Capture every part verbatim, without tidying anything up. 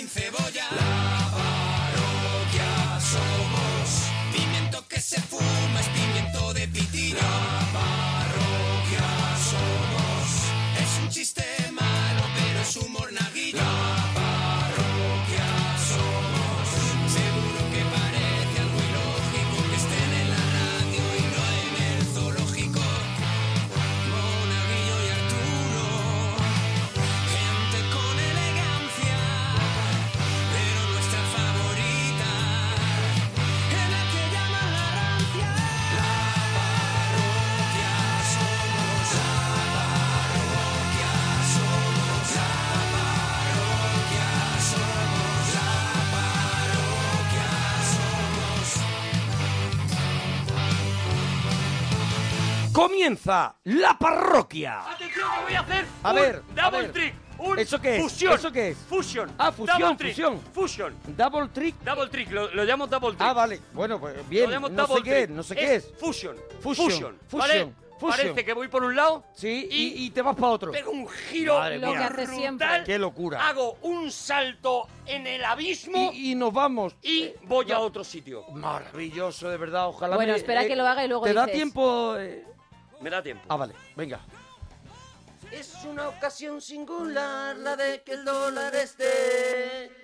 sin cebolla. La parroquia somos. Pimiento que se fuma es pimiento de pitina. La parroquia somos. Es un chiste malo, pero es humor naguillo. La parroquia somos. Seguro que parece algo ilógico que estén en la radio y no en el zoológico. Monaguillo y Arturo, gente con elegancia, pero nuestra favorita es la que llaman la rancia. La parroquia somos, la parroquia somos, la parroquia somos, la parroquia somos. Comienza la parroquia. ¡Atención que voy a hacer! A un ver, a double ver. trick. Un ¿Eso qué es? Fusión. ¿Eso qué es? Fusion. Ah, fusión, Double trick. fusión. Fusion. Double trick. Double trick, lo, lo llamo double trick. Ah, vale. Bueno, pues bien. Lo llamo No sé double qué es, trick. no sé qué es. Fusion. Fusion. Fusion. Fusion. ¿Vale? Fusion. Parece que voy por un lado Sí, y, y, y te vas para otro. pego un giro Madre Lo mía. que hace siempre. brutal, Qué locura. hago un salto en el abismo y, Y, y nos vamos. voy no. a otro sitio. Maravilloso, de verdad. Ojalá Bueno, me- espera que lo haga y luego ¿Te da dices. tiempo? eh? Me da tiempo. Ah, vale. Venga. Es una ocasión singular la de que el dólar esté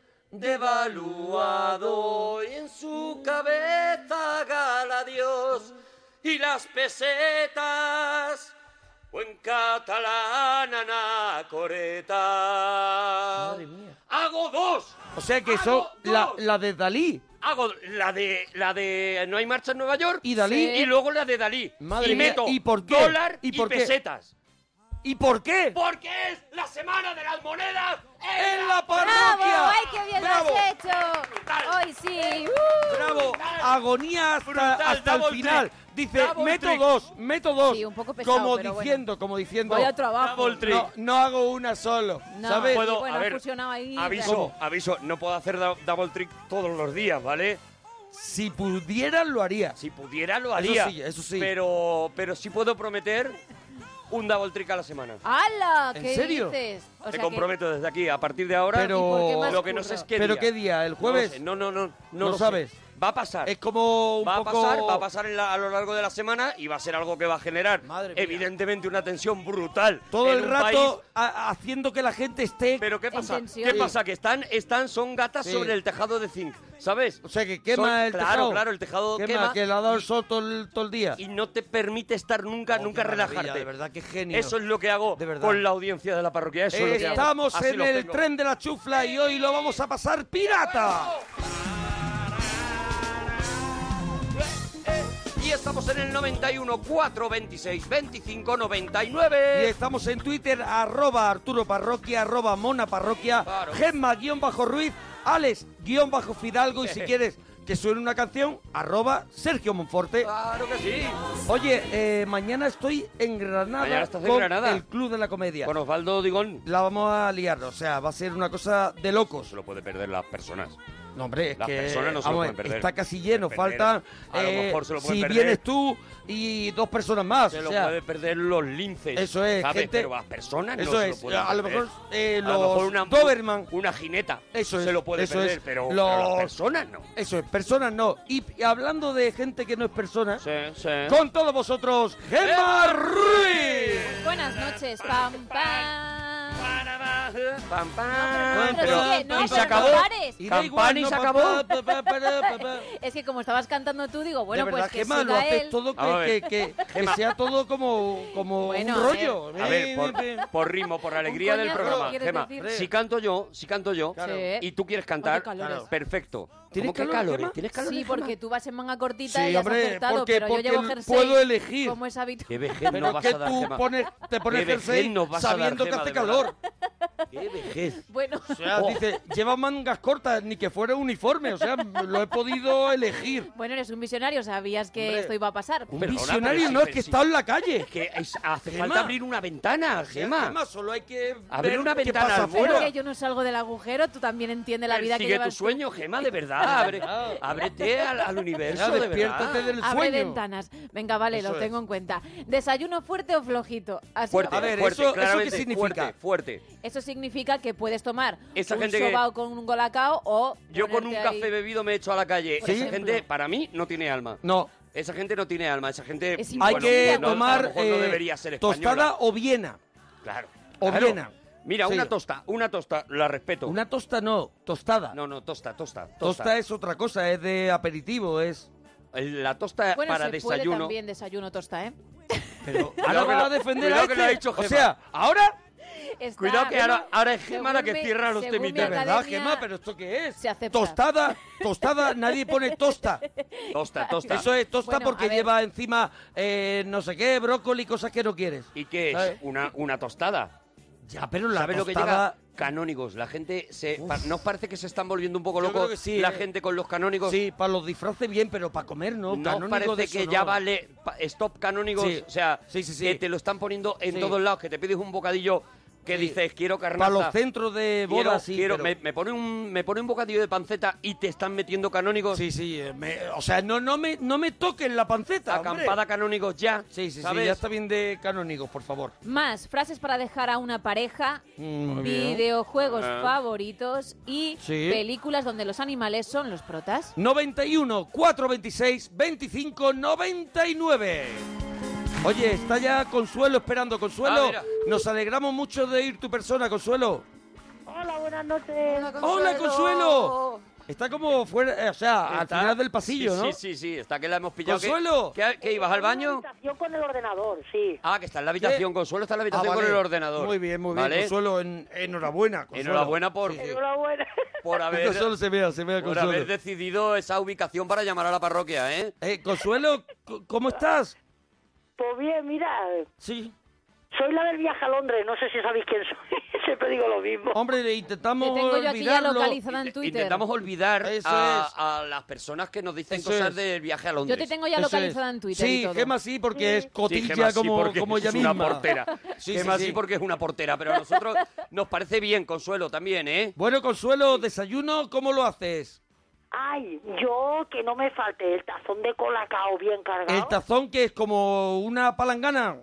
devaluado y en su cabeza gala Dios y las pesetas o en catalán anacoreta. Madre mía. Hago dos. O sea que Hago eso, la, dos. la de Dalí. Hago la de la de No hay marcha en Nueva York ¿Y Dalí? y luego la de Dalí. Madre y mía, meto ¿y por qué? dólar ¿Y y, por qué? pesetas. ¿Y por qué? Porque es la semana de las monedas ¡En la ¡Bravo! parroquia! ¡Ay, qué bien ¡Bravo! lo has hecho! Brutal. ¡Hoy sí! ¡Uh! ¡Bravo! Agonía hasta, Brutal, hasta el double final. trick. Dice, Double meto trick. dos, meto dos. Sí, un poco pesado, como pero diciendo, como diciendo. Voy al trabajo. Double trick. No, no hago una solo. No. ¿Sabes? Puedo- Puedo, bueno, a ha ver, fusionado ahí, aviso, ¿Cómo? aviso, no puedo hacer dou- double trick todos los días, ¿vale? Si pudieran, lo haría. Si pudiera lo Eso haría. sí, eso sí. Pero, pero sí puedo prometer un double trick a la semana. ¡Hala! ¿En ¿Qué serio? dices? O Me sea comprometo desde aquí, a partir de ahora. Pero- ¿Y por qué más lo que no sé curro? es qué ¿Pero día. qué día? ¿El No lo jueves? sé, No, no, no, no, ¿No lo sabes? sé. Va a pasar. Es como un Va a poco... pasar, va a pasar en la- a lo largo de la semana y va a ser algo que va a generar Madre mía. evidentemente una tensión brutal. Todo en el un rato país. a- haciendo que la gente esté... Pero ¿qué pasa? tensión. ¿Qué pasa? Que están, están, son gatas Sí. sobre el tejado de zinc, ¿sabes? O sea, que quema Son- el claro, tejado. Claro, el tejado Quema, quema, que le ha dado el sol todo el, todo el día. y no te permite estar nunca, Oh, nunca qué maravilla, relajarte. de verdad, qué genio. Eso es lo que hago De verdad. con la audiencia de la parroquia. Eso es lo que hago. Estamos Así en los el tengo. tren de la chufla y hoy lo vamos a pasar pirata. Y estamos en el noventa y uno, cuatro veintiséis, veinticinco, noventa y Y nueve. estamos en Twitter, arroba Arturo Parroquia, arroba Mona Parroquia, Claro. Gemma guión bajo Ruiz, Alex guión bajo Fidalgo y si quieres que suene una canción, arroba Sergio Monforte. Claro que sí. Oye, eh, mañana estoy en Granada Mañana estás en con Granada. el Club de la Comedia. Con Osvaldo Digón. La vamos a liar, o sea, va a ser una cosa de locos. Se lo puede perder las personas. No, hombre, es Las que personas no se lo vamos, pueden perder. está casi lleno, Pueden faltan perder. A lo eh, mejor se lo pueden si perder. vienes tú y dos personas más, Se o lo sea, puede perder los linces. eso es, ¿sabes? gente- Pero las personas eso no se es, lo pueden a lo perder. mejor, eh, A lo mejor los una, Doberman. una jineta Eso se es, lo puede eso perder, es. pero, Los- pero las personas no. Eso es, personas no. Y, y hablando de gente que no es persona, Sí, sí. con todos vosotros, Gemma Ruiz. Buenas noches, pam, pam. Pam, pam. No, pero sigue, no, y se pero acabó. no pares. Y da Campana igual, y no, se pa, acabó. pa, pa, pa, pa, pa, pa. Es que como estabas cantando tú, digo, bueno, de verdad, pues que Gemma, lo siga haces él. todo Vamos a que, ver. que, que, que sea todo como, como Bueno, un a ver. rollo. A ver, por, por ritmo, por alegría del coñazo, programa. ¿quieres Gemma, decir? si canto yo, si canto yo, Claro. y tú quieres cantar, Oye, calores. perfecto. ¿Tienes ¿Cómo que calor, calores? Gemma? ¿Tienes calores, Sí, Gemma? porque tú vas en manga cortita Sí, y has hombre, acertado, porque- pero yo porque llevo el- jersey. puedo elegir. Como es habitual. Qué vejez Pero nos es vas que a dar, tú Gemma. pones, te pones Qué vejez jersey nos vas a dar, sabiendo que Gemma, hace de verdad. calor. Qué vejez. Bueno, O sea, Oh. dice, lleva mangas cortas, ni que fuera uniforme. O sea, lo he podido elegir. bueno, eres un visionario, sabías que Hombre. esto iba a pasar. Un Perdona, visionario pero sí, no, es pero que he sí. estado en la calle. Es que es- hace Gemma. falta abrir una ventana, Gemma. Gemma, solo hay que Abrir ver una qué ventana pasa al Pero afuera. que yo no salgo del agujero, tú también entiendes la vida que Sigue llevas tu tú. sueño, Gemma, de verdad. Abre, ábrete al, al universo, Ya, de despiértate verdad. del Abre sueño. ventanas. Venga, vale, Eso lo es. tengo en cuenta. ¿Desayuno fuerte o flojito? Así Fuerte, A ver, fuerte, eso- ¿eso qué claramente, significa? Fuerte, fuerte. Eso significa que puedes tomar Esa un gente que- sobao con un golacao o Yo con un ponerte café ahí- bebido me echo a la calle. Por Esa ejemplo. gente, para mí, no tiene alma. No, Esa gente no tiene alma. Esa gente... Es hay bueno, que no, a tomar lo mejor no eh, debería ser española. tostada o viena. Claro. O claro. Viena. Mira, Sí. una tosta, una tosta, la respeto. Una tosta no, tostada. No, no, tosta, tosta, tosta. Tosta es otra cosa, es de aperitivo, es... El- La tosta Bueno, para se puede desayuno. también desayuno tosta, ¿eh? Pero Cuidado ahora que va lo- a defender cuidado a que este. lo ha dicho O Gemma. sea, ahora... Está- Cuidado que ahora, ahora es Gemma la que según mi- cierra los según mi temitas. De verdad, academia, Gemma, pero ¿esto qué es? se acepta. Tostada, tostada, nadie pone tosta. Tosta, tosta. Eso es tosta Bueno, porque a ver. lleva encima eh, no sé qué, brócoli, cosas que no quieres. ¿Y qué es? ¿Sabes? Una, una tostada. Ya, pero la ¿Sabes lo que tostada... llega? Canónigos. La gente se... pa- ¿No os parece que se están volviendo un poco Yo locos creo que sí, la eh. gente con los canónigos? Sí, para los disfraces bien, pero para comer no. ¿No os Canónigo parece de eso que no. ya vale pa- stop canónigos? Sí. O sea, Sí, sí, sí. que te lo están poniendo en Sí. todos lados, que te pides un bocadillo que Sí. dices, quiero Para carnaza. los centros de quiero, bodas, sí. quiero- pero- me, me pone un, me pone un bocadillo de panceta y te están metiendo canónigos. Sí, sí. eh, me- o sea, no, no, me, no me toquen la panceta, hombre. Acampada canónigos ya. Sí, sí, ¿sabes? sí, ya está bien de canónigos, por favor. Más frases para dejar a una pareja, Mm, muy bien. videojuegos Ah. favoritos y Sí. películas donde los animales son los protas. noventa y uno, cuatrocientos veintiséis, veinticinco, noventa y nueve. Oye, está ya Consuelo esperando. Consuelo, Ah, mira. nos alegramos mucho de ir tu persona, Consuelo. Hola, buenas noches. ¡Hola, Consuelo! Está como fuera, eh, o sea, al Está- final del pasillo, sí, ¿no? Sí, sí, sí, está que la hemos pillado. ¿Qué- Consuelo. ¿Qué, qué, ibas al baño? En la habitación con el ordenador, sí. Ah, que está en la habitación, Consuelo está en la Ah, habitación vale. con el ordenador. Muy bien, muy bien, ¿Vale? Consuelo, en- enhorabuena. Consuelo. Enhorabuena por, Sí, sí. Enhorabuena. por haber... Consuelo se vea, se vea Por Consuelo. haber decidido esa ubicación para llamar a la parroquia, ¿eh? Eh, Consuelo, c- ¿cómo estás? Pues bien, mira, Sí. soy la del viaje a Londres, no sé si sabéis quién soy, siempre digo lo mismo. Hombre, le intentamos Te tengo yo aquí ya olvidarlo. localizada en Int- Twitter. Intentamos olvidar Eso a, es. a las personas que nos dicen Eso cosas es. del viaje a Yo Londres. te tengo ya Eso localizada es. en Twitter y Sí, todo. Gema sí, porque es Sí, cotilla Gemma sí, como, porque como ella es misma. una portera. Sí, Gemma sí, sí, sí. porque es una portera, pero a nosotros nos parece bien, Consuelo, también, ¿eh? Bueno, Consuelo, desayuno, ¿cómo lo haces? Ay, yo que no me falte el tazón de colacao bien cargado. ¿El tazón que es como una palangana?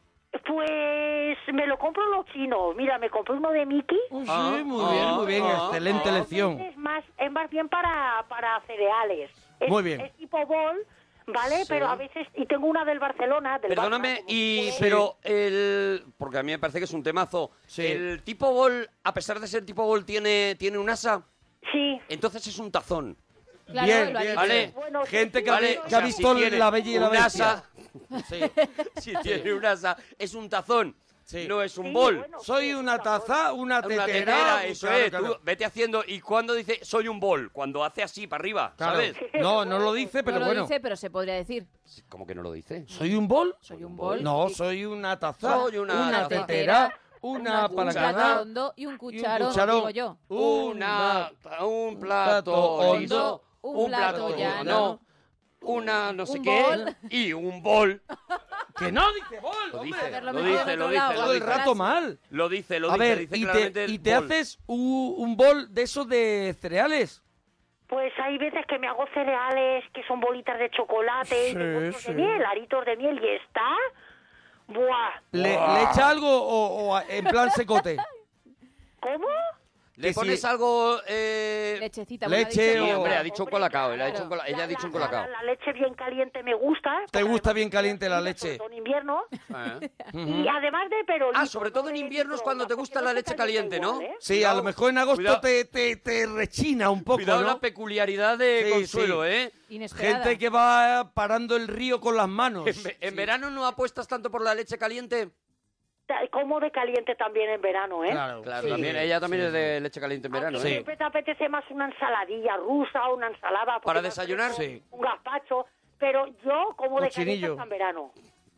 Pues me lo compro en los chinos. Mira, me compré uno de Mickey. Oh, sí, Ah, muy ah, bien, muy bien, ah, excelente ah. elección. Es más, es más bien para, para cereales. Es, Muy bien. Es tipo bol, ¿vale? Sí. Pero a veces... Y tengo una del Barcelona. Del Perdóname, Barça, como y fue- pero el... Porque a mí me parece que es un temazo. Sí. El tipo bol, a pesar de ser tipo bol, tiene, tiene un asa, Sí. entonces es un tazón. Claro, bien, lo ha bien, dicho. Vale. Bueno, Gente sí, que, ha, Vale, vi- o que sea, ha si visto tiene La Bella y la un Bestia. asa, Sí, si tiene un asa, es un tazón, Sí. no es un Sí, bol. bueno, Soy sí, una un tazón. taza, una Una tetera. tetera, eso claro, es. claro. Tú vete haciendo. Y cuando dice soy un bol, cuando hace así para arriba, Claro. ¿sabes? No, no lo dice, pero no bueno. lo dice, pero se podría decir. ¿Cómo que no lo dice? ¿Soy un bol? Soy un bol. No, soy una taza, Soy una una taza. tetera, una un palangana plato hondo y un y un cucharón, cucharón. digo yo. Una, un plato plato hondo, liso, un plato plato llano, no, una no sé un qué bol. y un bol. Que no dice bol, Lo hombre. dice, Haberlo lo metido dice, en lo otro dice, lado. lo Todo el dice. rato mal. Lo dice, lo A dice, ver, dice y claramente te, el y te bol. haces un, un bol de esos de cereales. Pues hay veces que me hago cereales que son bolitas de chocolate, Sí, y bollos sí. de miel, aritos de miel, y está... ¡Buah! ¿Le, ¿le echa algo o, o en plan secote? ¿Cómo? ¿Le que pones si- algo...? Eh... Lechecita. Leche bueno, ha Sí, dicho- o- hombre, ha dicho un colacao. Él ha Claro. dicho un cola- Ella ha La- dicho un la- colacao. La, la leche bien caliente me gusta. ¿Te porque gusta además bien es caliente la sobre leche? todo en invierno. Eh. Y además de perolito. Ah, sobre todo en no de invierno es cuando te microondas, gusta porque la no se leche calienta caliente, ¿no? igual, ¿eh? Sí, a Cuidado, lo mejor en agosto cuidado. te, te, te rechina un poco, Cuidado la ¿no? peculiaridad de Sí, Consuelo, sí. ¿eh? Inesperada. Gente que va parando el río con las manos. En, ve- en verano no apuestas tanto por la leche caliente. Ta- Como de caliente también en verano, ¿eh? Claro, Claro, sí, también ella también sí, es de leche caliente en verano, Aunque ¿eh? siempre te apetece más una ensaladilla rusa o una ensalada. porque ¿Para me desayunar? apetece Sí. Un gazpacho. Pero yo como de caliente Cochinillo. hasta en verano.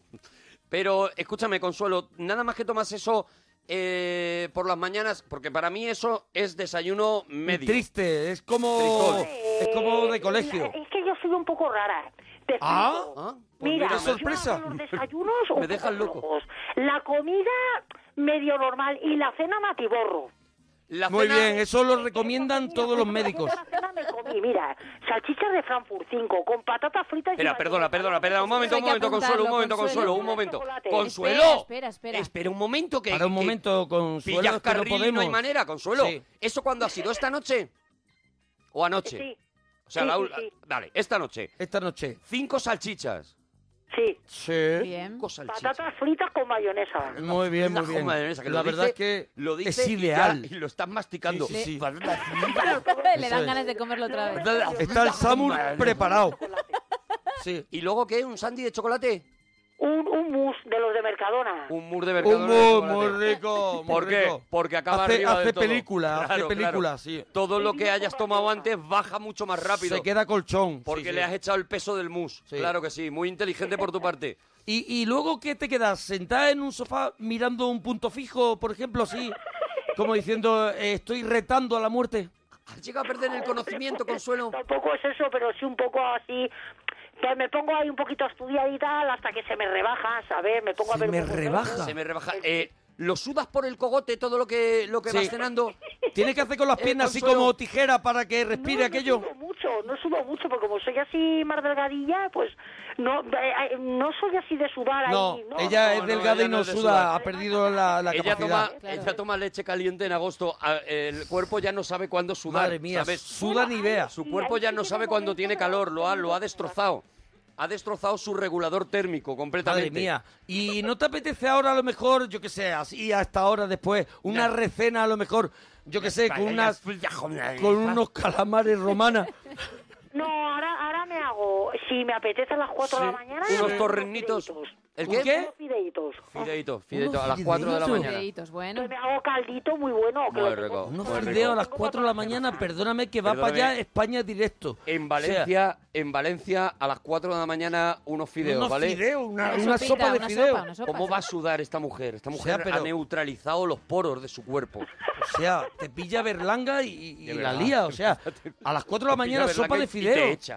Pero escúchame, Consuelo, nada más que tomas eso eh, por las mañanas, porque para mí eso es desayuno medio. Triste, es como, Tristón. es como de Eh, colegio. Es que yo soy un poco rara. Te Ah, explico. Ah, pues Mira, qué yo sorpresa. hago los desayunos un Me dejan poco loco. flojos. La comida medio normal y la cena matiborro. La Muy cena- bien, eso lo recomiendan todos los médicos. La cena me me comí, mira, salchichas de Frankfurt cinco, con patatas fritas y... Espera, perdona, perdona, perdona, un momento, un Hay que momento, Consuelo, un apuntarlo, momento, Consuelo, Consuelo. un momento. Chocolate. Consuelo. Espera, espera, Espera un momento que... Para un que momento, Consuelo, pillas es que no carril y podemos. no hay manera, Consuelo. Sí. ¿Eso cuándo ha sido? ¿Esta noche? ¿O anoche? Sí, O sea, Sí, la sí, ul- sí. Dale, esta noche. Esta noche. Cinco salchichas. sí. Sí. Bien. Cinco salchichas. Patatas fritas con mayonesa. Muy bien, muy Una bien. mayonesa, que La lo verdad dice- es que lo dice es y ideal. ya- Y, lo estás masticando. Sí, sí, sí. Patatas Le Eso dan es. ganas de comerlo otra vez. fritas. Está el Samur preparado. Sí. ¿Y luego qué? ¿Un sandy de chocolate? Un, un mousse de los de Mercadona. Un mur de Un Mercadona de muy, chocolate. muy rico. muy ¿Por qué? rico. Porque acaba hace, arriba hace del todo. película, hace Claro, película, claro. sí. Todo lo que hayas tomado antes baja mucho más rápido. Se queda colchón. Porque sí, sí. le has echado el peso del mousse. Sí. Claro que sí, muy inteligente por tu parte. Y, y luego, ¿qué te quedas? ¿Sentada en un sofá mirando un punto fijo, por ejemplo, así? Como diciendo, eh, estoy retando a la muerte. ¿Has llegado a perder el conocimiento, Consuelo? Tampoco es eso, pero sí un poco así... Que me pongo ahí un poquito a estudiar y tal hasta que se me rebaja, ¿sabes? Me pongo a Se ver... me un poco de- rebaja. Se me rebaja. Eh, ¿Lo sudas por el cogote todo lo que, lo que Sí. vas cenando? Tienes que hacer con las Eh, piernas así Consuelo. como tijera para que respire no, aquello. No sudo mucho, no sudo mucho, porque como soy así más delgadilla, pues no eh, eh, no soy así de sudar No, ahí. No, ella no, es no, delgada ella y no no es de suda, sudar. ha perdido la, la Ella capacidad. toma, Claro. ella toma leche caliente en agosto. a- El cuerpo ya no sabe cuándo sudar. Madre mía, ¿sabes? suda ni vea. Su cuerpo ya no sabe cuándo tiene calor. Lo ha, lo ha destrozado. Ha destrozado su regulador térmico completamente. Madre mía. ¿Y no te apetece ahora a lo mejor, yo que sé, así hasta ahora después, una No. recena a lo mejor, yo que sé, con unas con unos calamares romanas? No, ahora, ahora me hago, si me apetece a las cuatro de la mañana... Unos me hago torrenitos. fideitos. ¿El ¿Un qué? qué? Unos fideitos. Fideitos, fideitos, Unos a las cuatro de la fideitos. mañana. Videitos, bueno. Que me hago caldito muy bueno. Que Muy lo tengo- rico. Unos Muy rico. fideos a las cuatro de la mañana, perdóname que va Perdóname. para allá España directo. En O Valencia, en Valencia, a las cuatro de la mañana, unos sea, fideos, unos ¿vale? fideos, una, Una una sopita, sopa de una fideos. sopa, una sopa, ¿Cómo sí. va a sudar esta mujer? Esta mujer pero- ha neutralizado los poros de su cuerpo. O sea, te pilla Berlanga y, y De la verdad. lía. O sea, a las cuatro de la mañana Pilla sopa de Berlanga y- y te fideos. echa.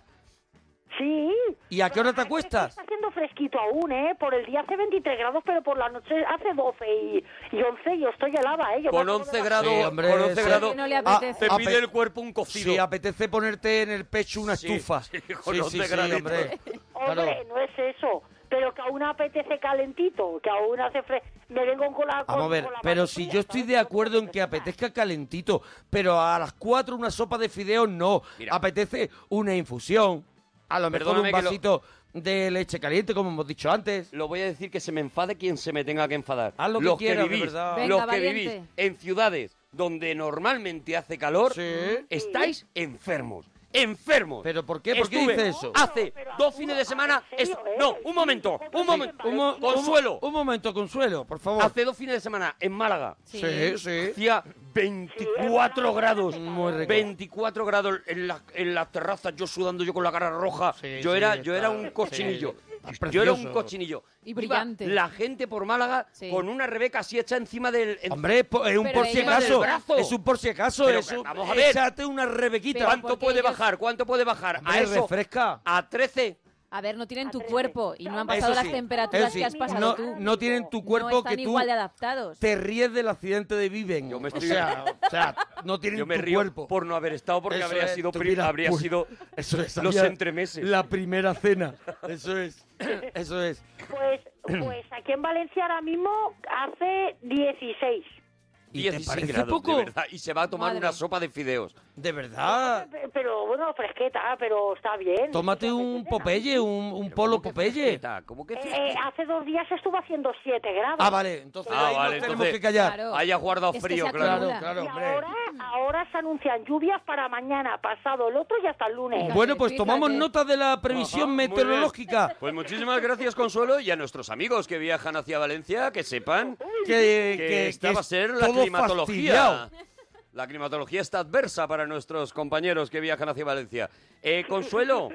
Sí. ¿Y a qué hora te Pero acuestas? Está haciendo fresquito aún, ¿eh? Por el día hace veintitrés grados, pero por la noche hace doce y, y once. Yo estoy helada, ¿eh? Yo me Con acuerdo once de la- grados, Sí, hombre, con once sí. grados, No le Ah, apetece. te ape- pide el cuerpo un cocido. Sí, apetece ponerte en el pecho una Sí, estufa. sí, Sí, con sí, once sí, graditos. hombre. Hombre, Claro. no es eso. Pero que aún apetece calentito, que aún hace fre... Me vengo con la... con- Vamos a ver, con la pero mano si fría, yo estoy ¿sabes? de acuerdo en que apetezca calentito, pero a las cuatro una sopa de fideos no. Mira. Apetece una infusión, a lo mejor Perdóname un que lo- vasito de leche caliente, como hemos dicho antes. Lo voy a decir que se me enfade quien se me tenga que enfadar. Haz lo que los quieras, de vivís, verdad. Venga, los que valiente. vivís en ciudades donde normalmente hace calor, Sí. estáis enfermos. Enfermos. ¿Pero por qué? ¿Por qué Estuve dice eso? Hace Pero, dos fines de semana. ¿en serio, es- eh? No, un momento, un momento. Un, mo- Consuelo. un, un momento, Consuelo, por favor. Hace dos fines de semana en Málaga. Sí. Sí, sí. Hacía veinticuatro grados. Muy rico. veinticuatro grados en las en las terrazas, yo sudando, yo con la cara roja. Sí, yo sí, era yo era está- un cochinillo. sí, está yo era un precioso. cochinillo. Y Iba brillante. la gente por Málaga Sí. con una Rebeca así hecha encima del... en- Hombre, es po- es un Pero por si ella- acaso. del brazo. Es un por si acaso. Pero es que un- vamos a ver. Échate una rebequita. Pero ¿Cuánto porque puede ellos- bajar? ¿Cuánto puede bajar? Hombre, a eso, refresca. a trece. A ver, no tienen tu Atrévete. cuerpo y no han Eso pasado las sí, temperaturas eso sí. que has pasado no, tú. no tienen tu No cuerpo están que tú igual de adaptados. te ríes del accidente de Viven. Yo me o, estoy- sea, o sea, no tienen Yo me tu río cuerpo. por no haber estado porque Eso habría es, sido tú prim- mira, habría pues, sido eso es, los había entremeses. La primera cena. Eso es. Eso es. Pues, pues aquí en Valencia ahora mismo hace dieciséis. ¿Y te dieciséis parece grados, poco? de verdad, y se va a tomar Madre. una sopa de fideos. De verdad. Pe- Pero bueno, fresqueta, pero está bien. Tómate un Popeye, un, un polo ¿Cómo que Popeye. fresqueta? ¿Cómo que Eh, fresqueta? eh, hace dos días estuvo haciendo siete grados. Ah, vale. Entonces Ah, ahí vale, nos tenemos entonces- que callar. Claro. Hayas guardado Es que frío, se claro. acumula. Claro, Y hombre. ahora, ahora se anuncian lluvias para mañana, pasado, el otro y hasta el lunes. Bueno, pues Fíjate. tomamos nota de la previsión Ajá, muy meteorológica. Pues muchísimas gracias, Consuelo, y a nuestros amigos que viajan hacia Valencia, que sepan Que, que, que, esta que va a es ser la todo climatología. fastidiado. La climatología está adversa para nuestros compañeros que viajan hacia Valencia. Eh, Consuelo.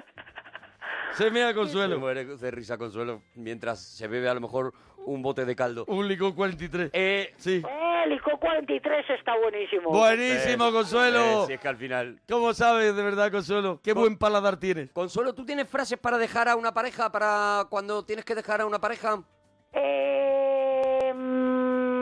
Se me da Se Consuelo. muere de risa, Consuelo, mientras se bebe a lo mejor un bote de caldo. Un licor cuarenta y tres. Eh, Sí. Eh, el ICO cuarenta y tres está buenísimo. Buenísimo, eh, Consuelo. eh, si es que al final... ¿Cómo sabes de verdad, Consuelo? Qué buen paladar tienes. Consuelo, ¿tú tienes frases para dejar a una pareja, para cuando tienes que dejar a una pareja? Eh, mm,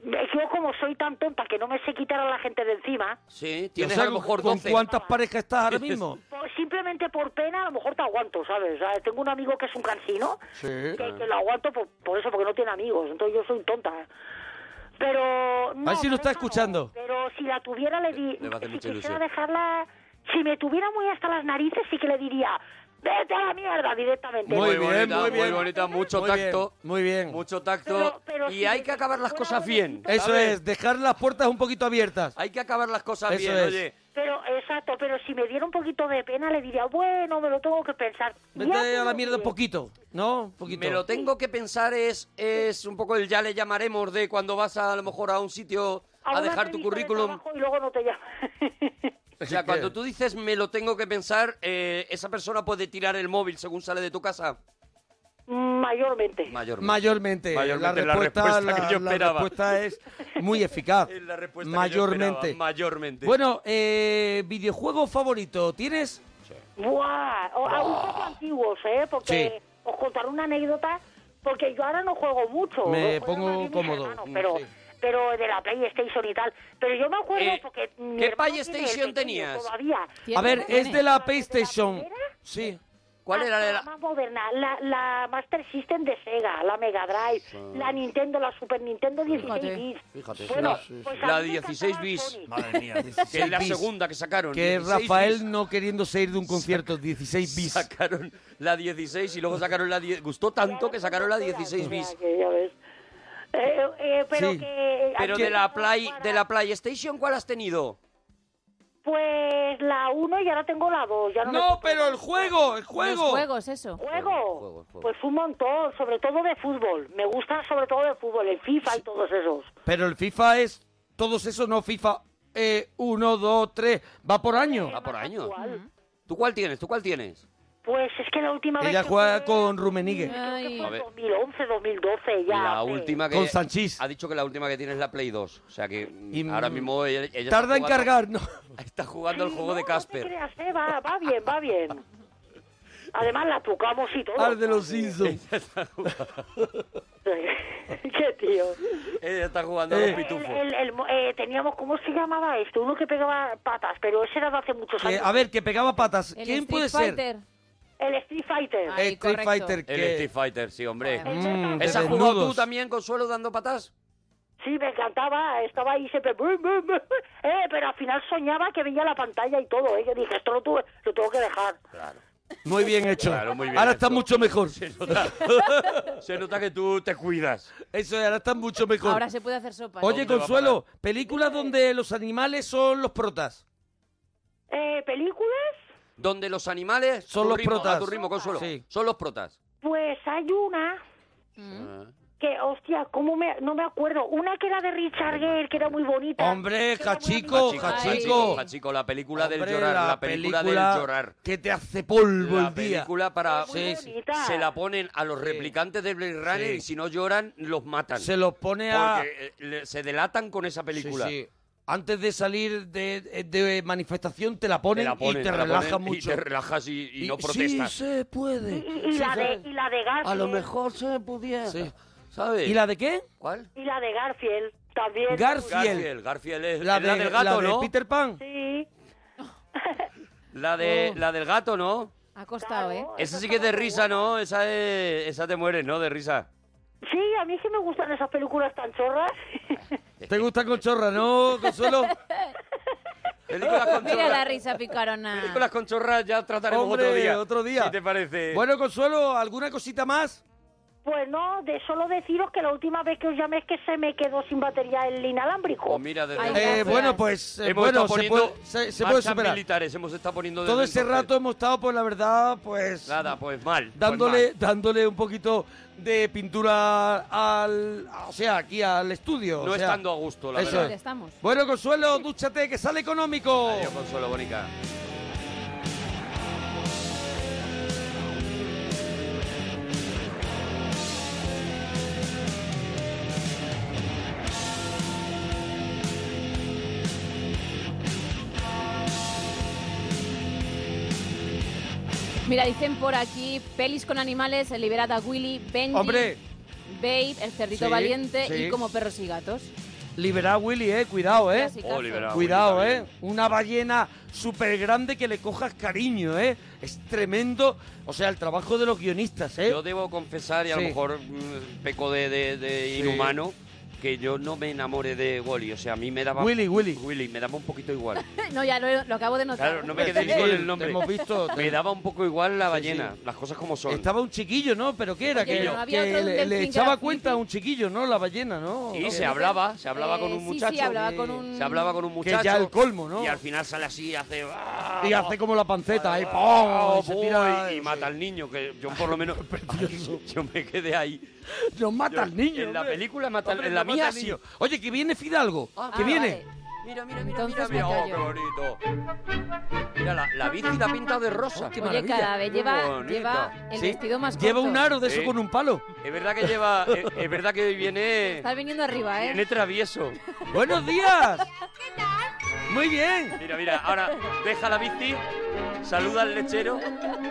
yo como soy tan tonta que no me sé quitar a la gente de encima, Sí, O tienes sea, a lo mejor ¿con doce. cuántas parejas estás ahora mismo? pues simplemente por pena a lo mejor te aguanto, ¿sabes? O sea, tengo un amigo que es un cansino, Sí. que, que lo aguanto por, por eso, porque no tiene amigos, entonces yo soy tonta. Pero... No, A ver si lo está pareja no, escuchando. pero si la tuviera, le di... Le va a hacer si mucha quisiera ilusión. dejarla... Si me tuviera muy hasta las narices, sí que le diría... ¡Vete a la mierda! Directamente. Muy bien, bonita, muy bien. bonita, mucho Muy bien, tacto. muy bien. Mucho tacto. Pero- pero y si hay me- que acabar las fuera cosas bien. bonito. Eso ¿sabes? es, dejar las puertas un poquito abiertas. Hay que acabar las cosas Eso bien, es. oye. Pero, exacto, pero si me diera un poquito de pena, le diría, bueno, me lo tengo que pensar. Vete Ya a te la lo mierda un diré. poquito, ¿no? Un poquito. Me lo tengo que pensar es, es un poco el ya le llamaremos de cuando vas a, a lo mejor a un sitio a una dejar tu entrevista de currículum. trabajo Y luego no te llama. O sea, cuando tú dices me lo tengo que pensar, eh, esa persona puede tirar el móvil según sale de tu casa. Mayormente. Mayormente. Mayormente. Mayormente, la respuesta, la respuesta que yo la esperaba. respuesta es muy eficaz. Es la respuesta que yo Mayormente. esperaba, mayormente. Bueno, eh, videojuego favorito, ¿tienes? Buah, o- a- un poco antiguos, ¿eh? Porque Sí. os contaré una anécdota, porque yo ahora no juego mucho. Me lo juegan pongo más bien mis cómodo. hermanos, Mm, pero, sí. pero de la PlayStation y tal. Pero yo me acuerdo Eh, porque... mi ¿qué hermano tiene el PlayStation pequeño tenías? Todavía. A ver, ¿Tiene? es de la ¿La PlayStation. primera? Sí. ¿Cuál Ah, era la la...? más moderna? La, la Master System de Sega, la Mega Drive, la Nintendo, la Super Nintendo dieciséis Fíjate. bits. Fíjate, Bueno, sí, sí, pues sí. a La mí me dieciséis encantaba bis. Sony. Madre mía, Que es la bis. segunda que sacaron. Que dieciséis Rafael bis. no queriéndose ir de un concierto, dieciséis bis. Sacaron la dieciséis y luego sacaron la diez. Gustó tanto que sacaron la dieciséis O sea, bis. que ya ves. Eh, eh, pero Sí. que... Pero aquí de la no Play, para- de la PlayStation, ¿cuál has tenido? Pues la uno y ahora tengo la dos. Ya no, me No, acuerdo. pero el juego, el Los juego. juegos, eso. ¿Juego? Juego, juego, juego. Pues un montón, sobre todo de fútbol. Me gusta sobre todo de fútbol, el FIFA y todos esos. Pero el FIFA es todos esos, no FIFA eh, uno, dos, tres, va por año. Va por año. Actual. ¿Tú cuál tienes? ¿Tú cuál tienes? Pues es que la última vez Ella que juega jugué, con Rummenigge. creo que Ay. fue A ver. dos mil once, dos mil doce ya. La hace- última que... Con Sanchís. Ha dicho que la última que tiene es la Play dos. O sea que Y, mm, ahora mm, mismo ella, ella Tarda está en jugando- cargar, ¿no? Está jugando el Sí, juego no, de No te Casper. creas, eh, va, va bien, va bien. Además la tocamos y todo. Al de los ¿sabes? Simpsons. Qué tío. Ella está jugando a Eh. los pitufos. El- el- el mo- eh, teníamos, ¿cómo se llamaba esto? Uno que pegaba patas, pero ese era de hace muchos Que, años. a ver, que pegaba patas. El ¿Quién Street puede Fighter. El Street Fighter. Ay, ser? Street correcto. Fighter. El Que... Street Fighter, sí, hombre. Joder. Mm, ¿Esa de has jugado tú desnudos. también, Consuelo, dando patas? Sí, me encantaba, estaba ahí siempre... brum, brum, brum. Eh, pero al final soñaba que veía la pantalla y todo, ¿eh? Que dije, esto lo, tuve, lo tengo que dejar. Claro. Muy bien hecho. Claro, muy bien ahora está hecho. mucho mejor. Se nota, se nota que tú te cuidas. Eso, ahora está mucho mejor. Ahora se puede hacer sopa. Oye, ¿Dónde va a Consuelo, películas donde los animales son los protas. Eh, ¿Películas? Donde los animales Son tu los ritmo, protas. A tu ritmo, Consuelo. Sí. Son los protas. Pues hay una Ah. que, hostia, ¿cómo me, no me acuerdo? Una que era de Richard Gere, que era muy bonita. Hombre, Que era muy Jachico, amiga. Hachico, Jachico. Hachico, la película del Hombre, llorar, la, película, del llorar. que te hace polvo La el día. película para... Muy Sí, sí. bonita. Se la ponen a los replicantes de Blade Runner Sí. y si no lloran, los matan. Se los pone a... Porque eh, le- se delatan con esa película. Sí, sí. Antes de salir de, de manifestación te la Te ponen, la ponen, y te la relaja ponen mucho. Y te relajas y, y no Y- protestas. Sí se puede. Y, y Sí la se- de, y la de Garfield. A lo mejor se pudiera. Sí. ¿Sabes? ¿Y la de qué? ¿Cuál? Y la de Garfield también. Garfield. Garfield. Garfield es La, es de, la del gato, la de ¿no? Peter Pan. Sí. La, de, Oh. la del gato, ¿no? Ha costado, ¿eh? Claro. Esa sí que es de risa, ¿no? Esa, es, esa te mueres, ¿no? De risa. Sí, a mí sí me gustan esas películas tan chorras. ¿Te gusta con chorra, no, Consuelo? Películas con Mira chorras. la risa picarona. Películas con chorras ya trataremos Hombre, otro día. otro día. Si te parece. Bueno, Consuelo, ¿alguna cosita más? Pues no, de solo deciros que la última vez que os llamé es que se me quedó sin batería el inalámbrico. Pues mira, desde Ay, luego. Eh, gracias. bueno, pues eh, hemos bueno, estado se poniendo puede, se, se puede marchas superar. militares, hemos estado poniendo Todo desde ese entonces. rato hemos estado, pues la verdad, pues Nada, pues mal. pues dándole, mal. dándole un poquito de pintura al, o sea, aquí al estudio. No o sea, estando a gusto, la eso verdad. ¿Dónde estamos? Bueno, Consuelo, dúchate, que sale económico. Adiós, Consuelo Bonica. Mira, dicen por aquí, pelis con animales, Liberad a Willy, Benji, Hombre, Babe, El cerdito Sí, valiente sí. y Como perros y gatos. Liberar a Willy, eh, cuidado, eh. Clasicazo. Oh, liberar a Cuidado, Willy eh. también. Una ballena súper grande que le cojas cariño, eh. Es tremendo. O sea, el trabajo de los guionistas, eh. Yo debo confesar, y a Sí. lo mejor mm, peco de, de- de Sí. inhumano, que yo no me enamoré de Wally. O sea, a mí me daba... Willy, Willy. Willy, me daba un poquito igual. No, ya lo, lo acabo de notar. Claro, no me quedé ni Sí, con te el nombre. hemos visto. Me daba un poco igual la ballena, sí. las cosas como son. Estaba un chiquillo, ¿no? ¿Pero qué era? Oye, que pero no había que otro le, delfín le que echaba era cuenta a Fifi. un chiquillo, ¿no? La ballena, ¿no? Sí, ¿No? se hablaba, se hablaba con Eh, un sí, muchacho. sí, hablaba con un... Se hablaba con un Que muchacho. ya el colmo, ¿no? Y al final sale así y hace... ¡ah! Y hace como la panceta, ahí, ¡ah! ¡pum! Y se tira- y, y mata al niño, que yo por lo menos... yo me quedé ahí. Nos mata Yo- al niño. En la hombre. película mata al... Hombre, En la nos mía mata al sí. niño. Oye, que viene Fidalgo. Ah, que ah, viene. vale. Mira, mira, mira, Entonces mira, mira. me Oh, qué bonito. Mira, la, la bici la ha pintado de rosa. Qué Oye, maravilla. cada vez Qué lleva, bonito. lleva el Sí. vestido más corto. Lleva un aro de eso Sí. con un palo. Es verdad que lleva... es, es verdad que viene... Estás viniendo arriba, ¿eh? Viene travieso. ¡Buenos días! Muy bien. Mira, mira, ahora deja la bici, saluda al lechero.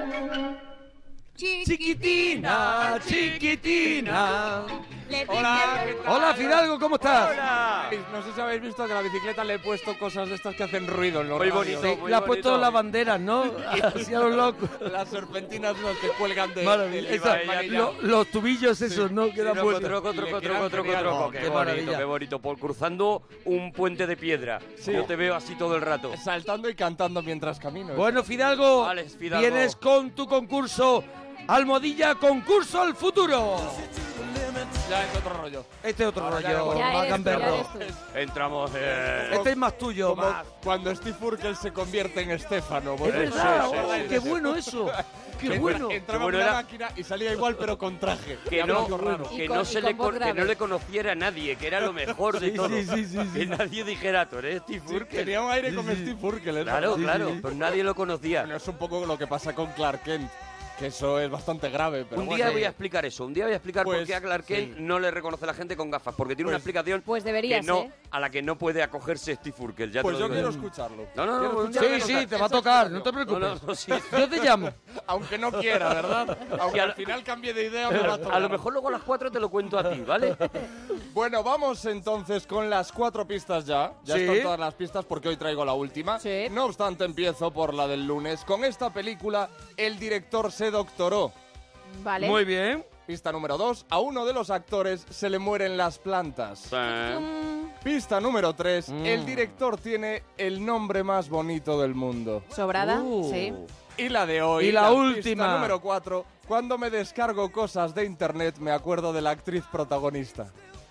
Chiquitina, chiquitina. Hola, ¿qué tal? Hola, Fidalgo, ¿cómo estás? ¡Hola! No sé si habéis visto que a la bicicleta le he puesto cosas de estas que hacen ruido en los Muy radios. bonito. Sí, le has puesto bonito. las banderas, ¿no? Así a los locos. Las serpentinas las que cuelgan de... Maravilla. del Esa- Iba ella. lo- los tubillos esos, ¿no? Que eran Troco, buenos. troco, Y le troco, quedan troco, troco, genial. troco. Oh, Qué qué bonito, maravilla. qué bonito. Por cruzando un puente de piedra. Sí. Yo te veo así todo el rato. Saltando y cantando mientras camino. Bueno, Fidalgo, Vale, Fidalgo. vienes con tu concurso Almohadilla Concurso al Futuro. Ya es otro rollo. Este es otro Ahora ya rollo, no- Ya más eres tú, ya gamberro. eres tú. Entramos. eh, Este es más tuyo, Como más. cuando Steve Urkel se convierte en Estefano. Es ¿vosotros verdad, os oh, acordáis de qué eso? bueno eso. Qué Que bueno. Entraba Qué bueno en una era- máquina y salía igual pero con traje. que Era no, algo raro. Y que con- no y se con le voz con- que grave. no le conociera a nadie, que era lo mejor de Sí, todo. sí, sí, sí, sí. Que nadie dijera, tú eres Steve Sí, Urkel. tenía un aire Sí, como sí. Steve Urkel. es Claro, verdad. claro, sí. pero nadie lo conocía. Bueno, es un poco lo que pasa con Clark Kent, que eso es bastante grave. Pero Un bueno. día voy a explicar eso, un día voy a explicar por Pues, qué a Clark Kent sí. no le reconoce la gente con gafas, porque tiene una Pues- explicación Pues deberías, que no, ¿eh? a la que no puede acogerse Steve Urkel. Ya te Pues lo yo digo quiero yo. escucharlo. No, no, no, Quiero un día escuchar Sí, esa- sí, te esa va a tocar, no te explicación. No, preocupes. no, no, sí. Yo te llamo. Aunque no quiera, ¿verdad? Aunque Y a- al final cambie de idea, me va a tocar. A lo mejor luego a las cuatro te lo cuento a ti, ¿vale? Bueno, vamos entonces con las cuatro pistas ya. Ya Sí. están todas las pistas porque hoy traigo la última. Sí. No obstante, empiezo por la del lunes. Con esta película, el director se doctoró. Vale. Muy bien. Pista número dos. A uno de los actores se le mueren las plantas. Mm, Pista número tres. Mm. El director tiene el nombre más bonito del mundo. Sobrada, Uh. sí. Y la de hoy. Y la Pista última. número cuatro. Cuando me descargo cosas de internet, me acuerdo de la actriz protagonista.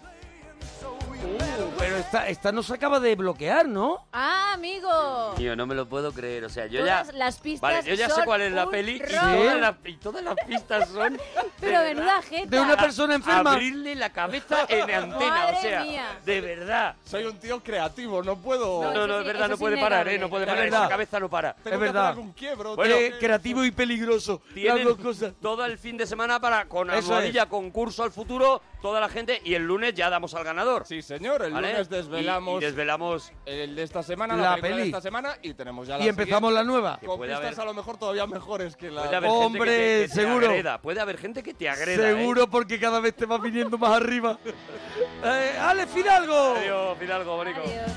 Pero esta, esta no se acaba de bloquear, ¿no? ¡Ah, amigo! Tío, no me lo puedo creer, o sea, yo Todas ya... las pistas Vale, yo ya sé son cuál es la un peli y robo. todas, las, y todas las pistas son... Pero de menuda verdad, jeta. De una persona enferma. Abrirle la cabeza en antena, Madre o sea, mía. de verdad. Soy un tío creativo, no puedo... No, eso no, no, sí- es verdad, eso no es puede parar, ¿eh? innegable. No puede Es parar, verdad. esa cabeza no para. Tengo es que verdad. hacer algún quiebro. Bueno, Eh, tengo que- creativo y peligroso. Las Tienen dos cosas. todo el fin de semana para, con Eso almohadilla, concurso al futuro, toda la gente, y el lunes ya damos al ganador. Sí, señor, el ¿vale? lunes Y- desvelamos Y, desvelamos... el de esta semana, la, La película de peli. esta semana, y tenemos ya la Y empezamos la nueva. siguiente, con puede pistas haber- a lo mejor todavía mejores que la... Puede haber Hombre, gente que te, que te seguro. agreda. Puede haber gente que te agreda, ¿eh? Seguro, porque cada vez te vas viniendo más arriba. Eh, ¡Ale, Fidalgo! Adiós, Fidalgo, bonico. Adiós.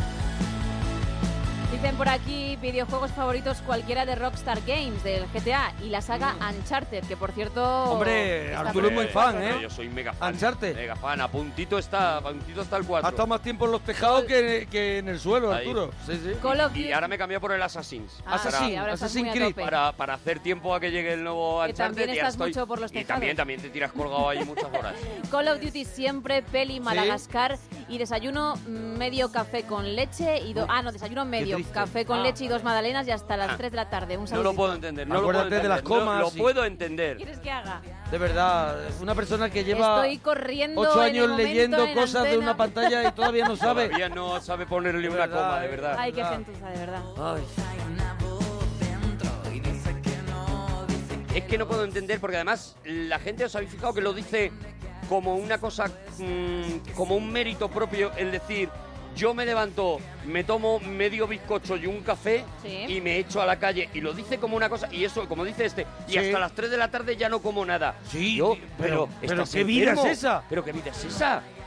Dicen por aquí videojuegos favoritos cualquiera de Rockstar Games, del G T A y la saga Uncharted, que por cierto... Hombre, está Arturo es muy muy fan, bueno, ¿eh? ¿no? Yo soy mega fan. Uncharted. Mega fan. A puntito está, a puntito está el cuatro. Ha estado más tiempo en los tejados que, que en el suelo, Ahí. Arturo. Sí, sí. Call of Y Duty- ahora me he cambiado por el Assassin's. Ah, Assassin, sí, ahora estás Assassin's muy a Creed. tope. Para, para hacer tiempo a que llegue el nuevo Que Uncharted. también ya estás estoy- mucho por los Y tejados. también, también te tiras colgado ahí muchas horas. Call of Duty siempre, peli, Madagascar y desayuno medio café con leche y dos... Ah, no, desayuno medio triste. café con Ah. leche y dos magdalenas y hasta las Ah. tres de la tarde. Un No saludito. lo puedo entender. No lo puedo Acuérdate de entender. las No, comas lo y- puedo entender. ¿Quieres que haga? De verdad, una persona que lleva Estoy corriendo ocho en el años momento leyendo en cosas de antena. una pantalla y todavía no sabe. Todavía no sabe ponerle una verdad, coma, de eh. verdad. Ay, qué verdad. gentuza, de verdad. Ay. Es que no puedo entender porque además la gente, os habéis fijado que lo dice como una cosa, mm, como un mérito propio, el decir, yo me levanto, me tomo medio bizcocho y un café Sí. y me echo a la calle. Y lo dice como una cosa, y eso, como dice este, y Sí. hasta las tres de la tarde ya no como nada. Sí, Yo, pero- pero, pero ¿estás ¿qué vida enfermo? es esa? ¿Pero qué vida es esa?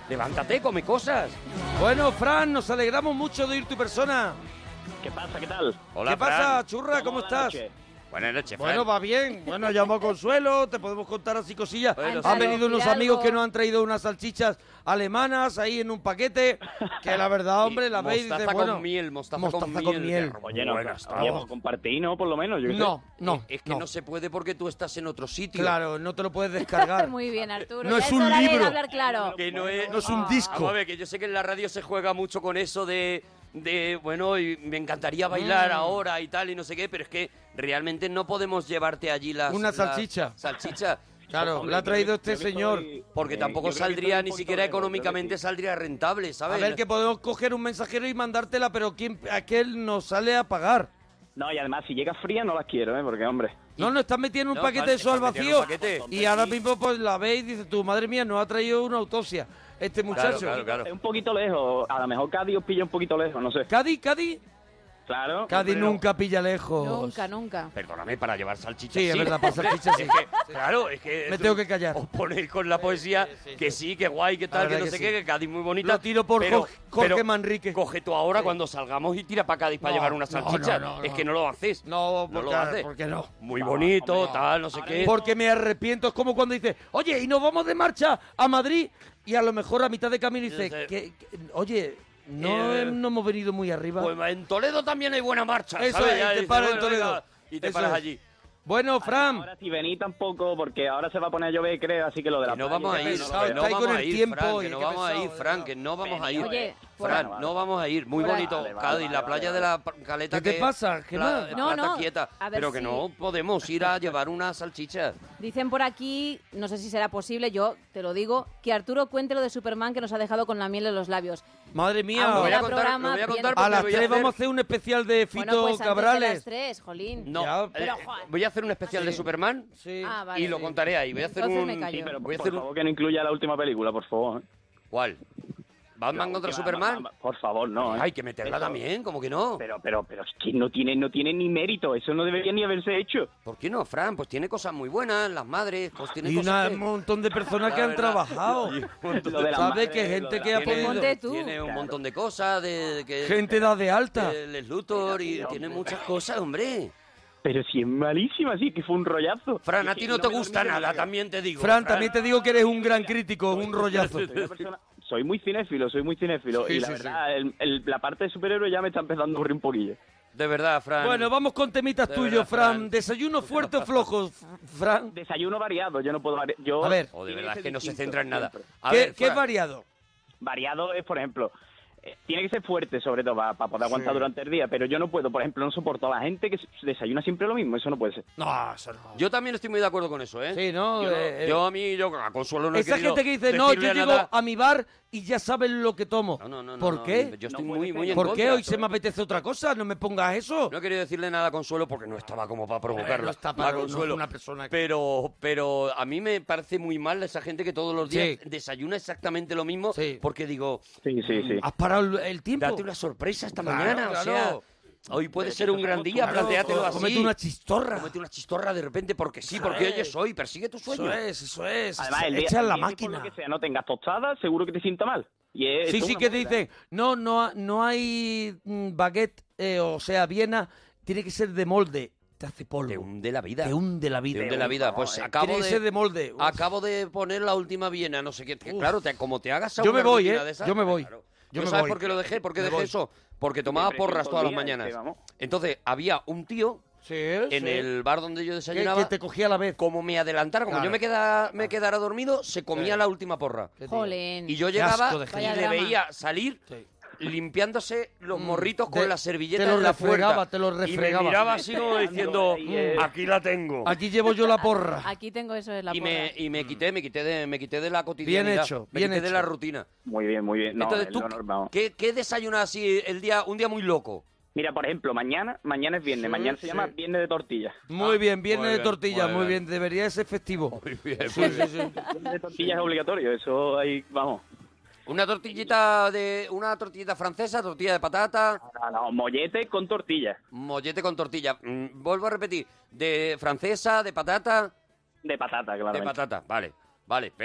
Levántate, come cosas. Bueno, Fran, nos alegramos mucho de oír tu persona. ¿Qué pasa? ¿Qué tal? Hola, ¿Qué pasa, Fran. churra? ¿Cómo va la estás? noche? Buenas noches, Fran. Bueno, va bien. Bueno, llamo a Consuelo, te podemos contar así cosillas. Bueno, Han sí. venido unos Fidalgo. amigos que nos han traído unas salchichas alemanas ahí en un paquete, que la verdad, hombre, la veis y mostaza dices, con bueno... miel, mostaza, mostaza con, con miel. miel. Qué Oye, no, buena está. oye, pues compartí, ¿no? Por lo menos. Yo qué sé. No, no, Es que no. se puede porque tú estás en otro sitio. Claro, no te lo puedes descargar. Muy bien, Arturo. No ya es un hora de libro. hablar claro. Que no es, No es un disco. Vamos a ver, que yo sé que en la radio se juega mucho con eso de, de bueno, y me encantaría bailar Mm. ahora y tal y no sé qué, pero es que realmente no podemos llevarte allí las... Una las salchicha. salchicha. Claro, Hombre, la ha traído creo que- este creo que señor. estoy- Porque eh, tampoco yo creo que saldría estoy un ni poquito siquiera lejos, creo que económicamente sí. saldría rentable, A ¿sabes? ver, que podemos coger un mensajero y mandártela, pero ¿quién, aquel nos sale a pagar? No, y además, si llega fría no las quiero, ¿eh? Porque, hombre... No, no, estás metiendo un No, paquete vale, de eso al estás metiendo vacío. un paquete. Y ahora mismo pues la veis y dices tú, madre mía, nos ha traído una autopsia este muchacho. claro, claro. Es un poquito lejos. A lo mejor Cádiz os pilla un poquito lejos, no sé. Cádiz, Cádiz. Claro. Cádiz pero- nunca pilla lejos. Nunca, nunca. Perdóname, para llevar salchichas. Sí, es verdad, para salchichas sí. Es que, claro, es que... Me tú tengo que callar. Os ponéis con la poesía que sí, que guay, que tal, que verdad no que sé sí. qué, que Cádiz muy bonita. Lo tiro por pero, Jorge- Jorge pero Manrique. Coge tú ahora cuando salgamos y tira para Cádiz para No, llevar una no, salchicha. no, no, es no. que no lo haces. No, no porque, lo haces. porque no. Muy No, bonito, hombre, no. tal, no sé Ahora qué. mismo- Porque me arrepiento. Es como cuando dices, oye, y nos vamos de marcha a Madrid. Y a lo mejor a mitad de camino dices, Sí, sí. que, que- oye, no, Eh, no hemos venido muy arriba. Pues en Toledo también hay buena marcha, Eso ¿sabes? es, Ya y te dices, paras en bueno, Toledo. venga, y te Eso paras es. allí. Bueno, Fran. Ahora si venís tampoco, porque ahora se va a poner a llover, creo, así que lo de la Que no playa, vamos a que ir, no lo pesado, que veo. no estáis vamos con a el ir, tiempo Fran, y que no qué vamos a ir, pesado, Fran, de que no vamos a ir. Oye, Fran, vale, no vamos a ir, muy Por ahí- bonito, Vale, vale, Cádiz, vale, la vale, playa vale. de la p- caleta ¿Qué te que- pasa? ¿Qué la- más? la No, plata no, quieta, a ver pero que si- no podemos ir a llevar una salchicha. Dicen por aquí, no sé si será posible, yo te lo digo, que Arturo cuente lo de Superman que nos ha dejado con la miel en los labios. Madre mía. Aunque Lo voy a era contar, programa lo voy a bien- contar A porque las voy tres hacer- vamos a hacer un especial de Fito Bueno, pues antes de Cabrales. las tres, jolín. No, Ya, eh, pero, joder. voy a hacer un especial de Superman Sí. Ah, vale. y lo contaré ahí. Voy a hacer Entonces un... me callo. Sí, pero voy a por hacer un- favor que no incluya la última película, por favor. ¿eh? ¿Cuál? ¿Batman La contra última, Superman? va- va- Por favor, no. ¿eh? Hay que meterla Eso- también, ¿cómo que no? Pero, pero, pero es que no tiene, no tiene ni mérito. Eso no debería ni haberse hecho. ¿Por qué no, Fran? Pues tiene cosas muy buenas, las madres, pues tiene Y cosas una- que- un montón de personas que La han verdad. trabajado. Lo de la ¿Sabes? madre, Que lo gente de que la- ha Tiene, podido... Ponte tú. tiene un Claro. montón de cosas, de que Gente da de alta. el Lex Luthor y tiene muchas cosas, hombre. Pero si es malísima, sí, que fue un rollazo. Fran, a Es ti que no te me gusta permite nada, que- también te digo. Fran, también te digo que eres un gran crítico, un rollazo. Soy, una persona- soy muy cinéfilo, soy muy cinéfilo. Sí, y la sí, verdad, el- el- la parte de superhéroe ya me está empezando a aburrir un poquillo. De verdad, Fran. Bueno, vamos con temitas De tuyos, verdad, Fran. Fran. ¿Desayuno fuerte o flojo, Fran? Desayuno variado, yo no puedo variar. Yo, A ver. O de tiene verdad ser es que no se distinto centra en nada. siempre. A ¿Qué, ver, qué es Fran, variado? Variado es, por ejemplo, eh, tiene que ser fuerte, sobre todo, para, poder aguantar durante el día. Pero yo no puedo, por ejemplo, no soporto a la gente que s- desayuna siempre lo mismo. Eso no puede ser. No, eso no. Yo también estoy muy de acuerdo con eso, ¿eh? Sí, ¿no? Yo, no- Eh, eh, yo a mí, yo a Consuelo no he Esa querido gente que dice, no, yo decirle llego nada. a mi bar y ya saben lo que tomo. No, no, no, no, ¿Por no, qué? Yo estoy No muy, puede muy ser. en ¿Por contra. qué? Hoy se me apetece otra cosa. No me pongas eso. No he querido decirle nada a Consuelo porque no estaba como para provocarla. no está a para- no es Consuelo. una persona que- Pero, pero a mí me parece muy mal esa gente que todos los días Sí. desayuna exactamente lo mismo. Sí. Porque digo, Sí, sí, sí. ¿Has parado el, el tiempo? date una sorpresa esta Claro, mañana. claro. O sea, hoy puede ser un gran día, Claro, plantéatelo así. cómete una chistorra. Cómete una chistorra de repente porque sí, Eso porque es. hoy es hoy. Persigue tu sueño. Eso es, eso es. Además, el día, Echa en la el día que por máquina. lo que sea no tengas tostada, seguro que te sienta mal. Y es, Sí, esto sí, es que una te movida. dicen, no, no, ha- no hay mm, baguette, eh, o sea, Viena, tiene que ser de molde. Te hace polvo. Te hunde la vida. Te hunde la vida. Te hunde la vida. Pues eh, acabo Tiene que de, ser de molde. Uf. acabo de poner la última Viena, no sé qué. Que, claro, te- como te hagas a Yo una me voy, rutina ¿eh? de esas, Yo me voy. claro. Yo ¿Tú me sabes voy. por qué lo dejé? ¿Por qué Me dejé voy. eso? Porque tomaba Siempre, porras todo todas el las día, mañanas. es que vamos. Entonces, había un tío Sí, en sí. el bar donde yo que, desayunaba. que te cogía a la vez. Como me adelantara, como Claro. yo me, queda, me quedara dormido, se comía Sí. la última porra. Qué tío. Jolín. Y yo Qué llegaba asco de y gente. Vaya le drama. veía salir Sí. limpiándose los morritos con Te- la servilleta te lo en la refregaba, puerta. te lo Y me refregaba. miraba así como diciendo, Ahí, eh. "Mm, aquí la tengo. Aquí llevo yo la porra. Aquí tengo eso de la y porra. me, y me quité, me quité de, me quité de la cotidianidad. hecho, me bien quité de hecho. la rutina. Muy bien, muy bien. No, Entonces, es ¿tú lo normal. ¿qué, qué desayunas así el día, un día muy loco? Mira, por ejemplo, mañana, mañana es viernes. Sí, mañana se sí. llama Viernes de Tortillas. Muy bien, muy viernes de bien, tortilla, muy muy bien. bien. Debería ser festivo. Muy bien, Sí, muy sí, bien. sí. Viernes de Tortillas es obligatorio. Eso ahí, vamos. Una tortillita de una tortillita francesa, tortilla de patata, No, no, mollete con tortillas. mollete con tortilla. Mm, vuelvo a repetir, de francesa, de patata, De patata, de claramente. patata. Vale, vale, ¿ves?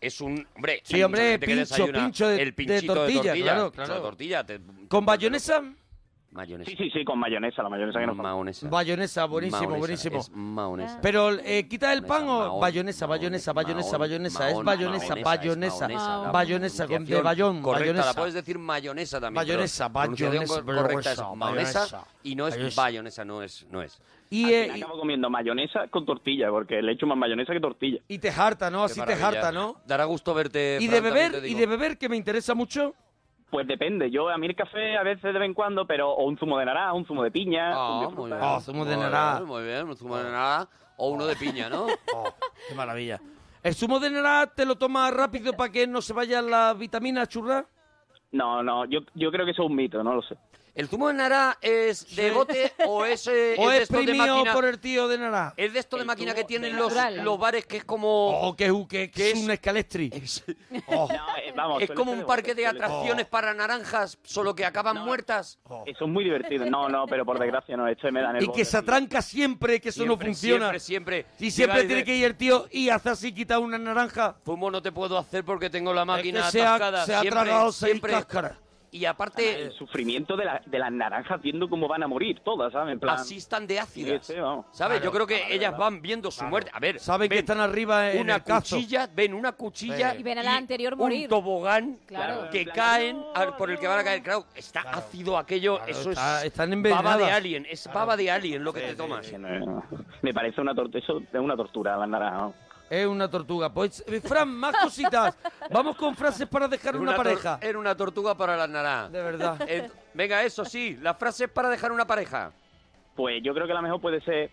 es un... Hombre, Sí, hay hombre, mucha gente que pincho, desayuna pincho de- el pinchito de tortilla, claro, pincho claro. de tortilla. te- ¿Con bayonesa? Mayonesa. Sí, sí, sí, con mayonesa, la mayonesa que no falta. Mayonesa. Bayonesa, buenísimo, Mayonesa, buenísimo. es mayonesa. Pero, eh, ¿quita el pan o Mahón, bayonesa, mahón, bayonesa, bayonesa, mahón, bayonesa? Es mahón, bayonesa, mahonesa, es bayonesa. mahonesa, la Bayonesa, con de pronunciación bayón, correcta, bayonesa. la puedes decir mayonesa también. pero Bayonesa, la pronunciación bayonesa, cor- correcta es bayonesa, mahonesa bayonesa. y no es Bayonesa. bayonesa, no es, no es. Y, Al eh, final acabo comiendo mayonesa con tortilla, porque le echo más mayonesa que tortilla. y te harta, ¿no? Así Qué te maravilla. harta, ¿no? Dará gusto verte. Y Fran, de también beber, te y digo. de beber, que me interesa mucho. Pues depende, yo a mí el café a veces de vez en cuando, pero o un zumo de naranja, un zumo de piña, Ah, un de muy fruta. bien. Oh, zumo de Muy naranja. bien, Muy bien, un zumo de naranja o uno de piña, ¿no? Oh, qué maravilla. ¿El zumo de naranja te lo tomas rápido para que no se vayan las vitaminas, churra? No, no, yo, yo creo que eso es un mito, no lo sé. ¿El zumo de naranja es de Sí. bote o es, eh, ¿O es de es estos de exprimido máquina? por el tío de naranja? Es de esto de El máquina zumo que tienen de los, natural. los bares que es como... Oh, que, que, que ¿Qué es es? un escalestri. Es, Oh, No, eh, vamos, es suele como ser un parque de bote, suele- atracciones para naranjas, solo que acaban muertas. oh. Eso es muy divertido. No, no, pero por desgracia no, esto me dan el Y que se atranca siempre, que eso no Siempre, funciona. Siempre, siempre. Y siempre Llega y tiene dice, que ir el tío y hace así, quitar una naranja. Fumo no te puedo hacer porque tengo la máquina se ha- atascada. se ha siempre, tragado seis siempre. cáscaras. Y aparte, El sufrimiento de, la- de las naranjas viendo cómo van a morir todas, ¿sabes? En plan, así están de ácidas. Sí, sí, vamos. ¿Sabes? Claro, Yo creo que claro, ellas claro. van viendo su muerte. A ver, Saben que ven están arriba en una el cazo. cuchilla, ven una cuchilla Sí. Y ven a la anterior morir. un tobogán Claro. que Claro. caen al- por el que van a caer. Claro, está Claro. ácido aquello, Claro, eso está- es están baba envenenadas. de alien, es baba de alien lo que te tomas. Sí, no, no. Me parece una tortura, eso es una tortura, las naranjas. ¿no? Es una tortuga. Pues, eh, Fran, más cositas. Vamos con frases para dejar Era una, tor- pareja. Era una tortuga para las naranjas. De verdad. Eh, venga, eso sí, las frases para dejar una pareja. Pues yo creo que la mejor puede ser,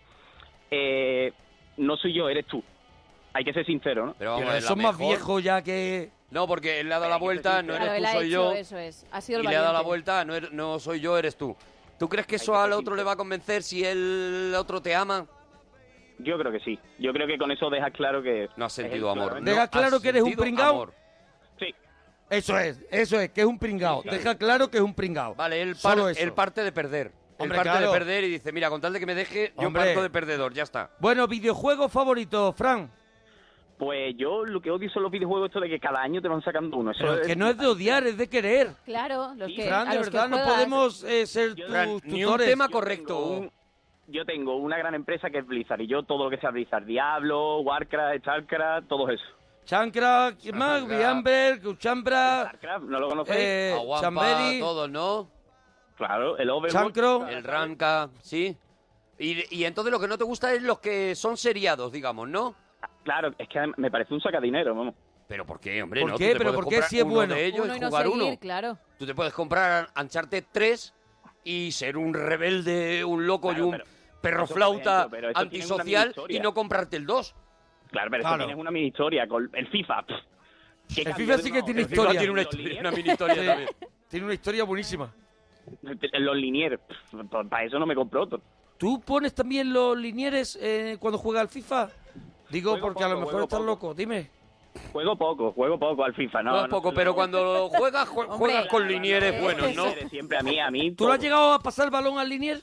eh, no soy yo, eres tú. Hay que ser sincero, ¿no? Pero vamos, Pero es la son más mejor. viejos ya que... No, porque él le ha dado la vuelta, no Claro, eres él tú, ha soy hecho yo. eso es. Ha sido Y el le ha dado la valiente. vuelta, no, er- no soy yo, eres tú. ¿Tú crees que eso que al ser otro le sincero. va a convencer si el otro te ama? Yo creo que sí. Yo creo que con eso dejas claro que... No has es sentido él, amor. claramente. Deja No claro has que eres un sentido pringao. amor. Sí. Eso es, eso es, que es un pringao. Deja claro que es un pringao. Vale, él, par- Solo eso. él parte de perder. Hombre, él parte claro. de perder y dice, mira, con tal de que me deje, yo Hombre. parto de perdedor, ya está. Bueno, videojuego favorito, Fran. Pues yo lo que odio son los videojuegos esto de que cada año te van sacando uno. Eso Pero que no es de odiar, es de querer. Claro, los que, Fran, a de los que verdad, no juegas. podemos eh, ser Yo- tus Fran, ni un tutores. tema Yo correcto. tengo un- yo tengo una gran empresa que es Blizzard y yo todo lo que sea Blizzard, Diablo, Warcraft, Starcraft, todo eso. Chancra, ¿quién más? Chancra. Biamber, Kuchambra, Starcraft, ¿no lo conocéis? eh, Aguampa, Chamberi, todos, ¿no? Claro, el Overwatch. Chancro. El Ranka, ¿sí? Y, y entonces lo que no te gusta es los que son seriados, digamos, ¿no? Claro, es que me parece un sacadinero, vamos. ¿Pero por qué, hombre? ¿Por ¿no? qué? Tú te ¿Pero puedes por qué comprar si es uno bueno? de ellos Uno y y no jugar seguir, uno. claro. Tú te puedes comprar Uncharted tres y ser un rebelde, un loco Claro, y un pero- perro eso, por flauta ejemplo, pero eso tiene una antisocial mini-historia. y no comprarte el dos. Claro, pero Claro. eso tienes una mini historia con el FIFA. pff, ¿qué El cambia FIFA de sí uno que a tiene otro? historia. tiene una, Los historia, Liniers- una mini historia Sí. también. Tiene una historia buenísima. Los Liniers, pff, para eso no me compro otro. ¿Tú pones también los linieres eh, cuando juegas al FIFA? Digo, Juego porque a lo poco, mejor juego estás poco. loco. Dime. Juego poco, juego poco al FIFA, no. No, es no poco, sé, pero no. cuando juegas, jue- Hombre, juegas con claro, linieres claro. buenos, ¿no? Liniers, Siempre a mí, a mí. ¿Tú lo has todo. llegado a pasar el balón al linier?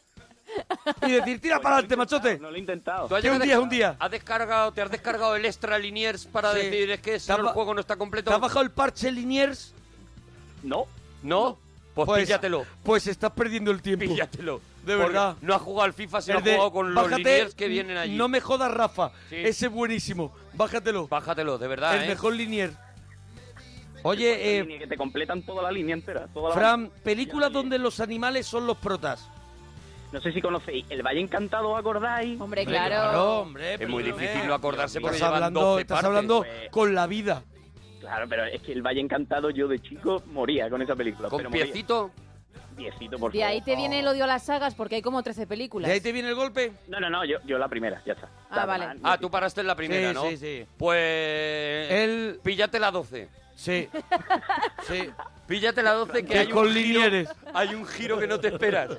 Y decir, tira Pues para no adelante, lo he machote. intentado, No lo he intentado. ¿Tú has Que un llegado a día es des- un día. ¿Has descargado, ¿Te has descargado el extra liniers para Sí. decir es que si ¿Te has no el ba- juego no está completo? ¿Te has bajado el parche liniers? No. ¿No? Pues, Pues, píllatelo. pues estás perdiendo el tiempo. Píllatelo. De Porque verdad. No has jugado al FIFA, si no El has de, jugado con los bájate, liniers que vienen allí. No me jodas, Rafa. Sí. Ese buenísimo. Bájatelo. Bájatelo, de verdad, el ¿eh? mejor linier. Oye, eh, Línea que te completan toda la línea entera. Toda la Fran, películas donde los animales son los protas. No sé si conocéis El Valle Encantado, ¿os acordáis? Hombre, Hombre, claro. hombre. Es muy perdóname. difícil no acordarse porque Estás llevan hablando, doce estás partes. hablando Pues- con la vida. Claro, pero es que El Valle Encantado yo de chico moría con esa película. Con pero moría. piecito. Piecito, por De ahí favor. te viene el odio a las sagas porque hay como trece películas. ¿De ahí te viene el golpe? No, no, no, yo, yo la primera, ya está. Ah, La vale. demás, Ah, tú paraste en la primera, Sí, ¿no? sí, sí. Pues... El... Píllate la doce. Sí. Sí. Píllate la doce que Que hay con un giro, linieres. hay un giro que no te esperas.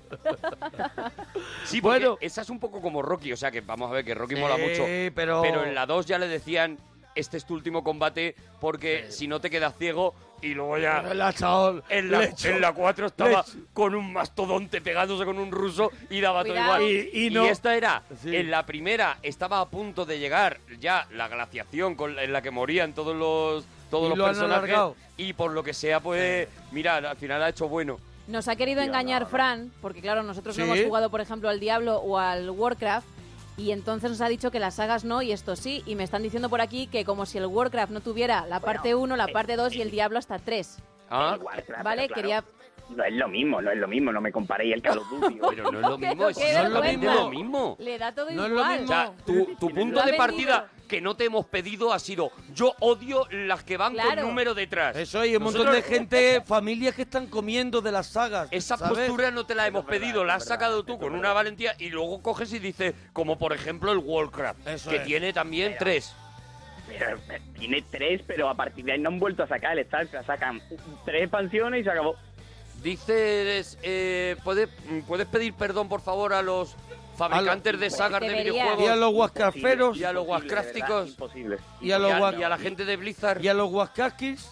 Sí, Bueno. bueno, esa es un poco como Rocky, o sea que vamos a ver que Rocky Sí, mola mucho. pero- Pero en la dos ya le decían, este es tu último combate porque si no te quedas ciego y luego ya... La chaval. En la, le echo- en la cuatro estaba le echo- con un mastodonte pegándose con un ruso y daba Cuidado. todo igual. Y- y no- esta era, Sí. en la primera estaba a punto de llegar ya la glaciación con, en la que morían todos los, todos Y los lo han personajes. alargado. Y por lo que sea, pues, mira, al final ha hecho bueno. Nos ha querido Tío, engañar no, no. Fran, porque claro, nosotros ¿Sí? no hemos jugado, por ejemplo, al Diablo o al Warcraft, y entonces nos ha dicho que las sagas no y esto sí, y me están diciendo por aquí que como si el Warcraft no tuviera la parte uno, la parte dos y el Diablo hasta tres. Ah, El Warcraft, ¿Vale? pero claro, Quería... No es lo mismo, no es lo mismo, no me comparéis el Call of Duty. o- pero no es lo mismo, Pero eso qué no es lo vergüenza. mismo. lo mismo. Le da todo No es lo igual. mismo. O sea, tu, tu punto Lo ha de vendido. partida que no te hemos pedido ha sido yo odio las que van Claro. con número detrás. Eso hay un montón de Nosotros- gente, familias que están comiendo de las sagas. Esa ¿sabes? postura no te la hemos es verdad, pedido, la eso has es verdad, sacado eso tú es con verdad. una valentía y luego coges y dices, como por ejemplo el Warcraft, Eso que es. tiene también tres. Pero, eh, tiene tres, pero a partir de ahí no han vuelto a sacar el StarCraft. Sacan tres expansiones y se acabó. Dices, eh, ¿puedes, puedes pedir perdón por favor a los fabricantes de sagas de Debería. videojuegos Y a los Warcrafteros y a los Imposible, de Warcrafticos verdad, imposible. y a los y a, Wa- y a la gente de Blizzard y a los Waskakis,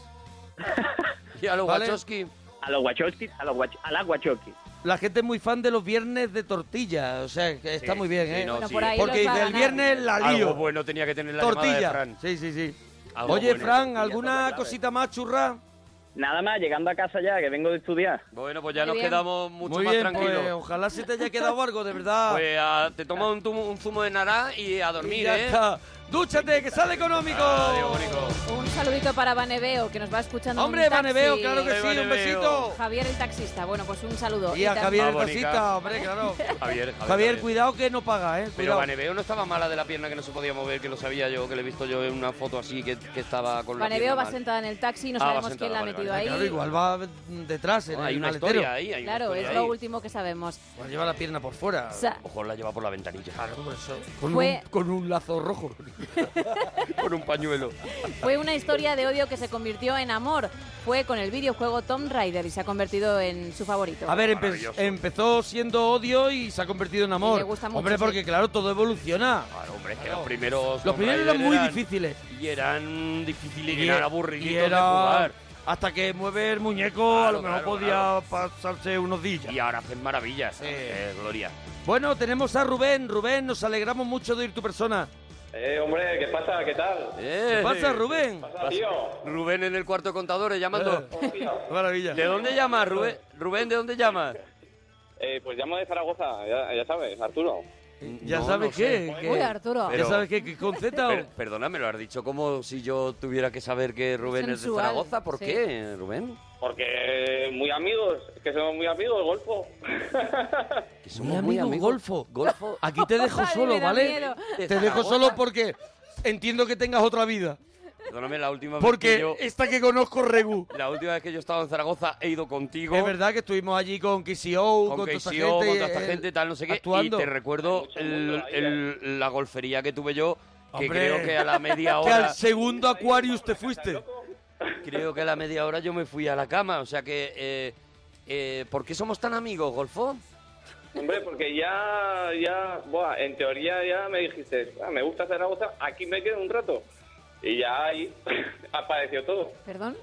y a los ¿vale? Wachowski. A los Wachowski, a los Wach- a las Wachowski. la gente es muy fan de los viernes de tortilla. O sea, que está Sí, muy bien, sí, ¿eh? no, Bueno, sí. por ahí Porque los va a dice, el ganar. viernes la lío. Algo bueno tenía que tener la llamada de Tortilla. Fran. Sí, sí, sí. Algo Oye, bueno. Fran, tortilla, ¿alguna todo clave. cosita más, churra? Nada más, llegando a casa ya, que vengo de estudiar. Bueno, pues ya Muy nos bien. quedamos mucho Muy más bien, tranquilos. pues ojalá se te haya quedado algo, de verdad. Pues ah, te tomas un, zumo- un zumo de naranja y a Y dormir, ya ¿eh? está. ¡Dúchate, que sale económico! Adiós, bonito. Un saludito para Vaneveo, que nos va escuchando en Hombre, un taxi. Vaneveo, claro que Hombre, sí, un Vaneveo. besito. Javier el taxista. Bueno, pues un saludo. Y a tam- Javier Ah, el bonica. taxista, hombre, claro. Javier, Javier, Javier, cuidado que no paga, ¿eh? Pero Cuidado. Vaneveo no estaba mala de la pierna que no se podía mover, que lo sabía yo, que le he visto yo en una foto así, que, que estaba con la Vaneveo pierna va mal. sentada en el taxi, no Ah, va sabemos sentada, quién la ha vale, metido vale. ahí. Claro, igual va detrás en No, hay el una maletero. historia ahí, hay una Claro, historia es lo ahí. último que sabemos. Pues lleva la pierna por fuera. Sa- Ojo, la lleva por la ventanilla. Claro, por eso. Con, Fue- un, con un lazo rojo. Con un pañuelo. Fue una historia de odio que se convirtió en amor. Fue con el videojuego Tomb Raider y se ha convertido en su favorito. A ver, empe- Maravilloso. empezó siendo odio y se ha convertido en amor. le gusta mucho, Hombre, sí. porque claro, todo evoluciona. Claro, hombre, es que los primeros... Los Tomb primeros Raider eran muy difíciles. Y eran difíciles y, Y- eran y aburriditos era- de jugar. Hasta que mueve el muñeco, a Claro, lo mejor claro, podía claro. pasarse unos días. Y ahora hacen maravillas. Sí. eh, Gloria. Bueno, tenemos a Rubén. Rubén, nos alegramos mucho de oír tu persona. Eh, hombre, ¿qué pasa? ¿Qué tal? Eh, ¿Qué pasa, Rubén? ¿Qué pasa, tío? Rubén en el cuarto de contadores llamando. Oh, tío. Maravilla. ¿De dónde llamas, Rubén? Rubén, ¿de dónde llamas? Eh, pues llamo de Zaragoza, ya, ya sabes, Arturo. ¿Ya No, sabes no qué? sé. ¿Qué? Uy, Arturo. Pero- ¿Ya sabes qué? ¿Qué con Z o- Per- perdona, me lo has dicho como si yo tuviera que saber que Rubén es de Sensual, Zaragoza. ¿Por sí. qué, Rubén? Porque muy amigos, es que somos muy amigos, Golfo. Que Muy amigo, Golfo. Golfo. Aquí te dejo Ay, solo, me da ¿vale? miedo. De Te dejo Zaragoza. solo porque entiendo que tengas otra vida. Perdóname, la última vez Porque que yo... esta que conozco, Regu. La última vez que yo estaba en Zaragoza he ido contigo. Es verdad que estuvimos allí con K C O, Con con, toda esta K C O, gente. con toda esta eh, gente, tal, no sé qué. actuando. Y te recuerdo Mucho el- mundo ahí, el- la golfería que tuve yo, que Hombre, creo que a la media Que hora... al segundo Aquarius te fuiste. Creo que a la media hora yo me fui a la cama. O sea que... Eh, eh, ¿por qué somos tan amigos, Golfo? Hombre, porque ya, ya, buah, en teoría ya me dijiste, ah, me gusta Zaragoza, aquí me quedo un rato. Y ya ahí apareció todo. ¿Perdón?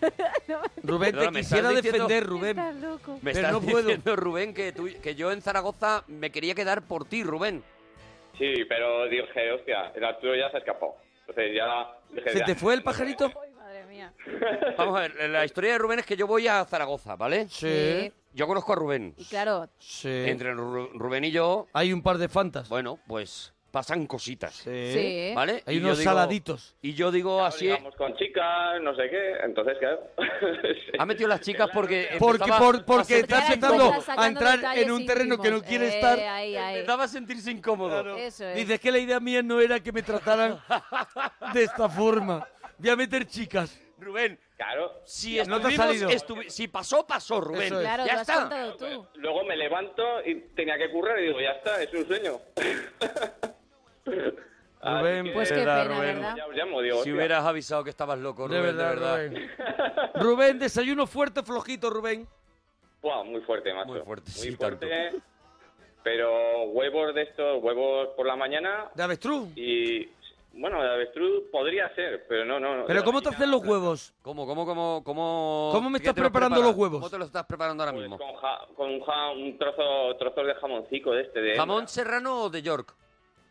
Rubén, Perdona, te me quisiera estás diciendo- defender, Rubén. Estás loco. Me Pero estás no puedo. diciendo, Rubén, que, tú- que yo en Zaragoza me quería quedar por ti, Rubén. Sí, pero dije, hostia, el Arturo ya se ha escapado. Entonces ya dije, ¿Se ya. te fue el pajarito? Ay, madre mía. Vamos a ver, la historia de Rubén es que yo voy a Zaragoza, ¿vale? Sí. Yo conozco a Rubén. Y claro, Sí. Entre Ru- Rubén y yo, Hay un par de fantas. bueno, pues pasan cositas, Sí. sí. ¿vale? Hay Y yo unos digo- saladitos. Y yo digo así... Digamos con chicas, no sé qué, entonces claro. Ha metido las chicas porque Porque, empezaba por, a porque sentir- estás Ahora empezando estás sacando a entrar detalles en un terreno que no íntimos. quiere Eh, estar. ahí, ahí. empezaba a sentirse incómodo. Eso es. Dices que la idea mía no era que me trataran de esta forma. Voy a meter chicas. Rubén, Claro. si No te ha estuvimos, salido. estuvi- si pasó, pasó, Rubén. Eso es. Claro, ya lo has está. contado tú. Luego me levanto y tenía que currar y digo, ya está, es un sueño. Así Rubén, que, Pues qué verdad, pena, Rubén. ¿verdad? ya os llamo, digo, Si hostia. hubieras avisado que estabas loco, De Rubén, verdad, de verdad. Rubén. Rubén, desayuno fuerte, flojito, Rubén. Buah, muy fuerte, macho. Muy fuerte, sí, Muy fuerte. Pero huevos de estos, huevos por la mañana ¿De avestruz? y... Bueno, de avestruz podría ser, pero no, no. no. ¿Pero De cómo te gallina, hacen los huevos? ¿Cómo, cómo, cómo, cómo... ¿Cómo me qué estás te los preparando preparas? los huevos? ¿Cómo te los estás preparando ahora Pues mismo? con, ja- con un, ja- un trozo trozos de jamoncico de este. De ¿Jamón serrano o de York?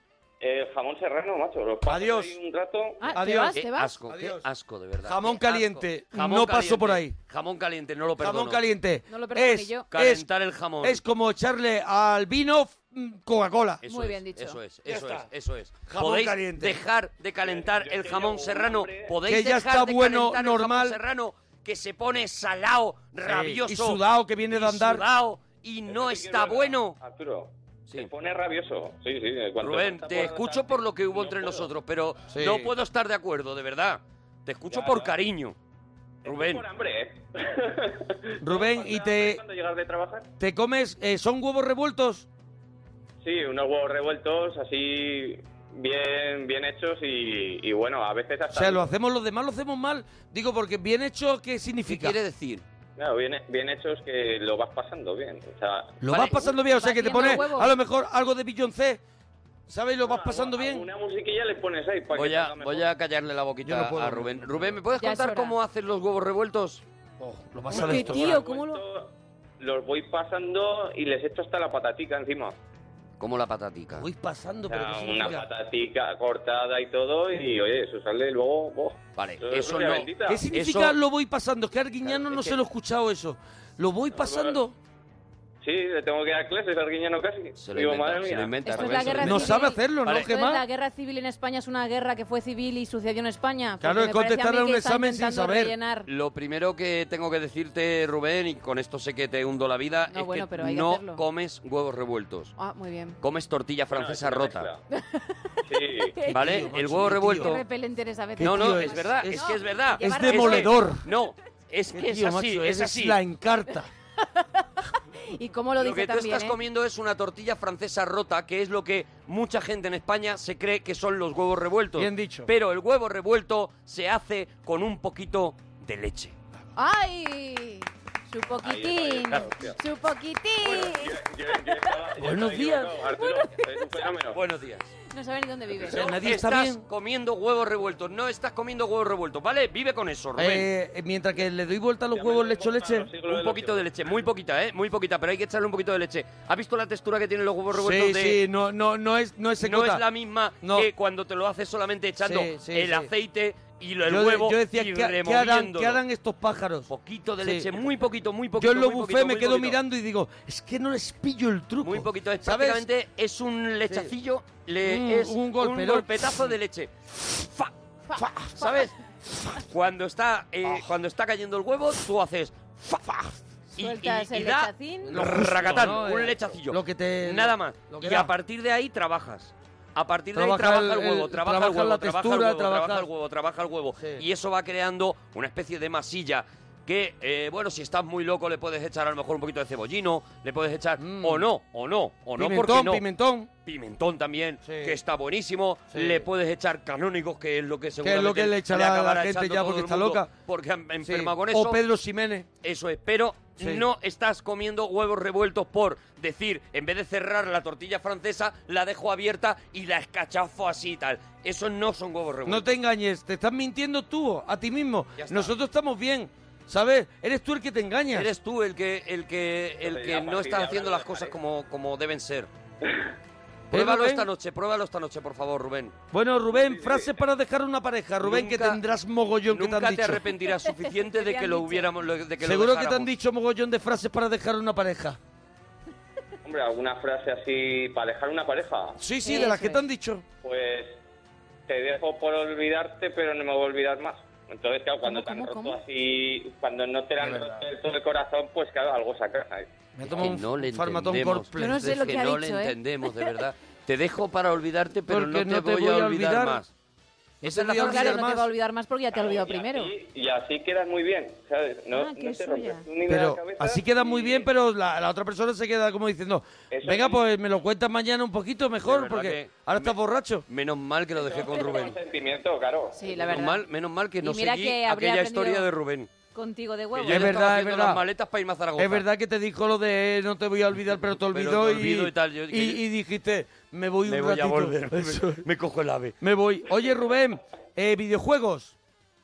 El jamón serrano, macho. Lo paso Adiós. ahí un rato. Ah, ¿te Adiós. vas? Qué ¿Te vas? asco, Adiós. qué asco, de verdad. Jamón Qué asco. caliente. Jamón No paso por caliente. ahí. Jamón caliente, no lo perdono. Jamón caliente. No lo perdono es, ni yo. Calentar el jamón. Es como echarle al vino mm, Coca-Cola. Eso Muy es, bien dicho. Eso es, Ya eso es, está. eso es. Jamón ¿Podéis caliente. dejar de calentar Yo el que jamón llevo serrano? hambre. ¿Podéis Que ya dejar está de bueno, calentar normal. el jamón serrano que se pone salado, rabioso Y sudado, que viene de y andar. sudado y no Eso sí que es está verdad, bueno? Arturo, Sí. se pone rabioso. Sí, sí. en cuanto Rubén, pasa te por escucho delante, por lo que hubo no entre puedo. nosotros, pero Sí. no puedo estar de acuerdo, de verdad. Te escucho Ya, por ya. cariño. Es Rubén. por hambre, ¿eh? Rubén, ¿Pasa y hambre te- cuando llegas de trabajar? ¿Te comes? eh, ¿Son huevos revueltos? Sí, unos huevos revueltos así bien bien hechos y, y bueno, a veces O hasta... sea, lo hacemos los demás, lo hacemos mal. Digo, porque bien hecho, ¿qué ¿Qué significa? quiere decir? Claro, bien, bien hechos que lo vas pasando bien. O sea, Lo Vale. vas pasando bien, o sea, que te Batiendo pones huevos. a lo mejor algo de Beyoncé, ¿sabes? Lo vas pasando bien. Una musiquilla le pones ahí para Voy que a, salga mejor. voy a callarle la Yo boquita no puedo, a no, Rubén. no Rubén, puedo. ¿me puedes Ya es contar hora. cómo hacen los huevos revueltos? Oh, lo vas a ¿Qué destrozar. tío? ¿Cómo lo...? Los voy pasando y les echo hasta la patatica encima. Como la patatica. Voy pasando, O pero sea, ¿qué una significa? patatica cortada y todo y oye, eso sale luego... ¡oh! Vale, Eso es eso gloria no. bendita. ¿Qué significa Eso- lo voy pasando? Es que Arguiñano Claro, no es se que- lo he escuchado eso. Lo voy pasando. Sí, le tengo que dar clases al guiñano casi. Se lo Digo, inventa, madre se lo mía. inventa. Esto es Rubén, la se lo guerra No inventa. civil. sabe hacerlo, Vale. ¿no? ¿Qué Entonces, más? la guerra civil en España es una guerra que fue civil y sucedió en España. Claro, Porque es me parece a contestarle mí un que está examen sin intentando saber. rellenar. Lo primero que tengo que decirte, Rubén, y con esto sé que te hundo la vida, No, es bueno, que pero hay que no hacerlo. comes huevos revueltos. Ah, muy bien. Comes tortilla Bueno, francesa es una rota. mezcla. Sí. ¿Vale? tío, macho, El huevo qué revuelto. Qué repelente eres a veces. No, no, tío es es- verdad, es- es que es verdad. Es que- demoledor. No, es Qué que es tío, así, macho, es esa así. la encarta. Y cómo lo Lo dice que tú también, estás ¿eh? comiendo es una tortilla francesa rota, que es lo que mucha gente en España se cree que son los huevos revueltos. Bien dicho. Pero el huevo revuelto se hace con un poquito de leche. ¡Ay! Su poquitín. claro, hostia. Su poquitín. Bueno, yo, yo, yo estaba, yo Buenos estaba días. equivocado, Arturo, es un fenómeno. Buenos días. No sabe ni dónde vive. O sea, nadie estás está bien. comiendo huevos revueltos, no estás comiendo huevos revueltos, ¿vale? Vive con eso, Rubén. Eh, mientras que le doy vuelta a los Ya huevos, me le echo hemos leche. pasado los siglos Un de los poquito de siglos. leche, muy poquita, ¿eh? Muy poquita, pero hay que echarle un poquito de leche. ¿Has visto la textura que tienen los huevos revueltos? Sí, de... sí, no, no, no es, no es No secota. es la misma No. que cuando te lo haces solamente echando Sí, sí, el sí. aceite y lo- el yo, de- huevo yo decía, y ¿qué, qué harán, removiéndolo. qué harán estos pájaros? Poquito de Sí. leche, muy poquito, muy poquito. Yo en los muy buffets poquito, me muy quedo poquito. mirando y digo, es que no les pillo el truco. Muy poquito, es ¿sabes? prácticamente es un lechacillo, le, Mm, es un golpe, ¿no? golpetazo de leche. Fa, fa, ¿sabes? Cuando está, eh, cuando está cayendo el huevo, tú haces fa, fa, y, y- Sueltas y el da lechacín. Lo justo, racatán, ¿no? un Eh, lechacillo. lo que te- Nada más. lo que Y da. a partir de ahí trabajas. A partir de ahí Trabaja trabaja el, el- huevo, el- trabaja el trabaja huevo, la trabaja textura, el huevo, trabaja trabaja- el huevo, trabaja el huevo. Sí. Y eso va creando una especie de masilla que, eh, bueno, si estás muy loco le puedes echar a lo mejor un poquito de cebollino, le puedes echar, Mm. o no, o no, o no, Pimentón, porque no. pimentón. Pimentón también, Sí. que está buenísimo. Sí. Le puedes echar canónigos, que es lo que Que es seguramente lo que le echará a la acabará gente echando ya todo porque el está mundo, loca. porque han Sí. enferma con eso. O Pedro Ximénez. Eso es, pero Sí. no estás comiendo huevos revueltos por decir, en vez de cerrar la tortilla francesa, la dejo abierta y la escachafo así y tal. Eso no son huevos revueltos. No te engañes, te estás mintiendo tú a ti mismo. Ya está. Nosotros estamos bien, ¿sabes? Eres tú el que te engañas. Eres tú el que el que el Entonces, que ya, a no partir está de haciendo ahora las lo cosas dejaré. como, como deben ser. ¿Eh, Pruébalo Rubén? esta noche, pruébalo esta noche, por favor, Rubén. Bueno, Rubén, frases para dejar una pareja. Rubén, que Nunca- tendrás mogollón que te Nunca han te dicho. arrepentirás suficiente ¿Qué de te que han lo dicho? hubiéramos lo- de que Seguro lo que te han dejáramos. dicho mogollón de frases para dejar una pareja. Hombre, alguna frase así para dejar una pareja. Sí, sí, de Eso las que te es. han dicho. Pues te dejo por olvidarte, pero no me voy a olvidar más. Entonces, claro, cuando ¿Cómo, te han cómo, roto cómo? así, cuando no te la han De verdad. roto del todo el corazón, pues claro, algo sacas ahí. Me Es tomo que un no le farmatón entendemos. complex. Yo no sé Es lo que ha no dicho, le ¿eh? entendemos, de verdad. Te dejo para olvidarte, pero Porque no te, voy, a olvidar, más. No Esa te es la voy a frase. Claro, olvidar no te más. va a olvidar más porque ya te ha olvidado Y primero. así- Y así quedas muy bien, ¿sabes? No, Ah, no qué te suya. rompes tú ni de Pero la cabeza. así queda muy y- bien, pero la, la otra persona se queda como diciendo, Eso venga, sí. pues me lo cuentas mañana un poquito De mejor, verdad porque que ahora estás borracho. Menos mal que lo dejé con Rubén. Un sentimiento, claro. Sí, la Menos verdad. mal, menos mal que no Y mira seguí que habría aquella aprendido- historia de Rubén. Contigo de Que huevo. yo Es le estaba verdad, es haciendo verdad. las maletas para irme a Zaragoza. Es verdad que te dijo lo de no te voy a olvidar, pero te Pero olvidó, te y, olvido y tal, yo- y, y dijiste, me voy Me un voy a ratito. volver. Eso es. Me, me cojo el ave. Me voy. Oye, Rubén, eh, videojuegos.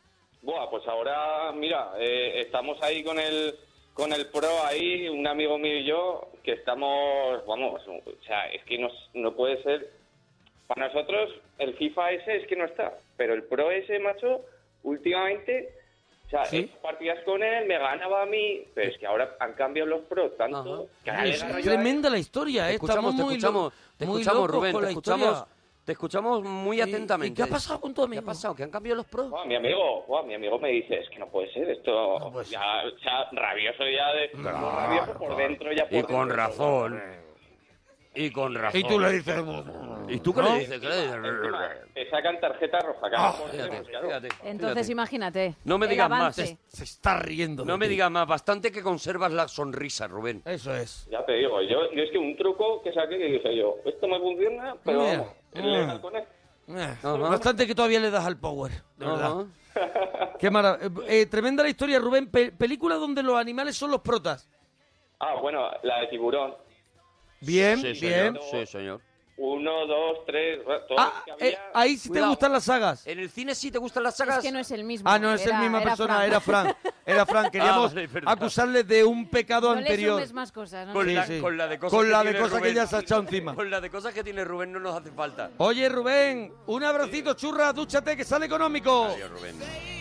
Buah, pues ahora, mira, eh, estamos ahí con el con el pro ahí, un amigo mío y yo, que estamos, vamos, o sea, es que no, no puede ser Para nosotros, el FIFA ese es que no está. Pero el Pro ese, macho, últimamente... O sea, ¿Sí? he hecho partidas con él, me ganaba a mí, pero es que ahora han cambiado los Pro tanto que ahora le Es gano yo a él. tremenda la historia, Te ¿eh? escuchamos, Estamos te muy, escuchamos, lo- te muy escuchamos, locos Rubén, con te la escuchamos, historia. te escuchamos muy ¿Y- atentamente. y qué ha pasado con tu amigo? ¿Qué ha pasado? ¿Que han cambiado los Pro? Buah, mi amigo, buah, mi amigo me dice, es que no puede ser, esto puede ser. ya, o sea, rabioso ya de no, rabioso por dentro ya por Y con dentro. razón. Y con razón. Y tú le dices... ¿Y tú qué ¿no? le dices? ¿Qué le dices? Te sacan tarjeta roja, Ah, cada por Fíjate, tres, claro. fíjate, Entonces fíjate. imagínate. No me el digas más. avance. Se está riendo. No de me ti. digas más. Bastante que conservas la sonrisa, Rubén. Eso es. Ya te digo, yo, yo es que un truco que saqué que dije yo, esto me funciona, pero Mira, vamos, es mira. legal con él. Eh, Ajá. Bastante que todavía le das al power, de verdad. Ajá. Qué maravilla. Eh, eh, tremenda la historia, Rubén. Pe- película donde los animales son los protas. Ah, bueno, la de tiburón. Bien, Sí, bien. señor. Sí, señor. Uno, dos, tres, todos Ah, que había. eh, ahí sí te Cuidado. gustan las sagas. ¿En el cine sí te gustan las sagas? Es que no es el mismo. Ah, no es Era- la misma era persona, Fran. era Fran. Era Fran. Queríamos vale, es verdad. acusarle de un pecado No le anterior. sumes más cosas. ¿no? Con, Sí, la, sí. con la de cosas Con que la de tiene cosas que Rubén. ya se ha echado encima. Con la de cosas que tiene Rubén no nos hace falta. Oye, Rubén, un abracito, churra, dúchate, que sale económico. Adiós, Rubén.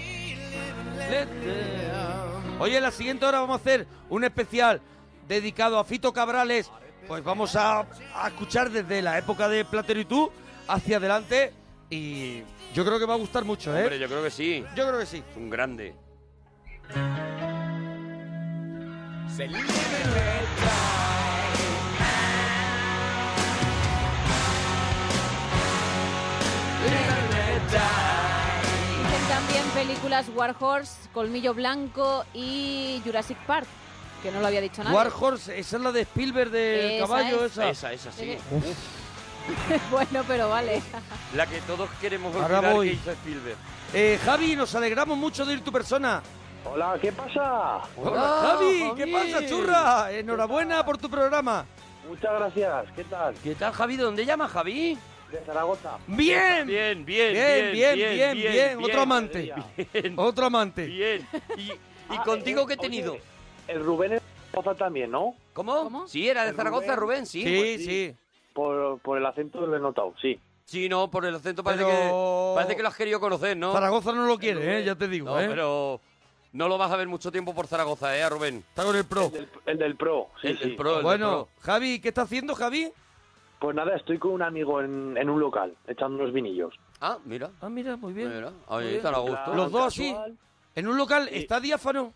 Oye, la siguiente hora vamos a hacer un especial dedicado a Fito Cabrales. Pues vamos a, a escuchar desde la época de Platero y tú hacia adelante. Y yo creo que va a gustar mucho, ¿eh? Hombre, yo creo que sí. Yo creo que sí. Es un grande. Dicen también películas War Horse, Colmillo Blanco y Jurassic Park, que no lo había dicho nadie. War Horse, esa es la de Spielberg del Esa caballo, es. esa. Esa, esa, sí. Bueno, pero vale. La que todos queremos Ahora olvidar voy. que hizo Spielberg. Eh, Javi, nos alegramos mucho de ir tu persona. Hola, ¿qué pasa? Hola, Javi, ¿qué Javi. pasa, churra? Enhorabuena por tu programa. Muchas gracias, ¿qué tal? ¿Qué tal, Javi? ¿De dónde llamas, Javi? De Zaragoza. Bien, Bien, bien, bien, bien, bien, bien. Otro amante, Bien, otro amante. bien. ¿Y, y Ah, contigo eh, qué he tenido? oye, el Rubén es de Zaragoza también, ¿no? ¿Cómo? ¿Cómo? Sí, era de El Zaragoza, Rubén. Rubén, sí. Sí, Pues sí. sí. Por, por el acento lo he notado, sí. Sí, no, por el acento parece, Pero- que, parece que lo has querido conocer, ¿no? Zaragoza no lo quiere, ¿eh? Ya te digo, No, ¿eh? pero no lo vas a ver mucho tiempo por Zaragoza, ¿eh, a Rubén? Está con el pro. El del, el del Pro, sí, el, sí. el pro, el del Bueno, pro. Javi, ¿qué está haciendo, Javi? Pues nada, estoy con un amigo en, en un local, echando unos vinillos. Ah, mira. Ah, mira, muy bien. Mira, Muy ahí bien. están a gusto. Los dos así. Casual. En un local, Sí. ¿está diáfano?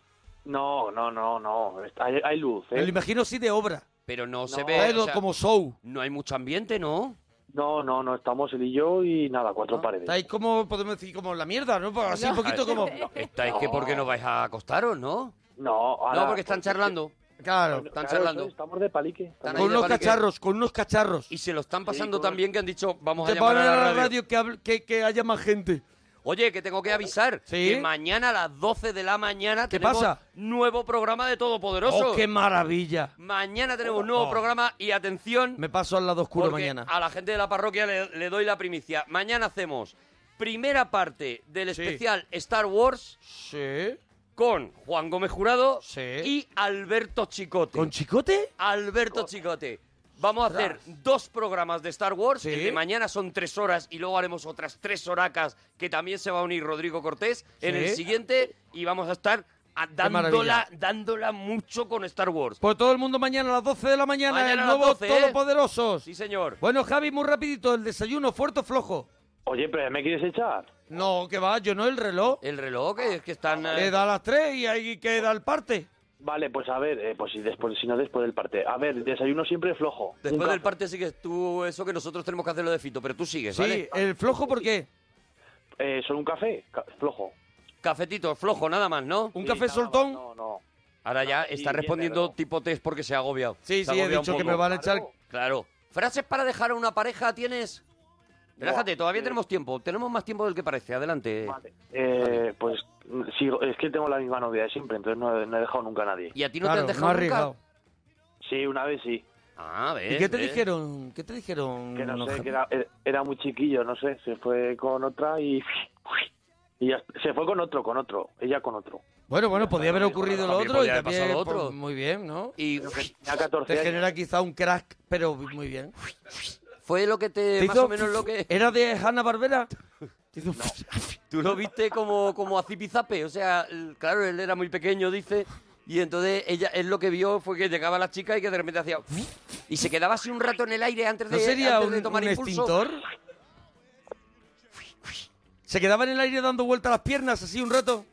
No, no, no, no. Está- Hay, hay luz, Me lo ¿eh? imagino así de obra. Pero no, se No. ve, Algo o sea, como show. no hay mucho ambiente, ¿no? No, no, no. Estamos él y yo y nada, cuatro Ah, paredes. Estáis como, podemos decir, como la mierda, ¿no? Pues así un No. poquito como... Estáis que porque no vais a acostaros, ¿no? No, ahora... No, porque están charlando. Claro, Están Claro, charlando. Estamos de palique. Están ahí con de unos palique. cacharros, con unos cacharros. Y se lo están pasando Sí, tan con- bien que han dicho, vamos a Te llamar ponen a la radio. que, hable- que, que haya más gente. Oye, que tengo que avisar ¿Sí? que mañana a las doce de la mañana ¿Qué tenemos pasa? nuevo programa de Todopoderoso. ¡Oh, qué maravilla! Mañana tenemos nuevo Oh. programa y atención, Me paso al lado oscuro porque mañana. a la gente de la parroquia le, le doy la primicia. Mañana hacemos primera parte del Sí. especial Star Wars Sí. con Juan Gómez Jurado Sí. y Alberto Chicote. ¿Con chicote? Alberto Chicote. Vamos a hacer dos programas de Star Wars. Sí. El de mañana son tres horas y luego haremos otras tres horacas que también se va a unir Rodrigo Cortés en Sí. el siguiente y vamos a estar a- dándola, maravilla. dándola mucho con Star Wars. Pues todo el mundo mañana a las doce de la mañana, Mañana el a las nuevo doce, ¿eh? Todopoderosos. Sí, señor. Bueno, Javi, muy rapidito, el desayuno, fuerte o flojo. Oye, pero ¿me quieres echar? No, que va, yo no, el reloj. El reloj, que es que están... eh, Le da a las tres y ahí queda el parte. Vale, pues a ver, eh, pues si después, si no después del parte. A ver, desayuno siempre flojo. Después Un del café. parte sigues tú eso que nosotros tenemos que hacerlo de Fito, pero tú sigues, Sí, ¿vale? el flojo, ¿por qué? Eh, ¿Solo un café? Ca- flojo. Cafetito, flojo, nada más, ¿no? ¿Un Sí, café nada soltón? más, No, no. Ahora ya Sí, está bien, respondiendo claro. tipo test porque se ha agobiado. Sí, Se ha sí, he agobiado un dicho que poco. me van a echar... Claro. Claro. ¿Frases para dejar a una pareja tienes? Relájate, Buah, todavía eh. tenemos tiempo. Tenemos más tiempo del que parece. Adelante. Vale. Eh, pues mm, sigo, es que tengo la misma novia de siempre, entonces no he, no he dejado nunca a nadie. ¿Y a ti no Claro, te han dejado me ha nunca? arriesgado. Sí, una vez sí. Ah, ¿ves? ¿Y qué te ves? dijeron? ¿Qué te dijeron? Que no no, sé, Javi? que era, era muy chiquillo, no sé. Se fue con otra y... y ya, se fue con otro, con otro. Ella con otro. Bueno, bueno, podía haber ocurrido lo También otro y podía haber también, pasado pues, otro. muy bien, ¿no? Y Tenía catorce Te años. genera quizá un crack, pero muy bien. Fue lo que te, ¿Te más hizo- o menos lo que... ¿Era de Hanna-Barbera? Tú lo viste como, como a zipizape, o sea, el- claro, él era muy pequeño, dice, y entonces ella, él lo que vio fue que llegaba la chica y que de repente hacía... Y se quedaba así un rato en el aire antes de, ¿No sería antes un, de tomar un impulso. extintor? ¿Se quedaba en el aire dando vueltas las piernas así un rato?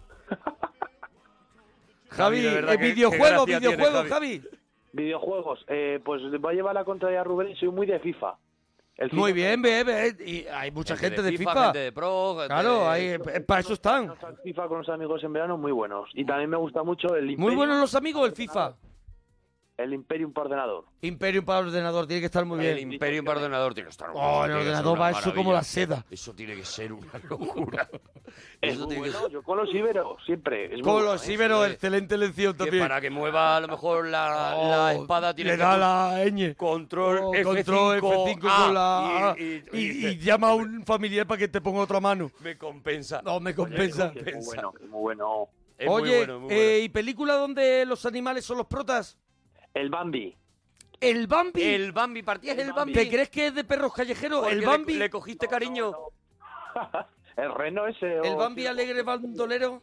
Javi, de verdad, eh, qué- qué videojuegos, gracia videojuegos, tienes, Javi. Videojuegos, eh, pues voy a llevar la contraria a Rubén y soy muy de FIFA. El Muy FIFA- bien, bien, bien. Y hay mucha gente, de FIFA. gente de pro, gente Claro, de- hay, eh, para eso están. FIFA con los amigos en verano muy buenos. Y también me gusta mucho el Muy Imperium, buenos los amigos del FIFA. el Imperium por ordenador. Imperium para el ordenador, tiene que estar muy El bien. Imperium para ordenador tiene que estar... Oh, en el tiene que ser ordenador una va eso como maravilla. la seda. Eso tiene que ser una locura. Es Eso muy tiene que bueno, yo con los Iberos, siempre. Es muy Con bueno, los ¿eh? Iberos, excelente elección Que también. para que mueva a lo mejor la, Oh, la espada tiene le que... da la ñ. Control Oh, F cinco, control F cinco con la A, A. y, y- Y, y- y llama a un familiar para que te ponga otra mano. me compensa. No, me compensa. Es muy bueno, es muy bueno. Es muy Oye, bueno, muy bueno. eh, ¿y película donde los animales son los protas? El Bambi. ¿El Bambi? El Bambi, ¿partías el Bambi? ¿Te crees que es de perros callejeros? Porque ¿El le- Bambi? Le, cogiste cariño? El reno ese. ¿El o- Bambi alegre bandolero?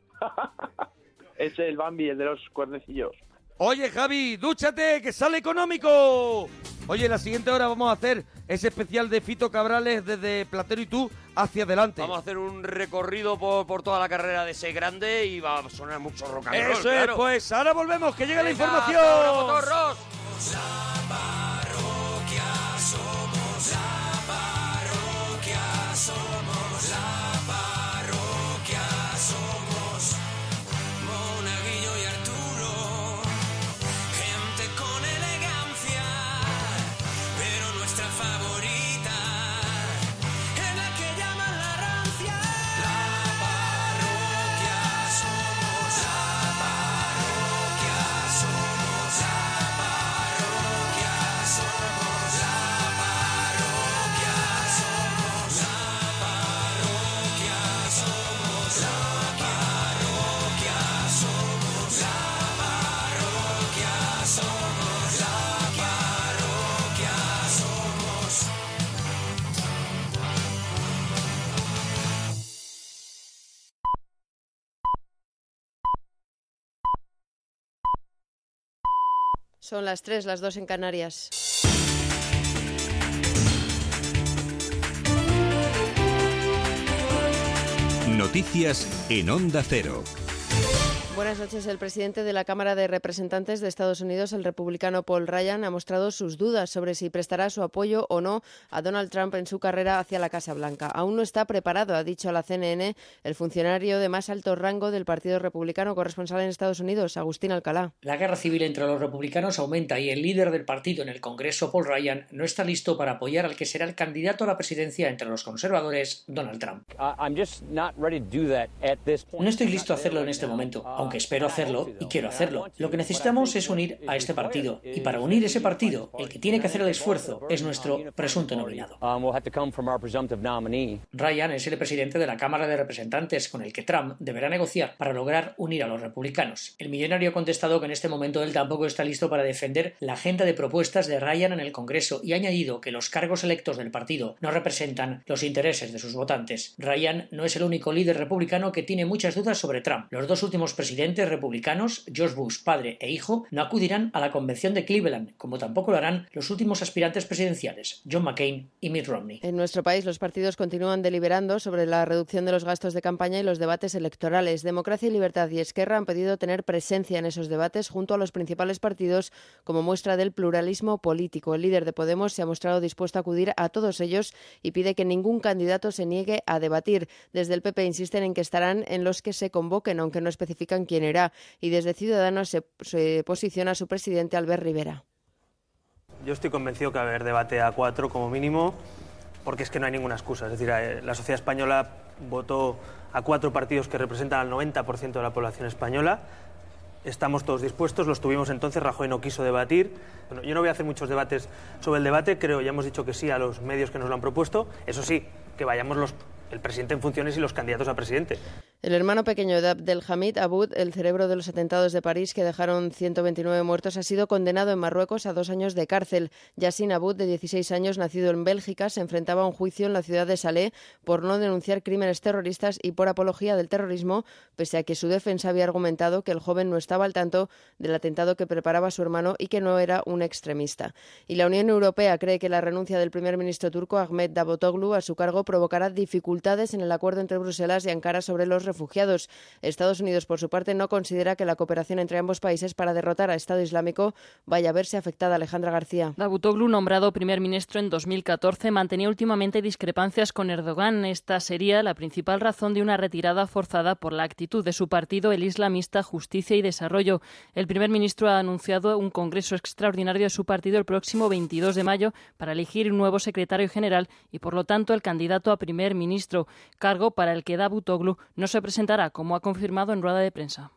Ese, el Bambi, el de los cuernecillos. Oye, Javi, dúchate, que sale económico. Oye, en la siguiente hora vamos a hacer ese especial de Fito Cabrales desde Platero y tú hacia adelante. Vamos a hacer un recorrido por, por toda la carrera de ese grande y va a sonar mucho rock and roll, Eso es, claro. pues ahora volvemos, que llega la Venga, información. hasta ahora, motorros. La parroquia somos, la parroquia somos, la parroquia somos. Monaguillo y Arturo, gente con elegancia, pero nuestra favorita es la que llaman la rancia. La parroquia somos, la parroquia somos, la parroquia somos, la parroquia somos, la parroquia somos, la parroquia somos, la parroquia somos, la parroquia somos. Son las tres, las dos en Canarias. Noticias en Onda Cero. Buenas noches. El presidente de la Cámara de Representantes de Estados Unidos, el republicano Paul Ryan, ha mostrado sus dudas sobre si prestará su apoyo o no a Donald Trump en su carrera hacia la Casa Blanca. Aún no está preparado, ha dicho a la C N N el funcionario de más alto rango del Partido Republicano, corresponsal en Estados Unidos, Agustín Alcalá. La guerra civil entre los republicanos aumenta y el líder del partido en el Congreso, Paul Ryan, no está listo para apoyar al que será el candidato a la presidencia entre los conservadores, Donald Trump. No estoy listo a hacerlo en este momento, aunque espero hacerlo y quiero hacerlo. Lo que necesitamos es unir a este partido, y para unir ese partido, el que tiene que hacer el esfuerzo es nuestro presunto nominado. Ryan es el presidente de la Cámara de Representantes, con el que Trump deberá negociar para lograr unir a los republicanos. El millonario ha contestado que en este momento él tampoco está listo para defender la agenda de propuestas de Ryan en el Congreso y ha añadido que los cargos electos del partido no representan los intereses de sus votantes. Ryan no es el único líder republicano que tiene muchas dudas sobre Trump. Los dos últimos presidentes republicanos, George Bush padre e hijo, no acudirán a la convención de Cleveland, como tampoco lo harán los últimos aspirantes presidenciales, John McCain y Mitt Romney. En nuestro país, los partidos continúan deliberando sobre la reducción de los gastos de campaña y los debates electorales. Democracia y Libertad y Esquerra han pedido tener presencia en esos debates junto a los principales partidos como muestra del pluralismo político. El líder de Podemos se ha mostrado dispuesto a acudir a todos ellos y pide que ningún candidato se niegue a debatir. Desde el P P insisten en que estarán en los que se convoquen, aunque no especifican quién era. Y desde Ciudadanos se, se posiciona su presidente Albert Rivera. Yo estoy convencido que va a haber debate a cuatro como mínimo, porque es que no hay ninguna excusa. Es decir, la sociedad española votó a cuatro partidos que representan al noventa por ciento de la población española. Estamos todos dispuestos, los tuvimos entonces, Rajoy no quiso debatir. Bueno, yo no voy a hacer muchos debates sobre el debate, creo, ya hemos dicho que sí a los medios que nos lo han propuesto. Eso sí, que vayamos los, el presidente en funciones y los candidatos a presidente. El hermano pequeño de Abdelhamid Aboud, el cerebro de los atentados de París que dejaron ciento veintinueve muertos, ha sido condenado en Marruecos a dos años de cárcel. Yassin Aboud, de dieciséis años, nacido en Bélgica, se enfrentaba a un juicio en la ciudad de Salé por no denunciar crímenes terroristas y por apología del terrorismo, pese a que su defensa había argumentado que el joven no estaba al tanto del atentado que preparaba su hermano y que no era un extremista. Y la Unión Europea cree que la renuncia del primer ministro turco Ahmet Davutoglu a su cargo provocará dificultades en el acuerdo entre Bruselas y Ankara sobre los refugiados. Estados Unidos, por su parte, no considera que la cooperación entre ambos países para derrotar al Estado Islámico vaya a verse afectada. Alejandra García. Davutoglu, nombrado primer ministro en dos mil catorce, mantenía últimamente discrepancias con Erdogan. Esta sería la principal razón de una retirada forzada por la actitud de su partido, el islamista Justicia y Desarrollo. El primer ministro ha anunciado un congreso extraordinario de su partido el próximo veintidós de mayo para elegir un nuevo secretario general y, por lo tanto, el candidato a primer ministro, cargo para el que Davutoglu no se presentará, como ha confirmado en rueda de prensa.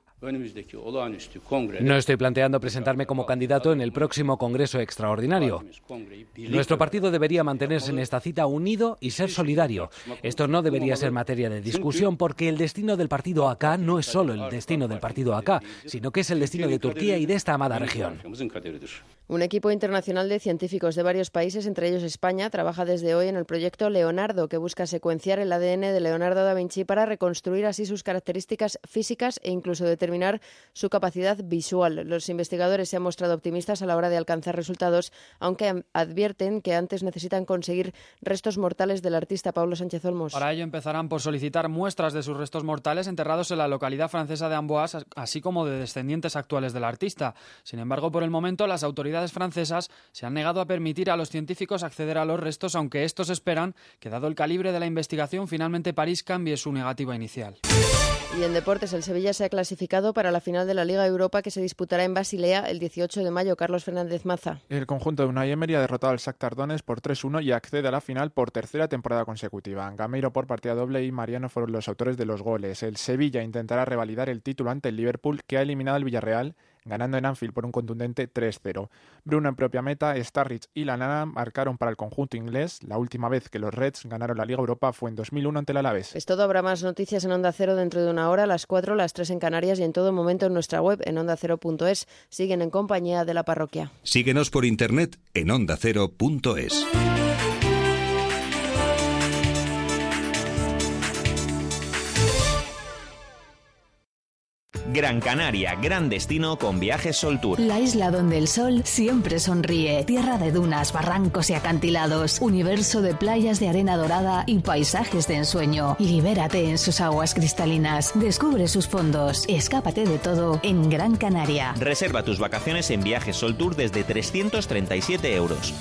No estoy planteando presentarme como candidato en el próximo Congreso Extraordinario. Nuestro partido debería mantenerse en esta cita unido y ser solidario. Esto no debería ser materia de discusión porque el destino del partido A K no es solo el destino del partido A K, sino que es el destino de Turquía y de esta amada región. Un equipo internacional de científicos de varios países, entre ellos España, trabaja desde hoy en el proyecto Leonardo, que busca secuenciar el A D N de Leonardo da Vinci para reconstruir así sus características físicas e incluso determinar su capacidad visual. Los investigadores se han mostrado optimistas a la hora de alcanzar resultados, aunque advierten que antes necesitan conseguir restos mortales del artista Pablo Sánchez Olmos. Para ello empezarán por solicitar muestras de sus restos mortales enterrados en la localidad francesa de Amboise, así como de descendientes actuales del artista. Sin embargo, por el momento, las autoridades francesas se han negado a permitir a los científicos acceder a los restos, aunque estos esperan que, dado el calibre de la investigación, finalmente París cambie su negativa inicial. Y en deportes, el Sevilla se ha clasificado para la final de la Liga Europa que se disputará en Basilea el dieciocho de mayo. Carlos Fernández Maza. El conjunto de Unai Emery ha derrotado al Shakhtar Donetsk por tres uno y accede a la final por tercera temporada consecutiva. Gameiro por partida doble y Mariano fueron los autores de los goles. El Sevilla intentará revalidar el título ante el Liverpool, que ha eliminado al Villarreal, ganando en Anfield por un contundente tres cero. Bruno en propia meta, Starrich y Lallana marcaron para el conjunto inglés. La última vez que los Reds ganaron la Liga Europa fue en dos mil uno ante el Alavés. Es todo, habrá más noticias en Onda Cero dentro de una hora, a las cuatro, las tres en Canarias y en todo momento en nuestra web en onda cero punto es. Siguen en compañía de la parroquia. Síguenos por internet en onda cero punto es. Gran Canaria, gran destino con Viajes Sol Tour. La isla donde el sol siempre sonríe. Tierra de dunas, barrancos y acantilados. Universo de playas de arena dorada y paisajes de ensueño. Libérate en sus aguas cristalinas. Descubre sus fondos. Escápate de todo en Gran Canaria. Reserva tus vacaciones en Viajes Sol Tour desde trescientos treinta y siete euros.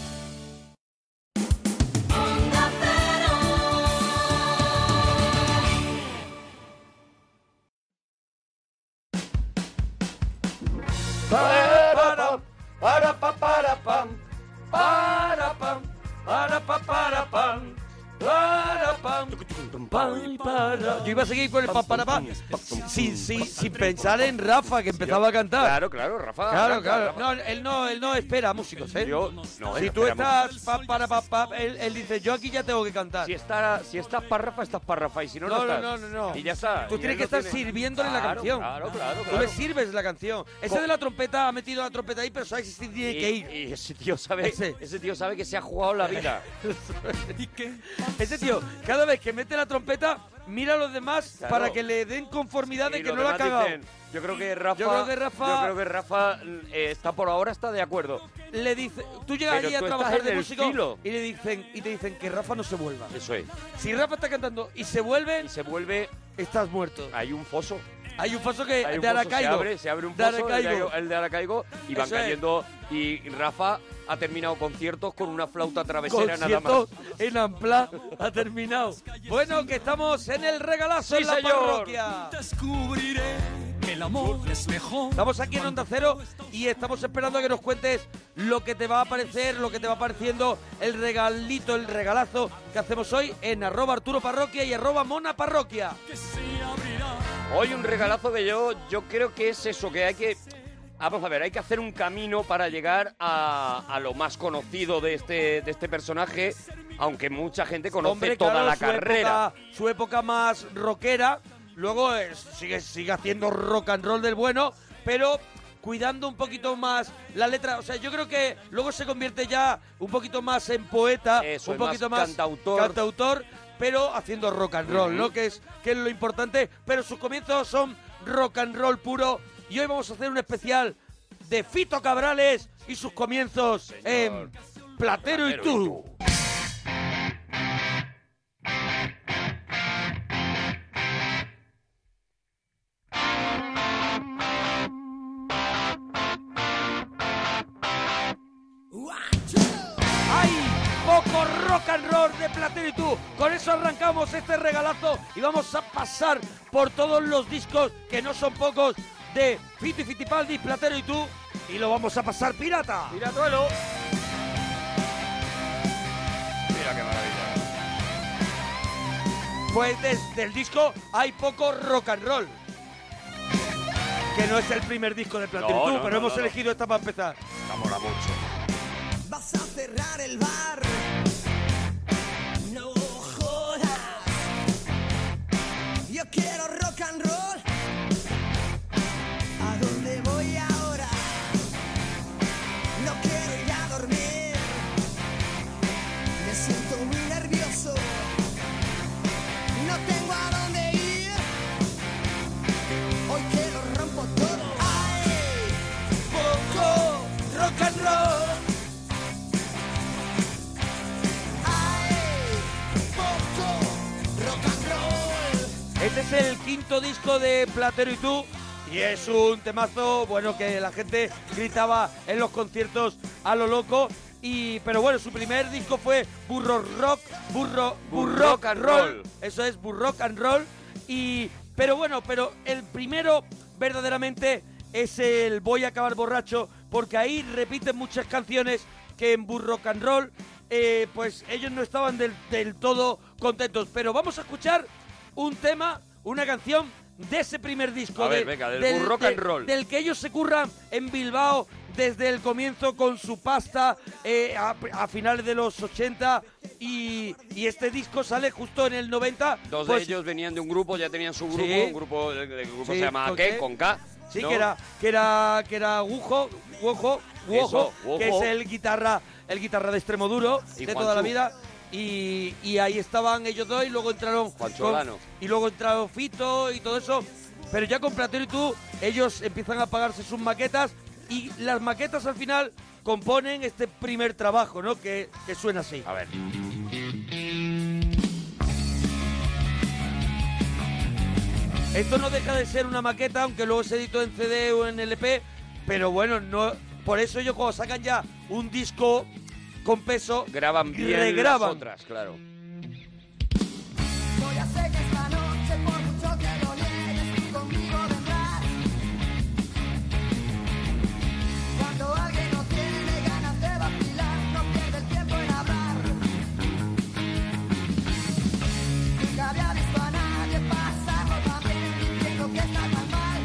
Para para para para para pam para pam para para para pam para pam pam para. Yo iba a seguir con el pam para pam sin, sin, sin pensar en Rafa, que empezaba a cantar. Claro, claro, Rafa. Claro, Rafa, claro. Rafa. No, él no, él no espera músicos, ¿eh? Yo, no, si él tú espera estás pam para pam pam, él, él dice, yo aquí ya tengo que cantar. Si, está, si estás para Rafa, estás para Rafa. Y si no, no, No, no, estás. no, no, no. Y ya está. Tú Y tienes él que no estar tiene- sirviéndole la Claro, canción. Claro, claro, Tú claro. le sirves la canción. Ese Co- de la trompeta ha metido la trompeta ahí, pero sabes que sí tiene que ir. Y, y ese tío sabe, Ese. ese. tío sabe que se ha jugado la vida. Ese tío, cada vez que mete la trompeta, mira a los demás Claro. para que le den conformidad de Y que los no la ha demás cagado. dicen, yo creo que Rafa, Yo creo que Rafa- yo creo que Rafa eh, está por ahora está de acuerdo. Le dice, tú llegas Pero allí a tú estás trabajar en de el músico filo. y le dicen y te dicen que Rafa no se vuelva. Eso es. Si Rafa está cantando y se vuelve, Y se vuelve, estás muerto. hay un foso. Hay un foso que Hay un de foso, Aracaigo. se abre, se abre un de foso, el de, Aracaigo. el de Aracaigo, y van Eso es. cayendo. Y Rafa ha terminado conciertos con una flauta travesera nada más. Concierto en Ampla ha terminado. Bueno, que estamos en el regalazo Sí, en la señor. parroquia. Descubriré que el amor es mejor. Estamos aquí en Onda Cero y estamos esperando a que nos cuentes lo que te va a aparecer, lo que te va apareciendo, el regalito, el regalazo que hacemos hoy en arroba Arturo Parroquia y arroba Mona Parroquia. Hoy un regalazo que yo, yo creo que es eso, que hay que... Vamos a ver, hay que hacer un camino para llegar a, a lo más conocido de este, de este personaje, aunque mucha gente conoce Hombre, toda claro, la su carrera. Época, su época más rockera luego eh, sigue, sigue haciendo rock and roll del bueno, pero cuidando un poquito más la letra. O sea, yo creo que luego se convierte ya un poquito más en poeta, Eso, un es poquito más más, cantautor. cantautor, pero haciendo rock and roll, Ujú. ¿no? Que es, que es lo importante. Pero sus comienzos son rock and roll puro. Y hoy vamos a hacer un especial de Fito Cabrales y sus comienzos en Platero y tú. ¡Ay! Poco rock and roll de Platero y tú. Con eso arrancamos este regalazo y vamos a pasar por todos los discos, que no son pocos, de Fito y Fitipaldi, Platero y tú, y lo vamos a pasar pirata. ¡Piratuelo! Mira qué maravilla. Pues desde el disco hay poco rock and roll. Que no es el primer disco de Platero No, y tú, no, pero no, hemos no, no. elegido esta para empezar. Me mola mucho. Vas a cerrar el bar. No jodas. Yo quiero rock and roll. ¿A dónde voy ahora? No quiero ir a dormir. Me siento muy nervioso. No tengo a dónde ir. Hoy que lo rompo todo. ¡Ay! Poco rock and roll. Este es el quinto disco de Platero y tú y es un temazo, bueno, que la gente gritaba en los conciertos a lo loco. Y, pero bueno, su primer disco fue Burro Rock, Burro, Burro Rock and Roll. Eso es, Burro and Roll. Y, pero bueno, pero el primero verdaderamente es el Voy a acabar borracho, porque ahí repiten muchas canciones que en Burro and Roll, eh, pues ellos no estaban del, del todo contentos. Pero vamos a escuchar un tema, una canción de ese primer disco. A ver, de- venga, del Burro de- and Roll. Del que ellos se curran en Bilbao desde el comienzo con su pasta eh, a, a finales de los ochenta y, y este disco sale justo en el noventa. Dos pues, de ellos venían de un grupo, ya tenían su grupo, Sí. un grupo, el, el grupo Sí, se llama ¿con ¿qué? qué? Con K. Sí, ¿no? que era que era que era Gujo, Guojo, Guojo, Eso, que es Guojo. el guitarra, el guitarra de extremo duro Y de Juanchu. toda la vida. Y, y ahí estaban ellos dos y luego entraron Juancho con- Olano. y luego entraron Fito y todo eso. Pero ya con Platero y tú, ellos empiezan a pagarse sus maquetas y las maquetas al final componen este primer trabajo, ¿no? Que, que suena así. A ver. Esto no deja de ser una maqueta, aunque luego se editó en C D o en L P, pero bueno, no, por eso ellos cuando sacan ya un disco con peso, Graban bien regraban. las otras, claro. Yo ya sé que esta noche, por mucho que lo niegues, conmigo vendrás. Cuando alguien no tiene ganas de vacilar, no pierde el tiempo en hablar. Nunca había visto a nadie pasarlo tan bien, diciendo que está tan mal.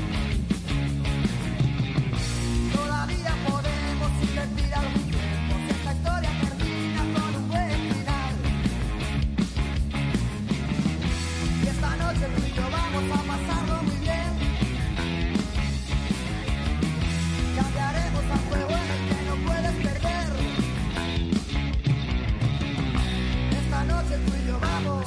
Todavía podemos invertir algún tiempo si esta historia termina con un buen final. Y esta noche tú y yo vamos a pasarlo muy bien. Cambiaremos al juego en el que no puedes perder. Esta noche tú y yo vamos.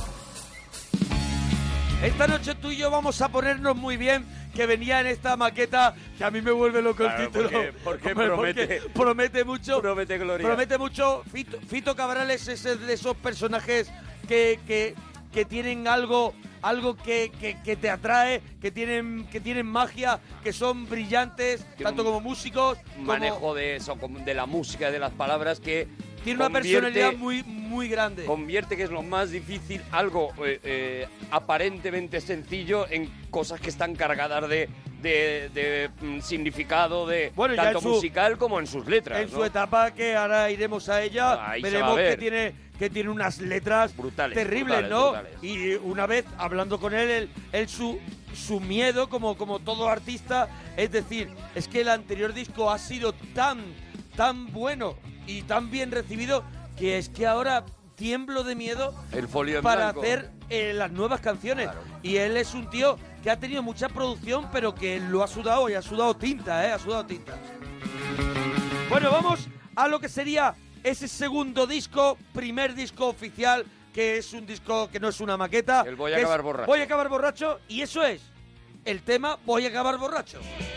Esta noche tú y yo vamos a ponernos muy bien, que venía en esta maqueta, que a mí me vuelve loco Claro, el título. porque- porque Hombre, promete- promete mucho. Promete gloria. Promete mucho. Fito, Fito Cabrales es el de esos personajes que, que, que tienen algo, algo que, que, que te atrae, que tienen, que tienen magia, que son brillantes, Tiene tanto un como músicos, Un como manejo de eso, como de la música, de las palabras, que tiene una convierte- personalidad muy, muy grande. Convierte, que es lo más difícil, algo eh, eh, aparentemente sencillo en cosas que están cargadas de, de, de, mm, significado, de Bueno, ya tanto en su- musical como en sus letras. En ¿no? su etapa, que ahora iremos a ella, Ahí se va veremos a ver. que tiene que tiene unas letras Brutales, terribles, brutales, ¿no? brutales. Y una vez hablando con él, él, él su, su miedo, como, como todo artista, es decir, es que el anterior disco ha sido tan, tan bueno y tan bien recibido, que es que ahora tiemblo de miedo El folio en para blanco. hacer eh, las nuevas canciones. Y él es un tío que ha tenido mucha producción, pero que lo ha sudado y ha sudado tinta, ¿eh? Ha sudado tinta. Bueno, vamos a lo que sería ese segundo disco, primer disco oficial, que es un disco que no es una maqueta. El Voy a que es acabar borracho. Voy a acabar borracho, y eso es el tema Voy a acabar borracho.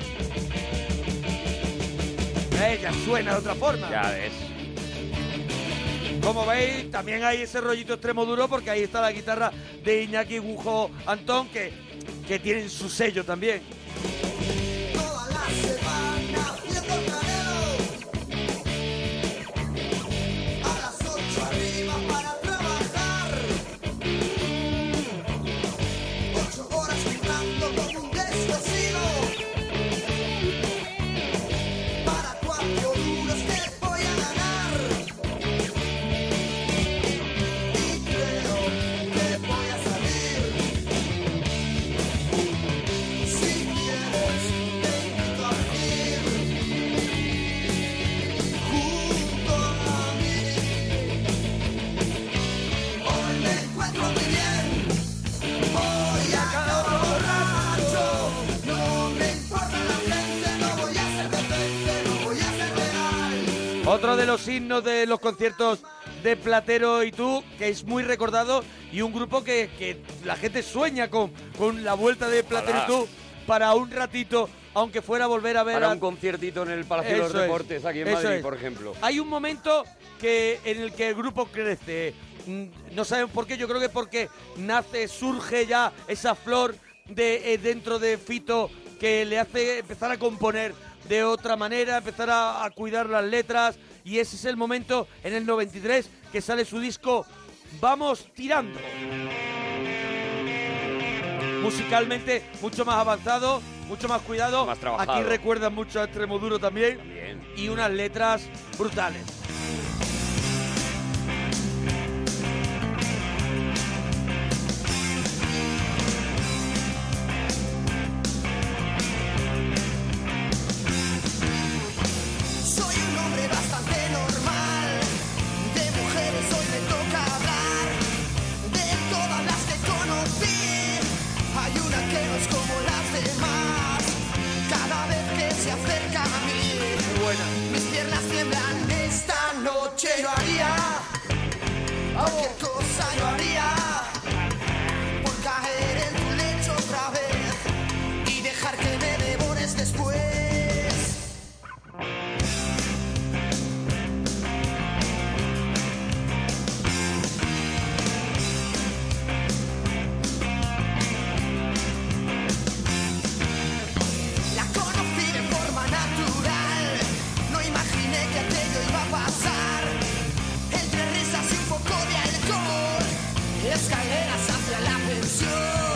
Eh, ya suena de otra forma. Ya ves. Como veis, también hay ese rollito extremo duro, porque ahí está la guitarra de Iñaki Gujo Antón, que, que tienen su sello también. Otro de los himnos de los conciertos de Platero y tú, que es muy recordado, y un grupo que, que la gente sueña con, con la vuelta de Platero y tú para un ratito, aunque fuera a volver a ver... Para a... un conciertito en el Palacio de los Eso es, Deportes, aquí en eso Madrid, es. por ejemplo. Hay un momento que en el que el grupo crece. Mm, No saben por qué, yo creo que porque nace, surge ya esa flor de eh, dentro de Fito que le hace empezar a componer de otra manera, empezar a, a cuidar las letras, y ese es el momento en el noventa y tres que sale su disco Vamos Tirando. Musicalmente mucho más avanzado, mucho más cuidado. Más trabajado. Aquí recuerdan mucho a Extremoduro también, También. y unas letras brutales. Soy un hombre bastante normal, de mujeres hoy me toca hablar, de todas las que conocí, hay una que no es como las demás, cada vez que se acerca a mí, buena. Mis piernas tiemblan, esta noche yo haría, cualquier cosa yo haría, por caer en tu lecho otra vez, y dejar que me devores después. La conocí de forma natural, no imaginé que aquello iba a pasar. Entre risas y un poco de alcohol, escaleras hacia la pensión.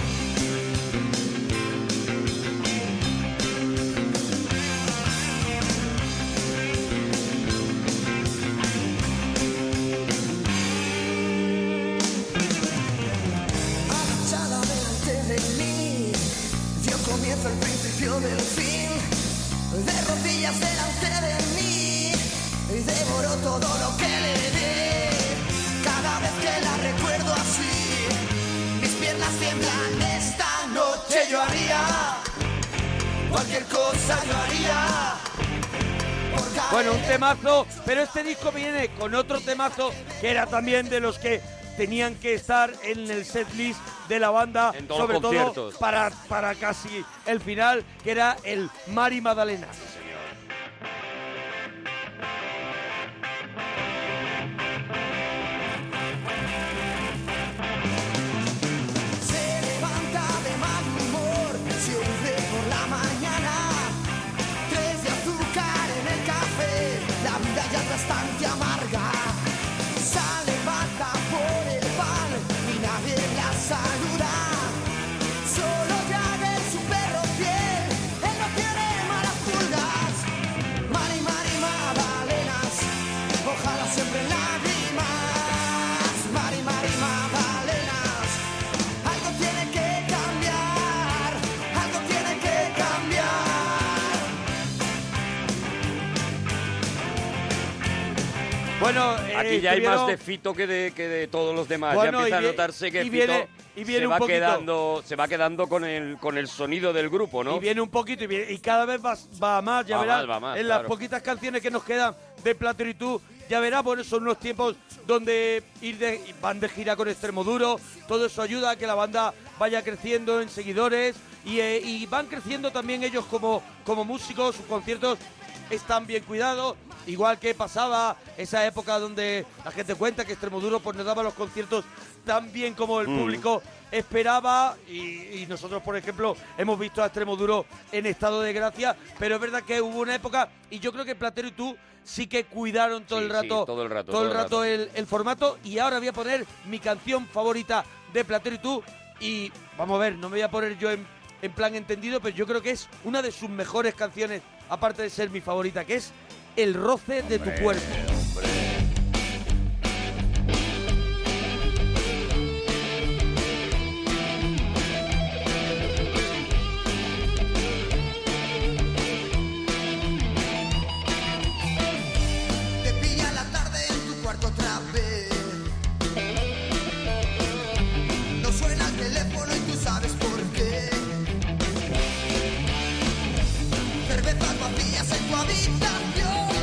Agachada delante de mí, dio comienzo el principio del fin. De rodillas delante de mí, devoró todo lo que le di. Cada vez que la recuerdo así, mis piernas tiemblan. Esta noche yo haría, cualquier cosa yo haría. por caer. Bueno, un temazo, pero este disco viene con otro temazo que era también de los que tenían que estar en el setlist de la banda, En todos sobre los todo conciertos. para, para casi el final, que era el Mari Magdalena. Se levanta de mal humor siempre por la mañana. Tres de azúcar en el café, la vida ya es bastante amarga. Sale bata por el pan y nadie la saluda. Solo llave su perro fiel, él no tiene mala pulga. Bueno, eh, aquí ya hay tuvieron... más de Fito que de, que de todos los demás. Bueno, ya empieza y vi- a notarse que y viene- Fito y viene se, un va poquito. quedando, se va quedando con el, con el sonido del grupo, ¿no? Y viene un poquito y, viene- y cada vez va, va más, ya Va verás. más, va más, en claro. las poquitas canciones que nos quedan de Platero y tú, ya verás, bueno, son unos tiempos donde ir de, van de gira con Extremoduro, todo eso ayuda a que la banda vaya creciendo en seguidores y, eh, y van creciendo también ellos como, como músicos, sus conciertos están bien cuidados, igual que pasaba esa época donde la gente cuenta que Extremoduro pues nos daba los conciertos tan bien como el Mm. público esperaba y, y nosotros, por ejemplo, hemos visto a Extremoduro en estado de gracia, pero es verdad que hubo una época y yo creo que Platero y tú sí que cuidaron todo Sí, el sí, rato todo el rato, todo el todo el rato rato. el, el formato y ahora voy a poner mi canción favorita de Platero y tú y vamos a ver, no me voy a poner yo en, en plan entendido, pero yo creo que es una de sus mejores canciones, aparte de ser mi favorita, que es El roce de tu Hombre, cuerpo. Te pilla la tarde en tu cuarto otra vez. No suena el teléfono y tú sabes por qué. Cervezas vacías en tu habitación.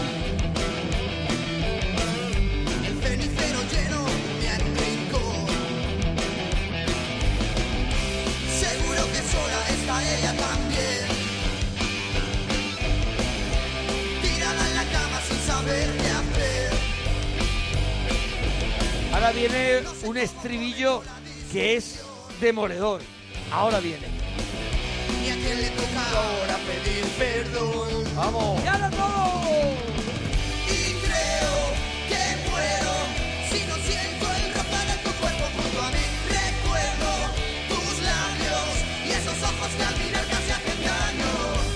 El cenicero lleno de atricón. Seguro que sola está ella también. Tirada en la cama sin saber qué hacer. Ahora viene un estribillo que es demoledor. Ahora viene. ¿Y a quién le toca ahora pedir perdón? ¡Vamos! ¡Ya lo todo! Y creo que muero si no siento el roce de tu cuerpo junto a mí. Recuerdo tus labios y esos ojos que al mirar casi hacen daño.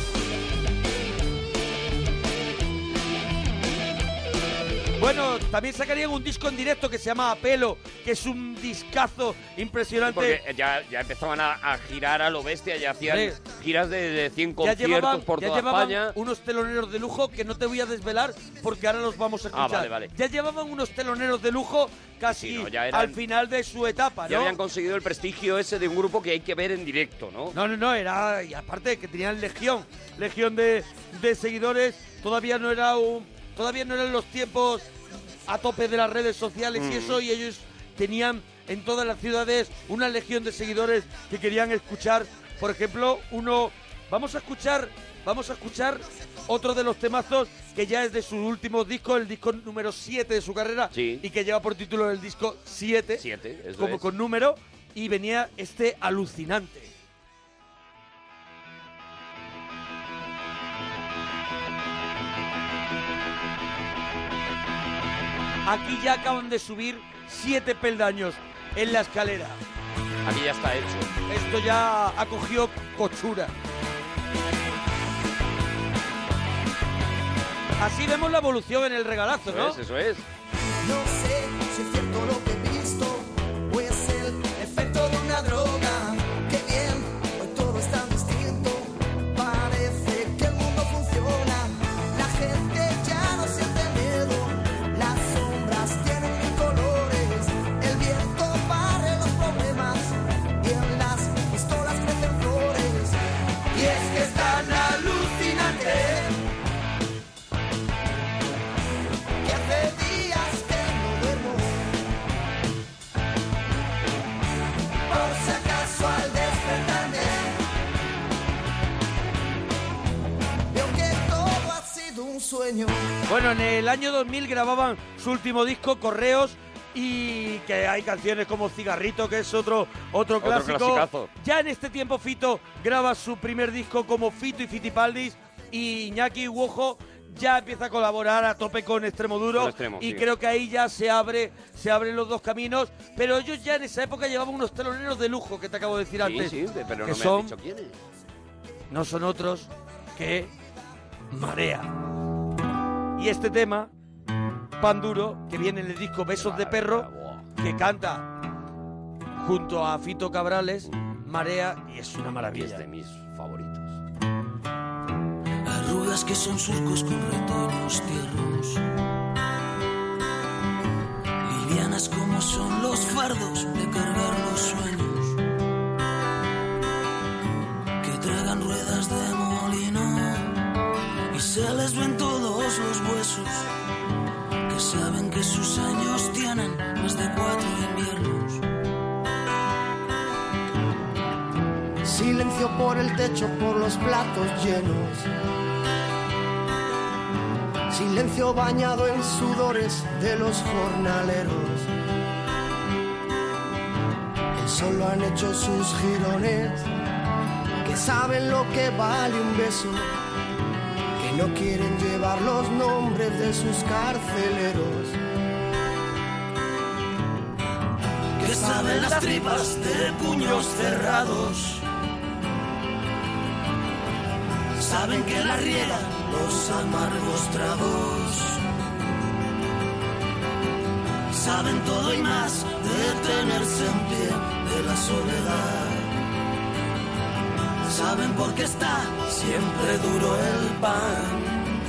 Bueno, también sacarían un disco en directo que se llama Apelo, que es un discazo impresionante. Porque ya, ya empezaban a, a girar a lo bestia, ya hacían Hombre, giras de, de cien Ya conciertos llevaban, por ya toda llevaban España. unos teloneros de lujo que no te voy a desvelar porque ahora los vamos a escuchar. Ah, vale, vale. Ya llevaban unos teloneros de lujo casi Sí, no, ya eran- al final de su etapa, Ya ¿no? habían conseguido el prestigio ese de un grupo que hay que ver en directo, ¿no? No, no, no, era... Y aparte que tenían legión, legión de, de seguidores. Todavía no era un... Todavía no eran los tiempos a tope de las redes sociales y Mm. eso, y ellos tenían en todas las ciudades una legión de seguidores que querían escuchar, por ejemplo, uno... Vamos a escuchar, vamos a escuchar otro de los temazos que ya es de su último disco, el disco número siete de su carrera, Sí. y que lleva por título el disco siete, Siete, eso como es. con número, y venía este Alucinante. Aquí ya acaban de subir siete peldaños en la escalera. Aquí ya está hecho. Esto ya ha cogido cochura. Así vemos la evolución en el regalazo, ¿no? Eso es, eso es. No sé si es cierto lo que he visto o es el efecto de una droga. Qué bien, hoy todo es tan distinto. Parece que el mundo funciona. La gente ya no siente miedo. Las sombras tienen mil colores. El viento barre los problemas y en las pistolas crecen flores. Y es que es tan alucinante que hace días que no duermo. Por si acaso al despertarme veo que todo ha sido un sueño. Bueno, en el año dos mil grababan su último disco, Correos, y que hay canciones como Cigarrito, que es otro, otro Otro clásico. clasicazo. Ya en este tiempo Fito graba su primer disco como Fito y Fitipaldis, y Iñaki Uojo ya empieza a colaborar a tope con Extremoduro, Con Extremo, y sí. creo que ahí ya se abre se abren los dos caminos, pero ellos ya en esa época llevaban unos teloneros de lujo que te acabo de decir Sí, antes, sí, pero que no me son, has dicho quiénes. no son otros que Marea. Y este tema, Pan Duro, que viene en el disco Besos de Perro, que canta junto a Fito Cabrales, Marea, y es una maravilla. Es de mis favoritos. Arrugas que son surcos con retoños tiernos. livianas como son los fardos de cargar los sueños, que tragan ruedas de molino y se les ven todos los huesos, que saben que sus años tienen más de cuatro inviernos. Silencio por el techo, por los platos llenos. Silencio bañado en sudores de los jornaleros. Que solo han hecho sus jirones, que saben lo que vale un beso, que no quieren llevar los nombres de sus carceleros. Que saben las tripas de puños cerrados, saben que la riegan los amargos tragos, saben todo y más de tenerse en pie de la soledad, saben por qué está siempre duro el pan.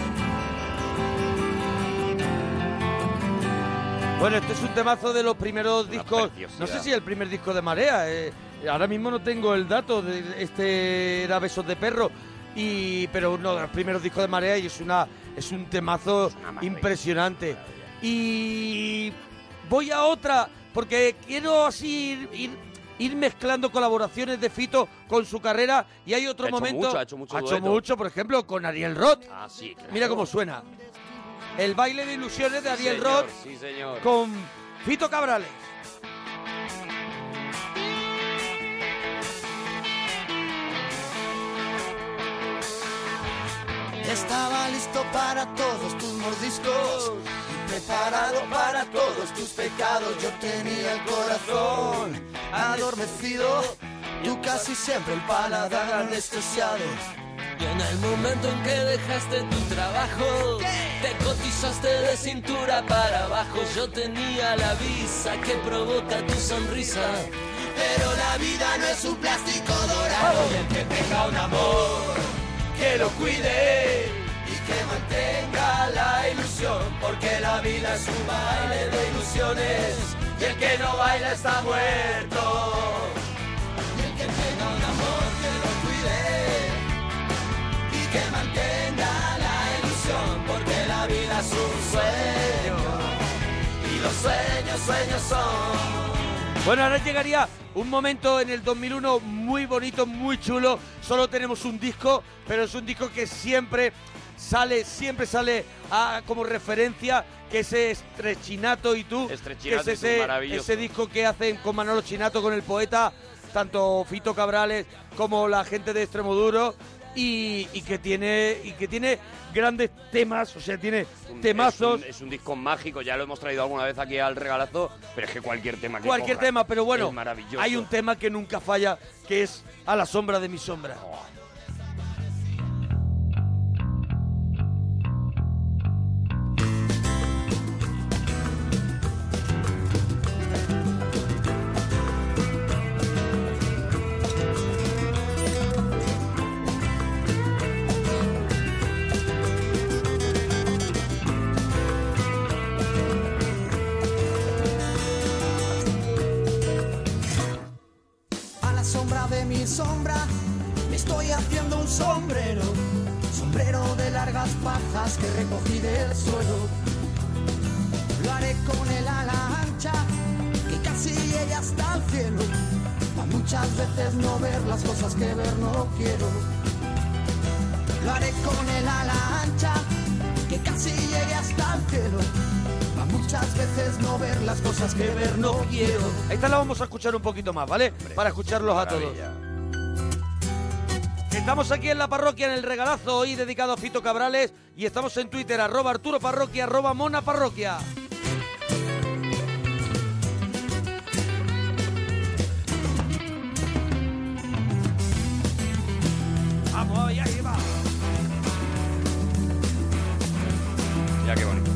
Bueno, este es un temazo de los primeros discos, no sé si el primer disco de Marea, eh, ahora mismo no tengo el dato, de este era Besos de Perro, y pero uno de los primeros discos de Marea y es una es un temazo impresionante. Y voy a otra, porque quiero así ir, ir, ir mezclando colaboraciones de Fito con su carrera, y hay otro Ha hecho momento... mucho, ha hecho mucho ha hecho dueto. mucho, por ejemplo, con Ariel Roth. Ah, sí, claro. Mira cómo suena. El baile de ilusiones de Ariel Señor, Roth sí, señor. con Fito Cabrales. Estaba listo para todos tus mordiscos y preparado para todos tus pecados. Yo tenía el corazón adormecido, tú casi siempre el paladar anestesiado. Y en el momento en que dejaste tu trabajo, te cotizaste de cintura para abajo. Yo tenía la visa que provoca tu sonrisa, pero la vida no es un plástico dorado. Y el que tenga un amor, que lo cuide y que mantenga la ilusión, porque la vida es un baile de ilusiones y el que no baila está muerto. Y el que tenga un amor, que lo cuide y que mantenga la ilusión, porque la vida es un sueño y los sueños, sueños son. Bueno, ahora llegaría un momento en el dos mil uno muy bonito, muy chulo. Solo tenemos un disco, pero es un disco que siempre sale, siempre sale a, como referencia, que es Estrechinato y tú, Estrechinato que es y tú, ese, maravilloso. ese disco que hacen con Manolo Chinato, con el poeta, tanto Fito Cabrales como la gente de Extremoduro, y, y que tiene y que tiene grandes temas, o sea, tiene Un- temazos. Es un, es un disco mágico, ya lo hemos traído alguna vez aquí al regalazo, pero es que cualquier tema que Cualquier coja tema, pero bueno, es maravilloso. hay un tema que nunca falla, que es A la sombra de mi sombra. A la sombra de mi sombra me estoy haciendo un sombrero, sombrero de largas pajas que recogí del suelo. Lo haré con el ala ancha que casi llegue hasta el cielo, pa' muchas veces no ver las cosas que ver no quiero. Lo haré con el ala ancha que casi llegue hasta el cielo, pa' muchas veces no ver las cosas que ver no quiero. Esta la vamos a escuchar un poquito más, ¿vale? Para escucharlos a todos. Estamos aquí en la parroquia, en el regalazo, hoy dedicado a Fito Cabrales, y estamos en Twitter, arroba Arturo Parroquia, arroba Mona Parroquia. Vamos, ahí, ahí va. Ya qué bonito.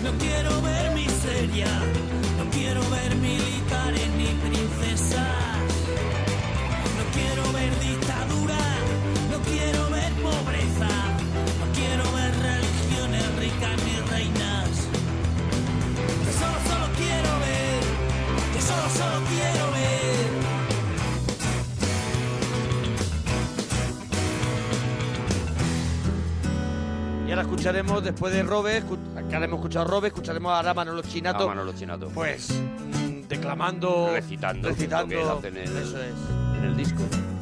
No quiero ver miseria, no quiero ver militares ni princesas. No quiero ver dictadura, no quiero ver pobreza. No quiero ver religiones ricas ni reinas. Yo solo, solo quiero ver, yo solo, solo quiero ver. Y ahora escucharemos, después de Robe, escu- que ahora hemos escuchado a Robe, escucharemos ahora a Manolo Chinato. A Manolo Chinato. Pues mm, declamando, recitando, recitando. lo que él hace en el, eso es. en el disco.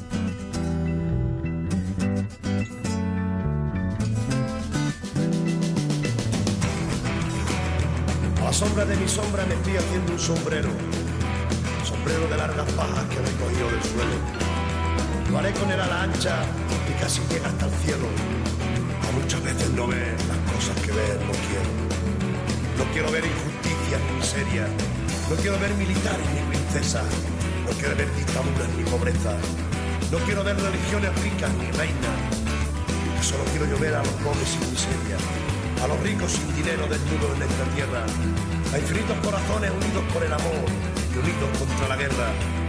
A la sombra de mi sombra me estoy haciendo un sombrero, sombrero de largas pajas que he recogido del suelo. Lo haré con el ala ancha y casi llega hasta el cielo. A muchas veces no ver las cosas que ver no quiero. No quiero ver injusticias ni miseria. No quiero ver militares ni princesas. No quiero ver dictaduras ni pobreza. No quiero ver religiones ricas ni reinas. Solo quiero yo ver a los pobres sin miseria, a los ricos sin dinero desnudos en esta tierra, a infinitos corazones unidos por el amor y unidos contra la guerra.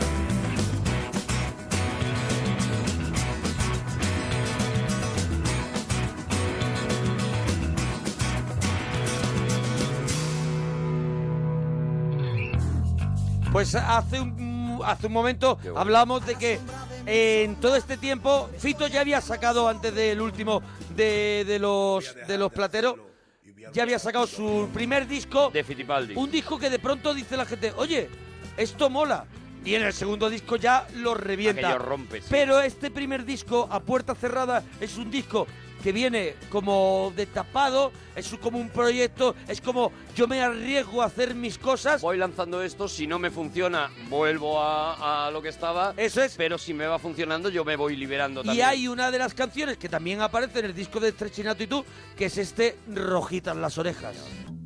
Pues hace un, hace un momento hablamos de que en todo este tiempo Fito ya había sacado, antes del último de, de los de los plateros, ya había sacado su primer disco de Fittipaldi. Un disco que de pronto dice la gente, oye, esto mola. Y en el segundo disco ya lo revienta. Aquello rompe, sí. Pero este primer disco, a puerta cerrada, es un disco que viene como destapado, es como un proyecto, es como yo me arriesgo a hacer mis cosas. Voy lanzando esto, si no me funciona, vuelvo a, a lo que estaba. Eso es. Pero si me va funcionando, yo me voy liberando también. Y hay una de las canciones que también aparece en el disco de Trechinato y tú, que es este Rojitas las orejas.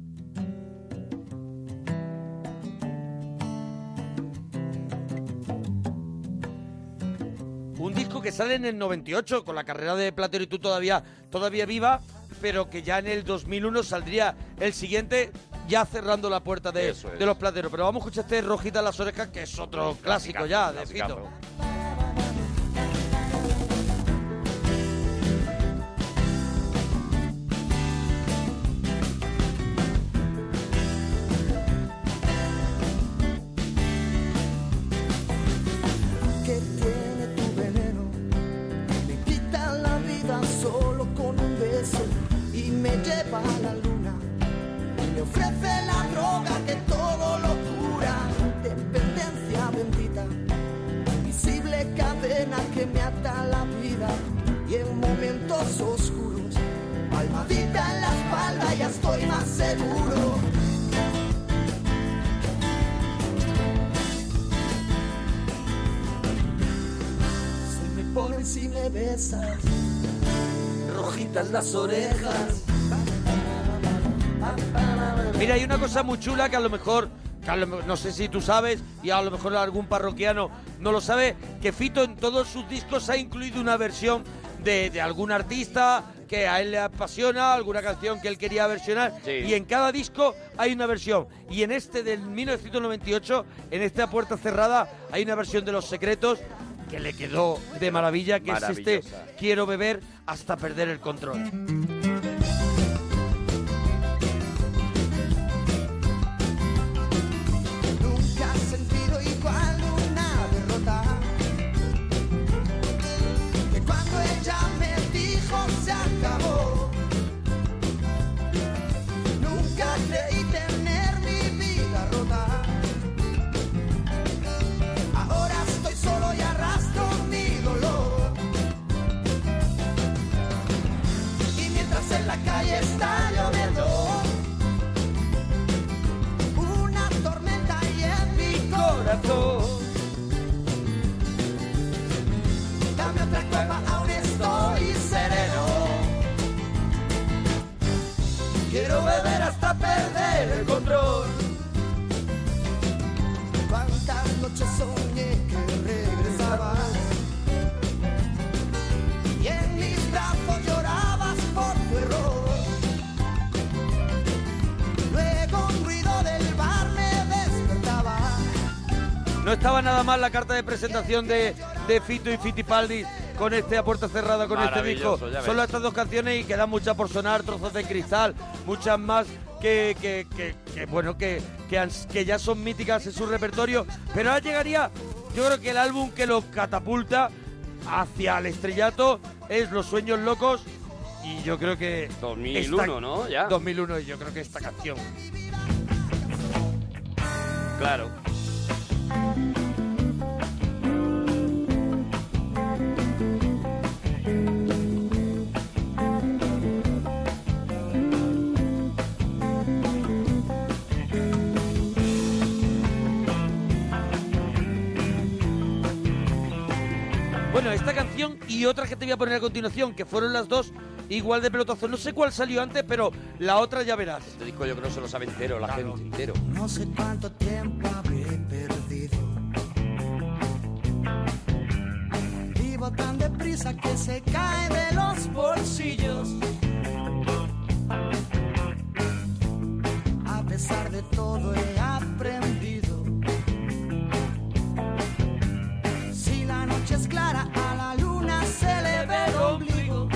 Un disco que sale en el noventa y ocho, con la carrera de Platero y tú todavía, todavía viva, pero que ya en el dos mil uno saldría el siguiente, ya cerrando la puerta de, de los Plateros. Pero vamos a escuchar este Rojita en las orejas, que es otro clásico ya de Fito. Que tiene tu veneno, me quita la vida solo con un beso y me lleva a la luna y me ofrece la droga que todo lo cura. Dependencia bendita, invisible cadena que me ata a la vida y en momentos oscuros, palmadita en la espalda ya estoy más seguro. Si me besas, rojitas las orejas. Mira, hay una cosa muy chula que a lo mejor, que a lo, no sé si tú sabes, y a lo mejor algún parroquiano no lo sabe, que Fito en todos sus discos ha incluido una versión de, de algún artista que a él le apasiona, alguna canción que él quería versionar, sí. Y en cada disco hay una versión. Y en este del mil novecientos noventa y ocho, en esta puerta cerrada, hay una versión de Los Secretos que le quedó de maravilla, que es este Quiero beber hasta perder el control. Nunca he sentido igual una derrota, que cuando ella me dijo se acabó. Nunca creí tener mi vida rota. Ahora estoy solo y arrastro mi dolor. Y mientras en la calle está lloviendo, una tormenta y en mi corazón. Dame otra copa, aún estoy sereno. Quiero beber hasta perder el control. Cuántas noches soñé que regresabas y en mis brazos llorabas por tu error. No estaba nada mal la carta de presentación de, de Fito y Fitipaldi con este A Puerta Cerrada, con este disco. Solo estas dos canciones y quedan muchas por sonar, Trozos de Cristal, muchas más que, que, que, que bueno, que, que, han, que ya son míticas en su repertorio. Pero ahora llegaría, yo creo que el álbum que los catapulta hacia el estrellato es Los Sueños Locos. Y yo creo que... dos mil uno, esta, ¿no? Ya. dos mil uno, y yo creo que esta canción... Claro. Bueno, esta canción y otra que te voy a poner a continuación, que fueron las dos igual de pelotazo. No sé cuál salió antes, pero la otra ya verás. Este disco yo creo que se lo sabe entero, la claro. gente entero. No sé cuánto tiempo habré perdido. Vivo tan deprisa que se cae de los bolsillos. A pesar de todo he aprendido. Si la noche es clara, a la luna se le ve el ombligo.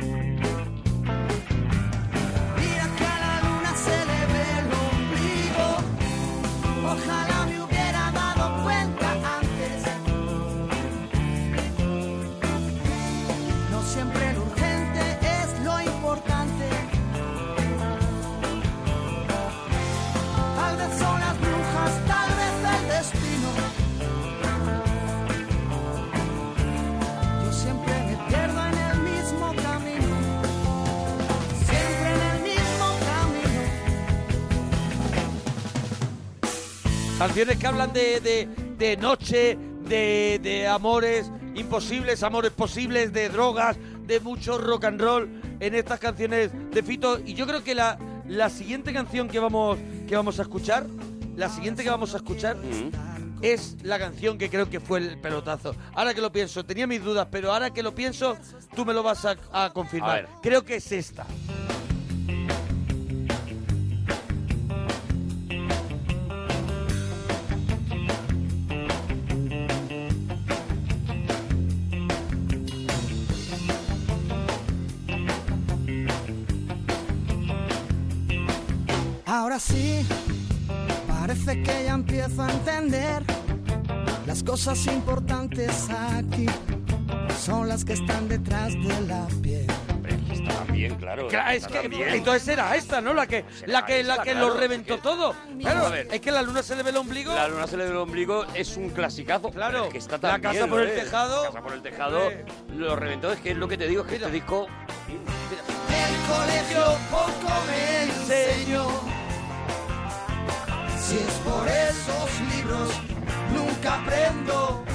Ojalá me hubiera dado cuenta antes. No siempre lo urgente es lo importante. Tal vez son las brujas, tal vez el destino. Yo siempre me pierdo en el mismo camino. Siempre en el mismo camino. Canciones que hablan de, de, de noche, de, de amores imposibles, amores posibles, de drogas, de mucho rock and roll en estas canciones de Fito. Y yo creo que la, la siguiente canción que vamos, que vamos a escuchar, la siguiente que vamos a escuchar mm. es la canción que creo que fue el pelotazo. Ahora que lo pienso, tenía mis dudas, pero ahora que lo pienso, tú me lo vas a, a confirmar. A creo que es esta. Ahora sí, parece que ya empiezo a entender. Las cosas importantes aquí son las que están detrás de la piel. Está bien, claro. claro es que bien. Entonces era esta, ¿no? La que, la que, esta, la que claro, lo reventó es que, todo. Claro, ver, es que la luna se le ve el ombligo. La luna se le ve el ombligo es un clasicazo. Claro. Es que está la casa bien, por ¿eh? el tejado. La casa por el tejado. Eh. Lo reventó. Es que es lo que te digo, es que mira. Este disco. El colegio poco me enseñó. Si es por esos libros, nunca aprendo.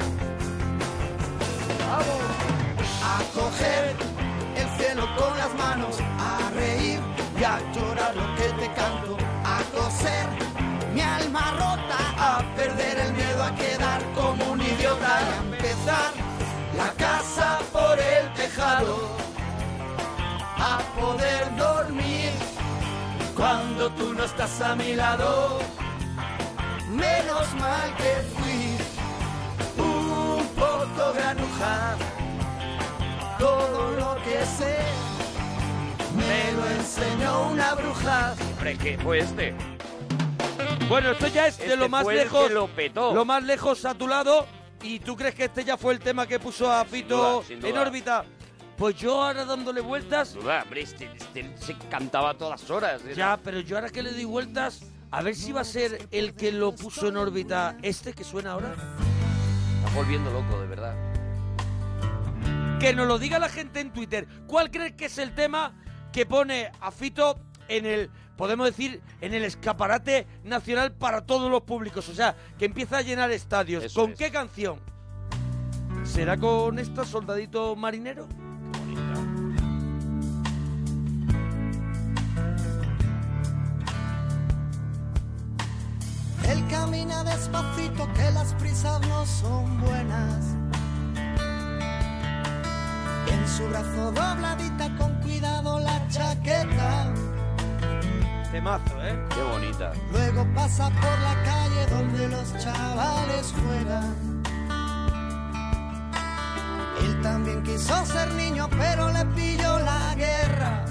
Vamos a coger el cielo con las manos, a reír y a llorar lo que te canto, a coser mi alma rota, a perder el miedo a quedar como un idiota y a empezar la casa por el tejado, a poder dormir cuando tú no estás a mi lado. Menos mal que fui un poco granuja. Todo lo que sé me lo enseñó una bruja. Hombre, ¿qué fue este? Bueno, esto ya es este de lo más fue lejos. El que lo petó. Lo más lejos a tu lado. ¿Y tú crees que este ya fue el tema que puso a Fito sin duda, sin duda. en órbita? Pues yo ahora dándole vueltas... Sin duda, hombre, este, este se cantaba a todas horas. ¿eh? Ya, pero yo ahora que le doy vueltas, a ver si va a ser el que lo puso en órbita este que suena ahora. Está volviendo loco, de verdad. Que nos lo diga la gente en Twitter. ¿Cuál crees que es el tema que pone a Fito en el, podemos decir, en el escaparate nacional para todos los públicos? O sea, que empieza a llenar estadios. Eso ¿Con es. qué canción? ¿Será con esta, Soldadito Marinero? Él camina despacito, que las prisas no son buenas. En su brazo dobladita, con cuidado la chaqueta. Temazo, ¿eh? Qué bonita. Luego pasa por la calle donde los chavales juegan. Él también quiso ser niño, pero le pilló la guerra.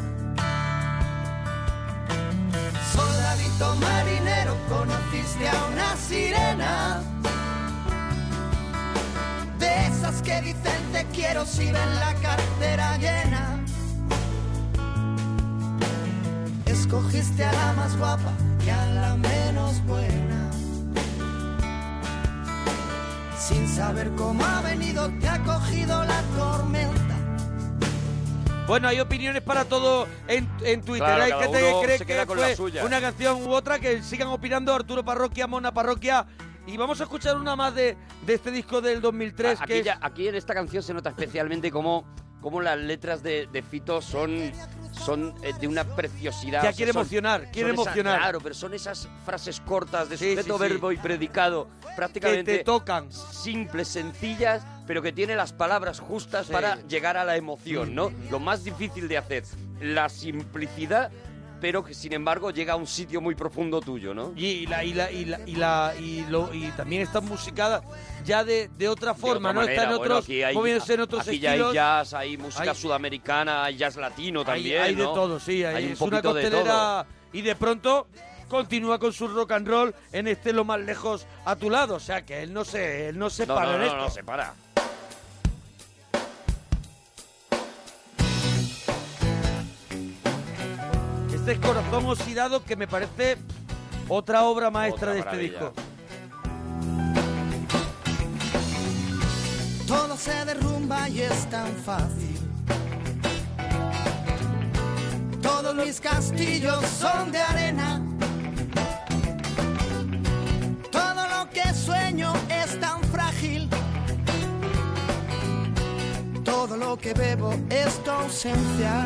Soldadito marinero, conociste a una sirena. De esas que dicen te quiero si ven la cartera llena. Escogiste a la más guapa y a la menos buena. Sin saber cómo ha venido, te ha cogido la tormenta. Bueno, hay opiniones para todo en, en Twitter. Claro, Hay cada que te uno cree se que queda con fue la suya. una canción u otra, que sigan opinando. Arturo Parroquia, Mona Parroquia. Y vamos a escuchar una más de, de este disco del dos mil tres. Aquí, que es... ya- aquí en esta canción se nota especialmente cómo, cómo las letras de, de Fito son, son eh, de una preciosidad. Ya O sea, quiere son- emocionar, quiere son esas- emocionar. claro, pero son esas frases cortas de Sí, sujeto, sí, sí. verbo y predicado, prácticamente Que te tocan. simples, sencillas, pero que tiene las palabras justas Sí. para llegar a la emoción, ¿no? Lo más difícil de hacer, la simplicidad, pero que sin embargo llega a un sitio muy profundo tuyo, ¿no? Y la y la y la y, la, y, lo, y también está musicada ya de, de otra forma, De otra ¿no? Está en manera. Bueno, otros, aquí hay, moviéndose en otros aquí ya estilos. hay jazz, hay música Hay- sudamericana, hay jazz latino Hay- también, hay, de ¿no? todo, sí. Hay, Hay un es una poquito de costelera todo. y de pronto continúa con su rock and roll en este Lo Más Lejos a Tu Lado. O sea que él no se, él no se No, para no, en no, esto. no, se para. Este es Corazón Oxidado, que me parece otra obra maestra Otra de este maravilla. disco. Todo se derrumba y es tan fácil. Todos mis castillos son de arena. Todo lo que sueño es tan frágil. Todo lo que bebo es tu ausencia.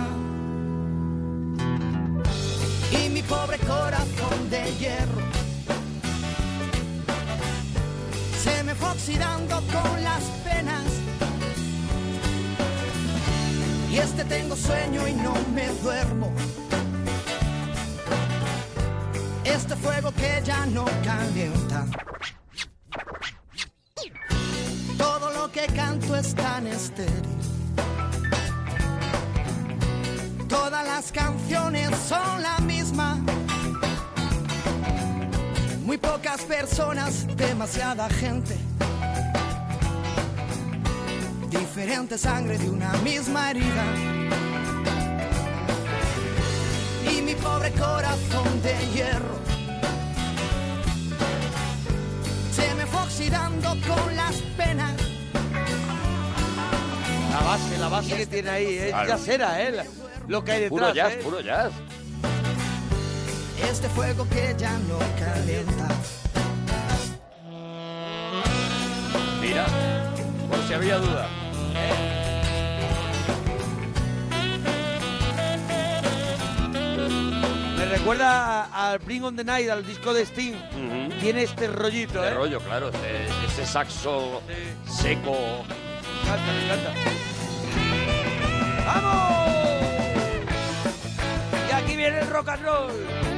Y mi pobre corazón de hierro se me fue oxidando con las penas. Y este tengo sueño y no me duermo. Este fuego que ya no calienta. Todo lo que canto es tan estéril. Todas las canciones son la misma. Muy pocas personas, demasiada gente. Diferente sangre de una misma herida. Y mi pobre corazón de hierro se me fue oxidando con las penas. La base, la base que tiene ahí es Claro. jazzera, ¿eh? La- Lo que hay detrás. Puro jazz, ¿eh? puro jazz. Este fuego que ya no calienta. Mira, por si había duda. Me recuerda a- al Bring on the Night, al disco de Sting. Tiene este rollito, De ¿eh? rollo, claro, ese, ese saxo seco. Me encanta, me encanta. ¡Vamos! Y aquí viene el rock and roll.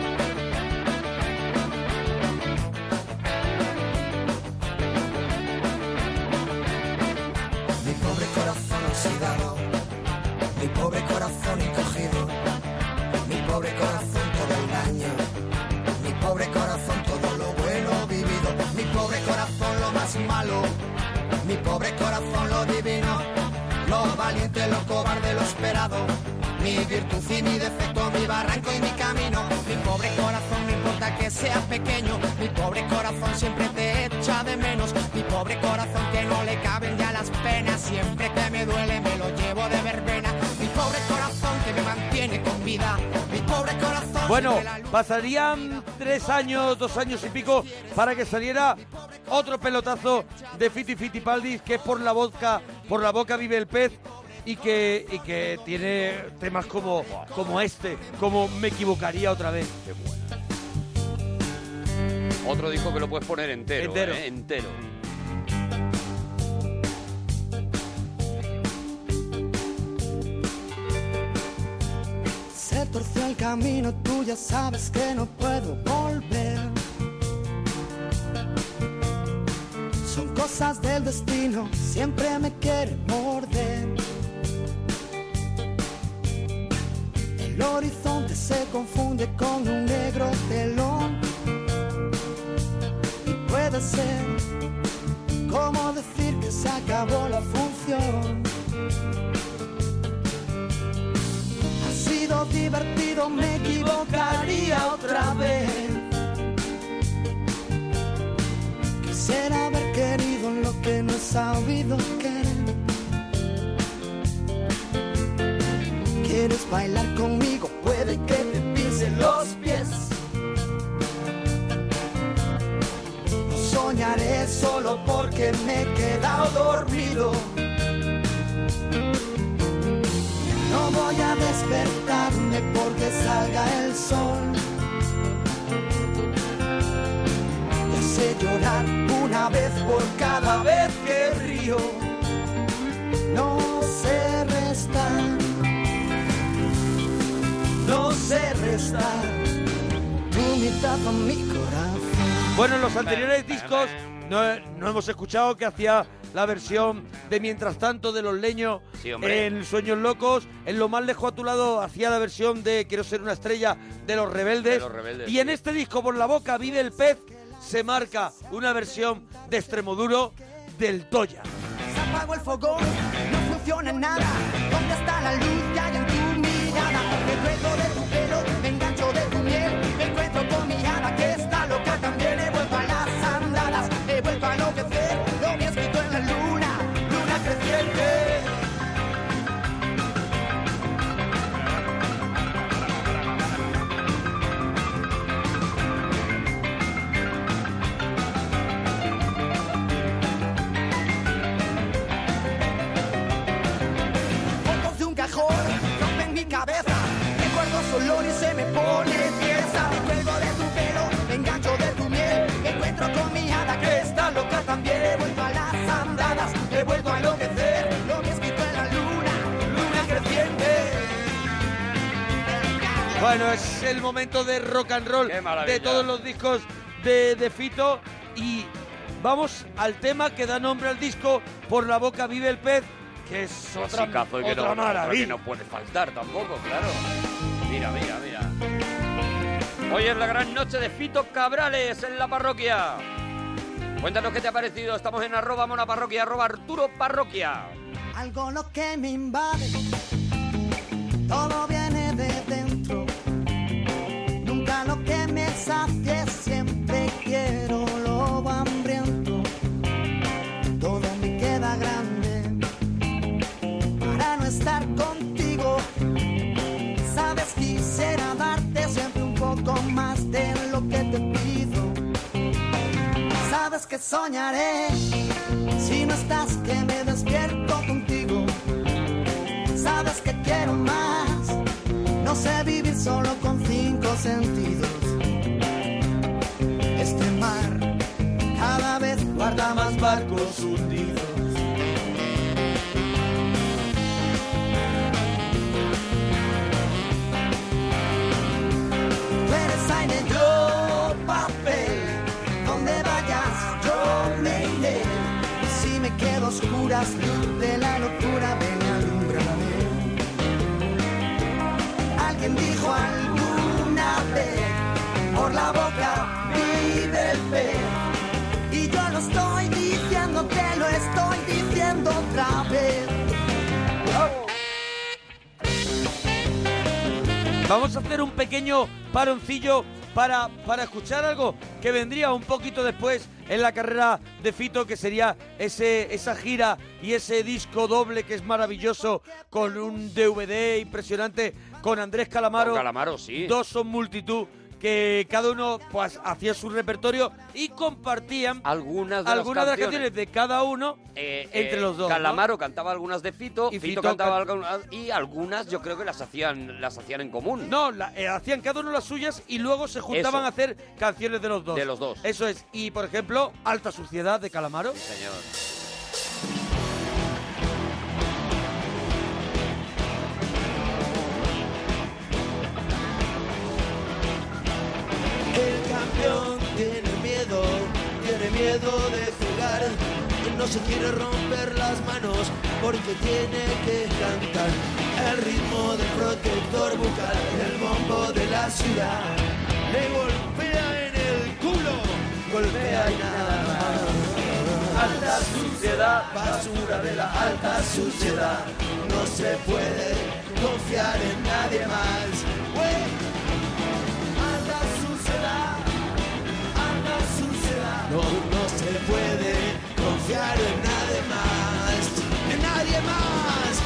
Mi pobre corazón oxidado, mi pobre corazón encogido, mi pobre corazón todo el daño, mi pobre corazón todo lo bueno vivido, mi pobre corazón lo más malo, mi pobre corazón lo divino, lo valiente, lo cobarde, lo esperado, mi virtud y mi defecto, mi barranco y mi camino, mi pobre corazón no importa que sea pequeño, mi pobre corazón siempre te echa de menos, mi pobre corazón que no le caben ya las penas, siempre que me duele me lo llevo de verbena, mi pobre corazón que me mantiene con vida, mi pobre corazón. Bueno, siempre la luz- pasarían tres años, dos años y pico para que saliera otro pelotazo de Fiti Fitipaldis, que es Por la boca, por la boca vive el pez, y que, y que tiene temas como, como este, como Me equivocaría otra vez. Otro disco que lo puedes poner entero, Entero. ¿eh? Entero. Se torció el camino, tú ya sabes que no puedo volver. Son cosas del destino, siempre me quiere morder. El horizonte se confunde con un negro telón. Y puede ser como decir que se acabó la función. Ha sido divertido, me equivocaría otra vez. Quisiera haber querido lo que no he sabido querer. ¿Quieres bailar conmigo? Puede que te pise los pies. No soñaré solo porque me he quedado dormido. No voy a despertarme porque salga el sol. Ya sé llorar una vez por cada vez que río. No sé restar. No sé restar tu mitad a mi corazón. Bueno, en los anteriores discos no, no hemos escuchado que hacía la versión de Mientras tanto de Los Leños, sí, hombre, en Sueños Locos. En Lo más lejos a tu lado hacía la versión de Quiero ser una estrella de Los Rebeldes. De Los Rebeldes, y sí. en este disco, Por la boca vive el pez, se marca una versión de Extremoduro del Toya. Se apagó el fogón, no funciona nada. ¿Dónde está la luz que hay en tu mirada? Me encuentro de tu pelo, me engancho de tu miel. Me encuentro con mi hada que está loca también. He vuelto a las andadas, he vuelto a enloquecer. Lo vi escrito en la luna, luna creciente. Rompen mi cabeza, recuerdo su olor y se me pone tiesa. Me cuelgo de tu pelo, me engancho de tu miel. Me encuentro con mi hada que está loca también. He vuelto a las andadas, he vuelto a enloquecer. Lo que escrito en la luna, luna creciente. Bueno, es el momento de rock and roll de todos los discos de, de Fito. Y vamos al tema que da nombre al disco, Por la boca vive el pez, que es otra, Clasicazo y que otra no, maravilla. que no puede faltar tampoco, claro. Mira, mira, mira. Hoy es la gran noche de Fito Cabrales en la parroquia. Cuéntanos qué te ha parecido. Estamos en arroba monaparroquia, arroba Arturo Parroquia. Algo lo que me invade, todo viene de dentro. Nunca lo que me sacie, siempre quiero lobo hambriento. Todo me queda grande para no estar contigo. Sabes, quisiera darte siempre un poco más de lo que te pido. Sabes que soñaré si no estás, que me despierto contigo. Sabes que quiero más, no sé vivir solo con cinco sentidos. Este mar cada vez guarda más barcos hundidos. Tú eres aire, yo papel, donde vayas yo me iré. Y si me quedo a oscuras, luz de la locura, ven y alúmbrame. Alguien dijo alguna vez, por la boca vive el pez. Y yo lo estoy diciendo, te lo estoy diciendo otra vez. Vamos a hacer un pequeño paroncillo para, para escuchar algo que vendría un poquito después en la carrera de Fito, que sería ese, esa gira y ese disco doble que es maravilloso, con un D V D impresionante, con Andrés Calamaro. Con Calamaro, sí. Dos son multitud, que cada uno pues hacía su repertorio y compartían algunas de, algunas las, de las canciones de cada uno eh, entre eh, los dos. Calamaro, ¿no? cantaba algunas de Fito, Y Fito, Fito cantaba can... algunas, y algunas yo creo que las hacían las hacían en común. No, la, eh, hacían cada uno las suyas y luego se juntaban Eso. a hacer canciones de los dos. De los dos. Eso es. Y por ejemplo, Alta Suciedad de Calamaro. Sí, señor. miedo de jugar, que no se quiere romper las manos porque tiene que cantar el ritmo del protector bucal, el bombo de la ciudad. Le golpea en el culo, golpea y nada más. Alta suciedad, basura de la alta suciedad. No se puede confiar en nadie más. ¡Wey! Alta suciedad, alta suciedad. No, no se puede confiar en nadie más, en nadie más.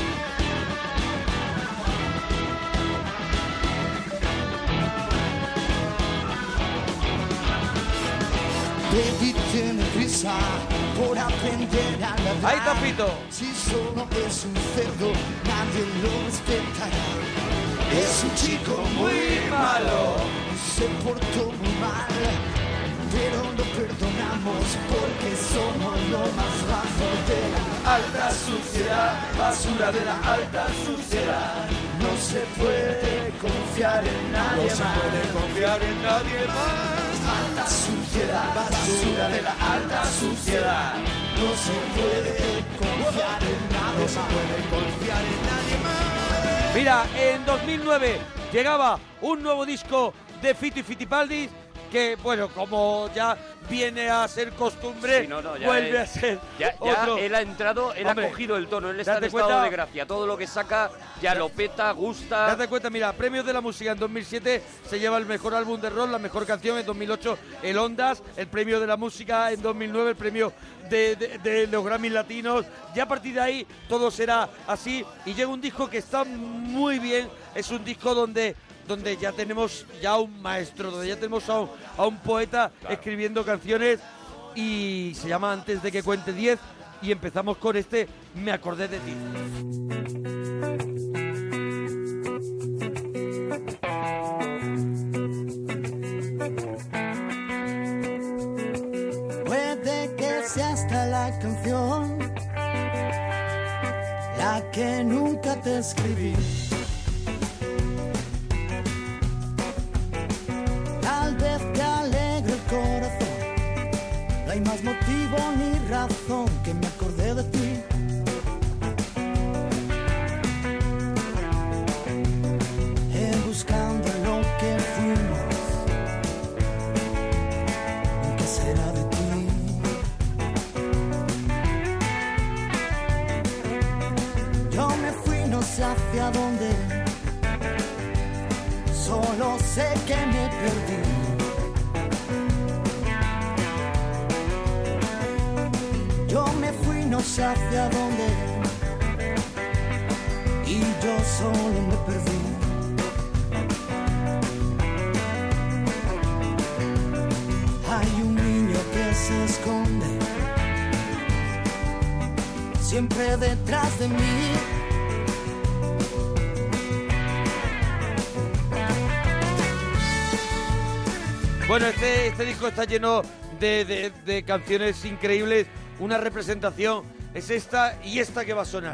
Baby tiene prisa por aprender a ladrar. Ahí está Fito. Si solo es un cerdo, nadie lo respetará. Es un chico muy malo, se portó muy mal, pero lo perdonamos porque somos lo más bajo de la alta suciedad, basura de la alta suciedad. No se puede confiar en nadie más. No se puede confiar en nadie más. Alta suciedad, basura de la alta suciedad. No se puede confiar en nadie más. No se puede confiar en nadie más. Mira, en dos mil nueve llegaba un nuevo disco de Fito y Fitipaldi que, bueno, como ya viene a ser costumbre, Sí, no, no, ya vuelve es- a ser Ya, ya otro. él ha entrado, él Hombre, ha cogido el tono, él está en date estado cuenta- de gracia. Todo lo que saca ya lo peta, gusta. Date cuenta, mira, premios de la música en dos mil siete se lleva el mejor álbum de rock, la mejor canción en dos mil ocho, el Ondas, el premio de la música en dos mil nueve, el premio de, de- de los Grammys latinos. Ya a partir de ahí todo será así y llega un disco que está muy bien, es un disco donde donde ya tenemos ya un maestro, donde ya tenemos a un, a un poeta escribiendo canciones y se llama Antes de que cuente diez y empezamos con este Me acordé de ti. Puede que sea hasta la canción la que nunca te escribí. Tal vez te alegre el corazón. No hay más motivo ni razón que me acordé de ti. En buscando lo que fuimos, ¿qué será de ti? Yo me fui, no sé hacia dónde, solo sé que me perdí. Yo me fui, no sé hacia dónde, y yo solo me perdí. Hay un niño que se esconde siempre detrás de mí. Bueno, este, este disco está lleno de, de- de canciones increíbles. Una representación es esta y esta que va a sonar.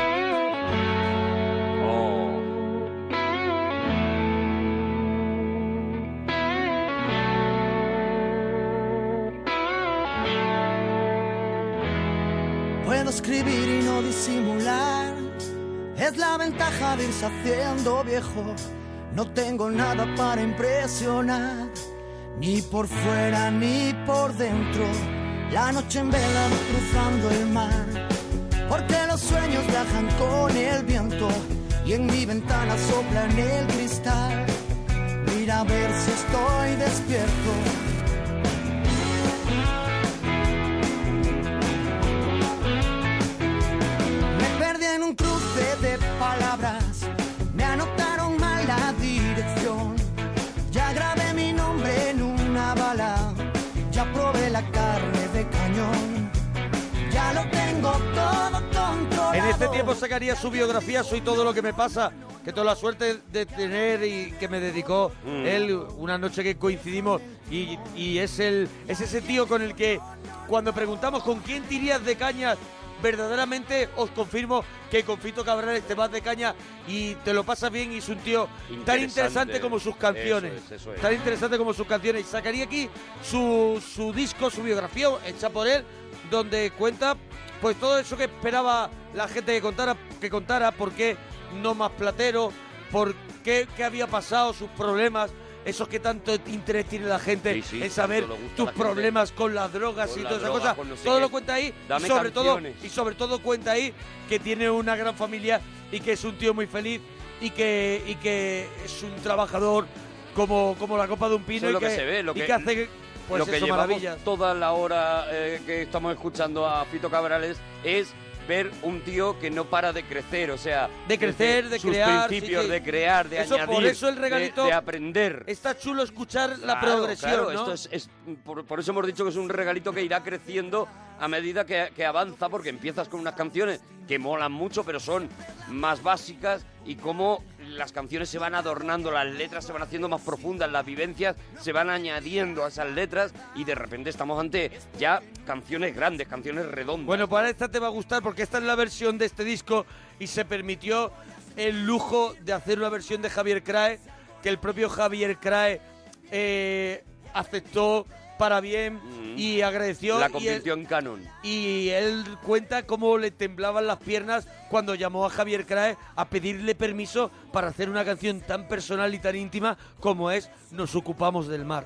Puedo escribir y no disimular, es la ventaja de irse haciendo viejo. No tengo nada para impresionar, ni por fuera ni por dentro. La noche en vela cruzando el mar, porque los sueños viajan con el viento y en mi ventana sopla en el cristal. Mira a ver si estoy despierto. Me perdí en un cruce de palabras, me anotaron mal la dirección. Ya grabé mi nombre en una bala, ya probé la carne de cañón, ya lo tengo todo controlado. En este tiempo sacaría su biografía Soy todo lo que me pasa, que tuve la suerte de tener y que me dedicó Mm. él una noche que coincidimos y, y es el es ese tío con el que cuando preguntamos con quién tirías de cañas verdaderamente os confirmo que con Fito Cabrales te vas de caña y te lo pasas bien, y es un tío tan Interesante. interesante como sus canciones. Eso es, eso es. Tan interesante como sus canciones. Y sacaría aquí su, su disco, su biografía hecha por él, donde cuenta pues todo eso que esperaba la gente que contara, que contara por qué no más platero, por qué, qué había pasado, sus problemas, esos que tanto interés tiene la gente Sí, sí, en saber tanto le gusta a tus la gente. problemas con las drogas Con y la todas esas droga, cosas. con no sé Todo qué. lo cuenta ahí Dame y sobre todo canciones. y sobre todo cuenta ahí que tiene una gran familia y que es un tío muy feliz y que y que es un trabajador como, como la copa de un pino. Eso es y lo que se ve, lo y que- que hace pues lo que eso, llevamos maravillas. toda la hora eh, que estamos escuchando a Fito Cabrales es ver un tío que no para de crecer, o sea, De crecer, desde de sus crear, principios, sí, sí. de crear, de Eso, añadir, por eso el de- regalito de, aprender. Está chulo escuchar la Claro, progresión, claro, ¿no? esto es, es- por, por eso hemos dicho que es un regalito que irá creciendo a medida que, que avanza, porque empiezas con unas canciones que molan mucho, pero son más básicas, y cómo las canciones se van adornando, las letras se van haciendo más profundas, las vivencias se van añadiendo a esas letras, y de repente estamos ante ya canciones grandes, canciones redondas. Bueno, pues ahora esta te va a gustar porque esta es la versión de este disco y se permitió el lujo de hacer una versión de Javier Crae, que el propio Javier Crae eh, aceptó para bien y agradeció. La y él- convirtió en canon. Y él cuenta cómo le temblaban las piernas cuando llamó a Javier Crae a pedirle permiso para hacer una canción tan personal y tan íntima como es Nos ocupamos del mar.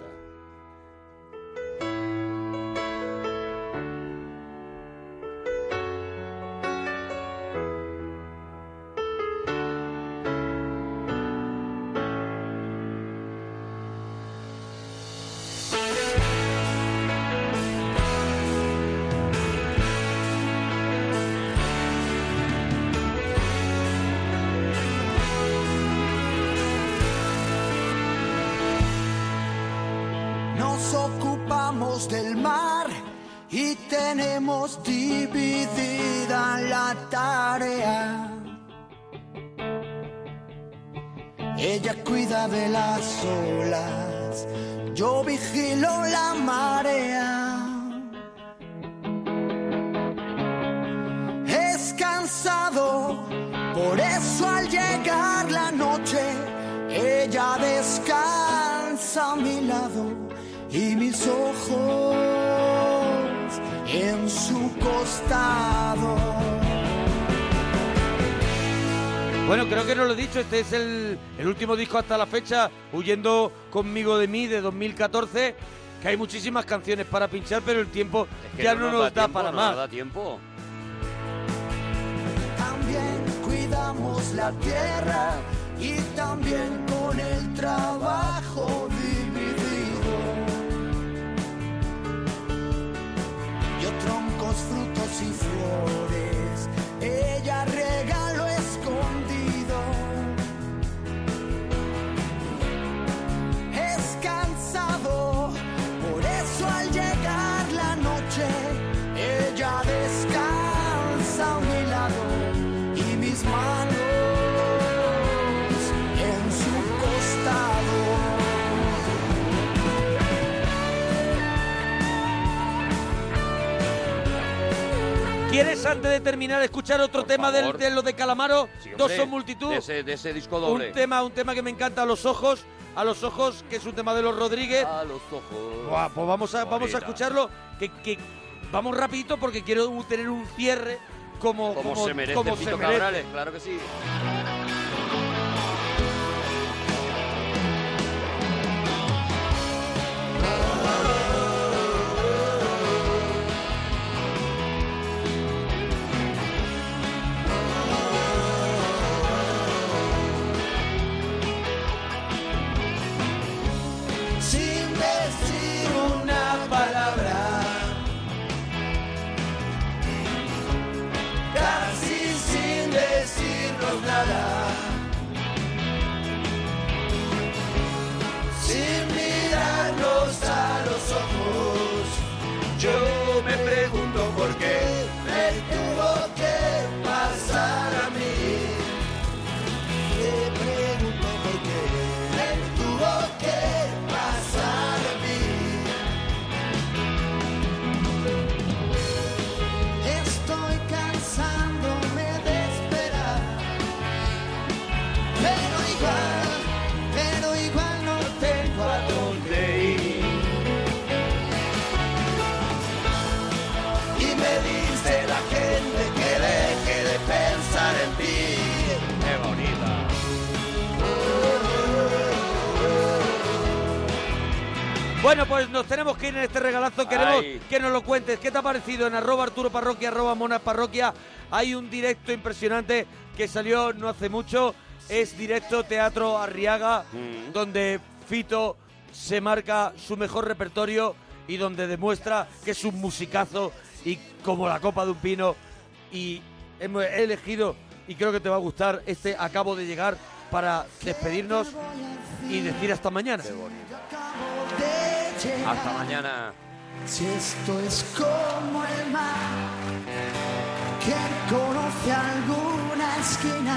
Nos ocupamos del mar y tenemos dividida la tarea. Ella cuida de las olas, yo vigilo la marea. Es cansado, por eso al llegar la noche, ella descansa a mi lado y mis ojos en su costado. Bueno, creo que no lo he dicho, este es el, el último disco hasta la fecha, Huyendo conmigo de mí, de dos mil catorce, que hay muchísimas canciones para pinchar, pero el tiempo Es que ya no, nos da tiempo, para no más. nos da tiempo. También cuidamos la tierra y también con el trabajo dividido. Yo troncos, frutos y flores, ella regalo escondido. Es cansado, por eso al llegar la noche, ella descansa a mi lado y mis manos en su costado. ¿Quieres, antes de terminar, escuchar otro tema del, favor. de lo de Calamaro? Sí, Dos hombre, son multitud. De ese, de ese disco doble. Un tema, un tema que me encanta, A los ojos, A los ojos, que es un tema de los Rodríguez. A los ojos. Buah, pues vamos a, vamos a Bonita. escucharlo, que, que vamos rapidito porque quiero tener un cierre como, Como, como se merece como Fito se merece. Cabrales, claro que sí. Sin decir una palabra, casi sin decirnos nada. Bueno, pues nos tenemos que ir en este regalazo. Queremos Ay. que nos lo cuentes. ¿Qué te ha parecido? En arroba Arturo Parroquia, arroba Monas Parroquia, hay un directo impresionante que salió no hace mucho. Es directo Teatro Arriaga, Mm. donde Fito se marca su mejor repertorio y donde demuestra que es un musicazo y como la copa de un pino. Y hemos he elegido, y creo que te va a gustar, este Acabo de llegar para despedirnos y decir hasta mañana. Hasta mañana. Si esto es como el mar, que conoce alguna esquina,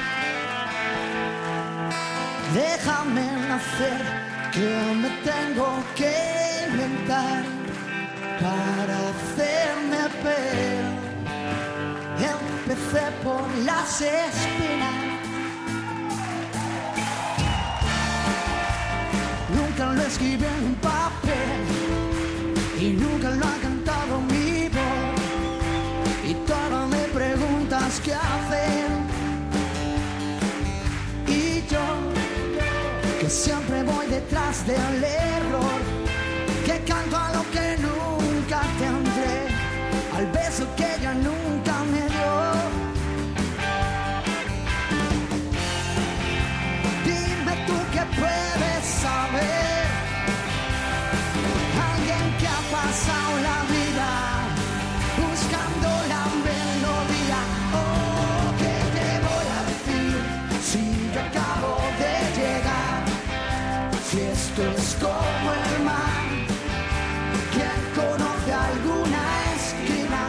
déjame nacer, que me tengo que inventar para hacerme ver. Empecé por las espinas, nunca lo escribí en un papel y nunca lo ha cantado mi voz. Y todas me preguntas qué hacer. Y yo, que siempre voy detrás del error, que canto a lo que nunca tendré, al beso que ella nunca me dio. Dime tú qué puedes saber, alguien que ha pasado la vida buscando la melodía. Oh, ¿qué te voy a decir si yo acabo de llegar? Si esto es como el mar, ¿quién conoce alguna esquina?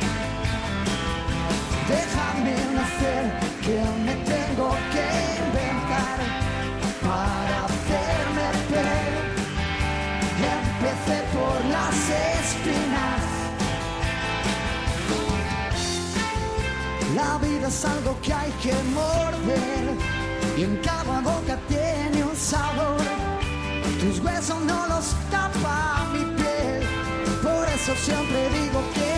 Déjame nacer, que me tengo que inventar para hacerme ver. Empecé por las espinas. La vida es algo que hay que morder y en cada boca tiene un sabor. Tus huesos no los tapa mi piel, por eso siempre digo que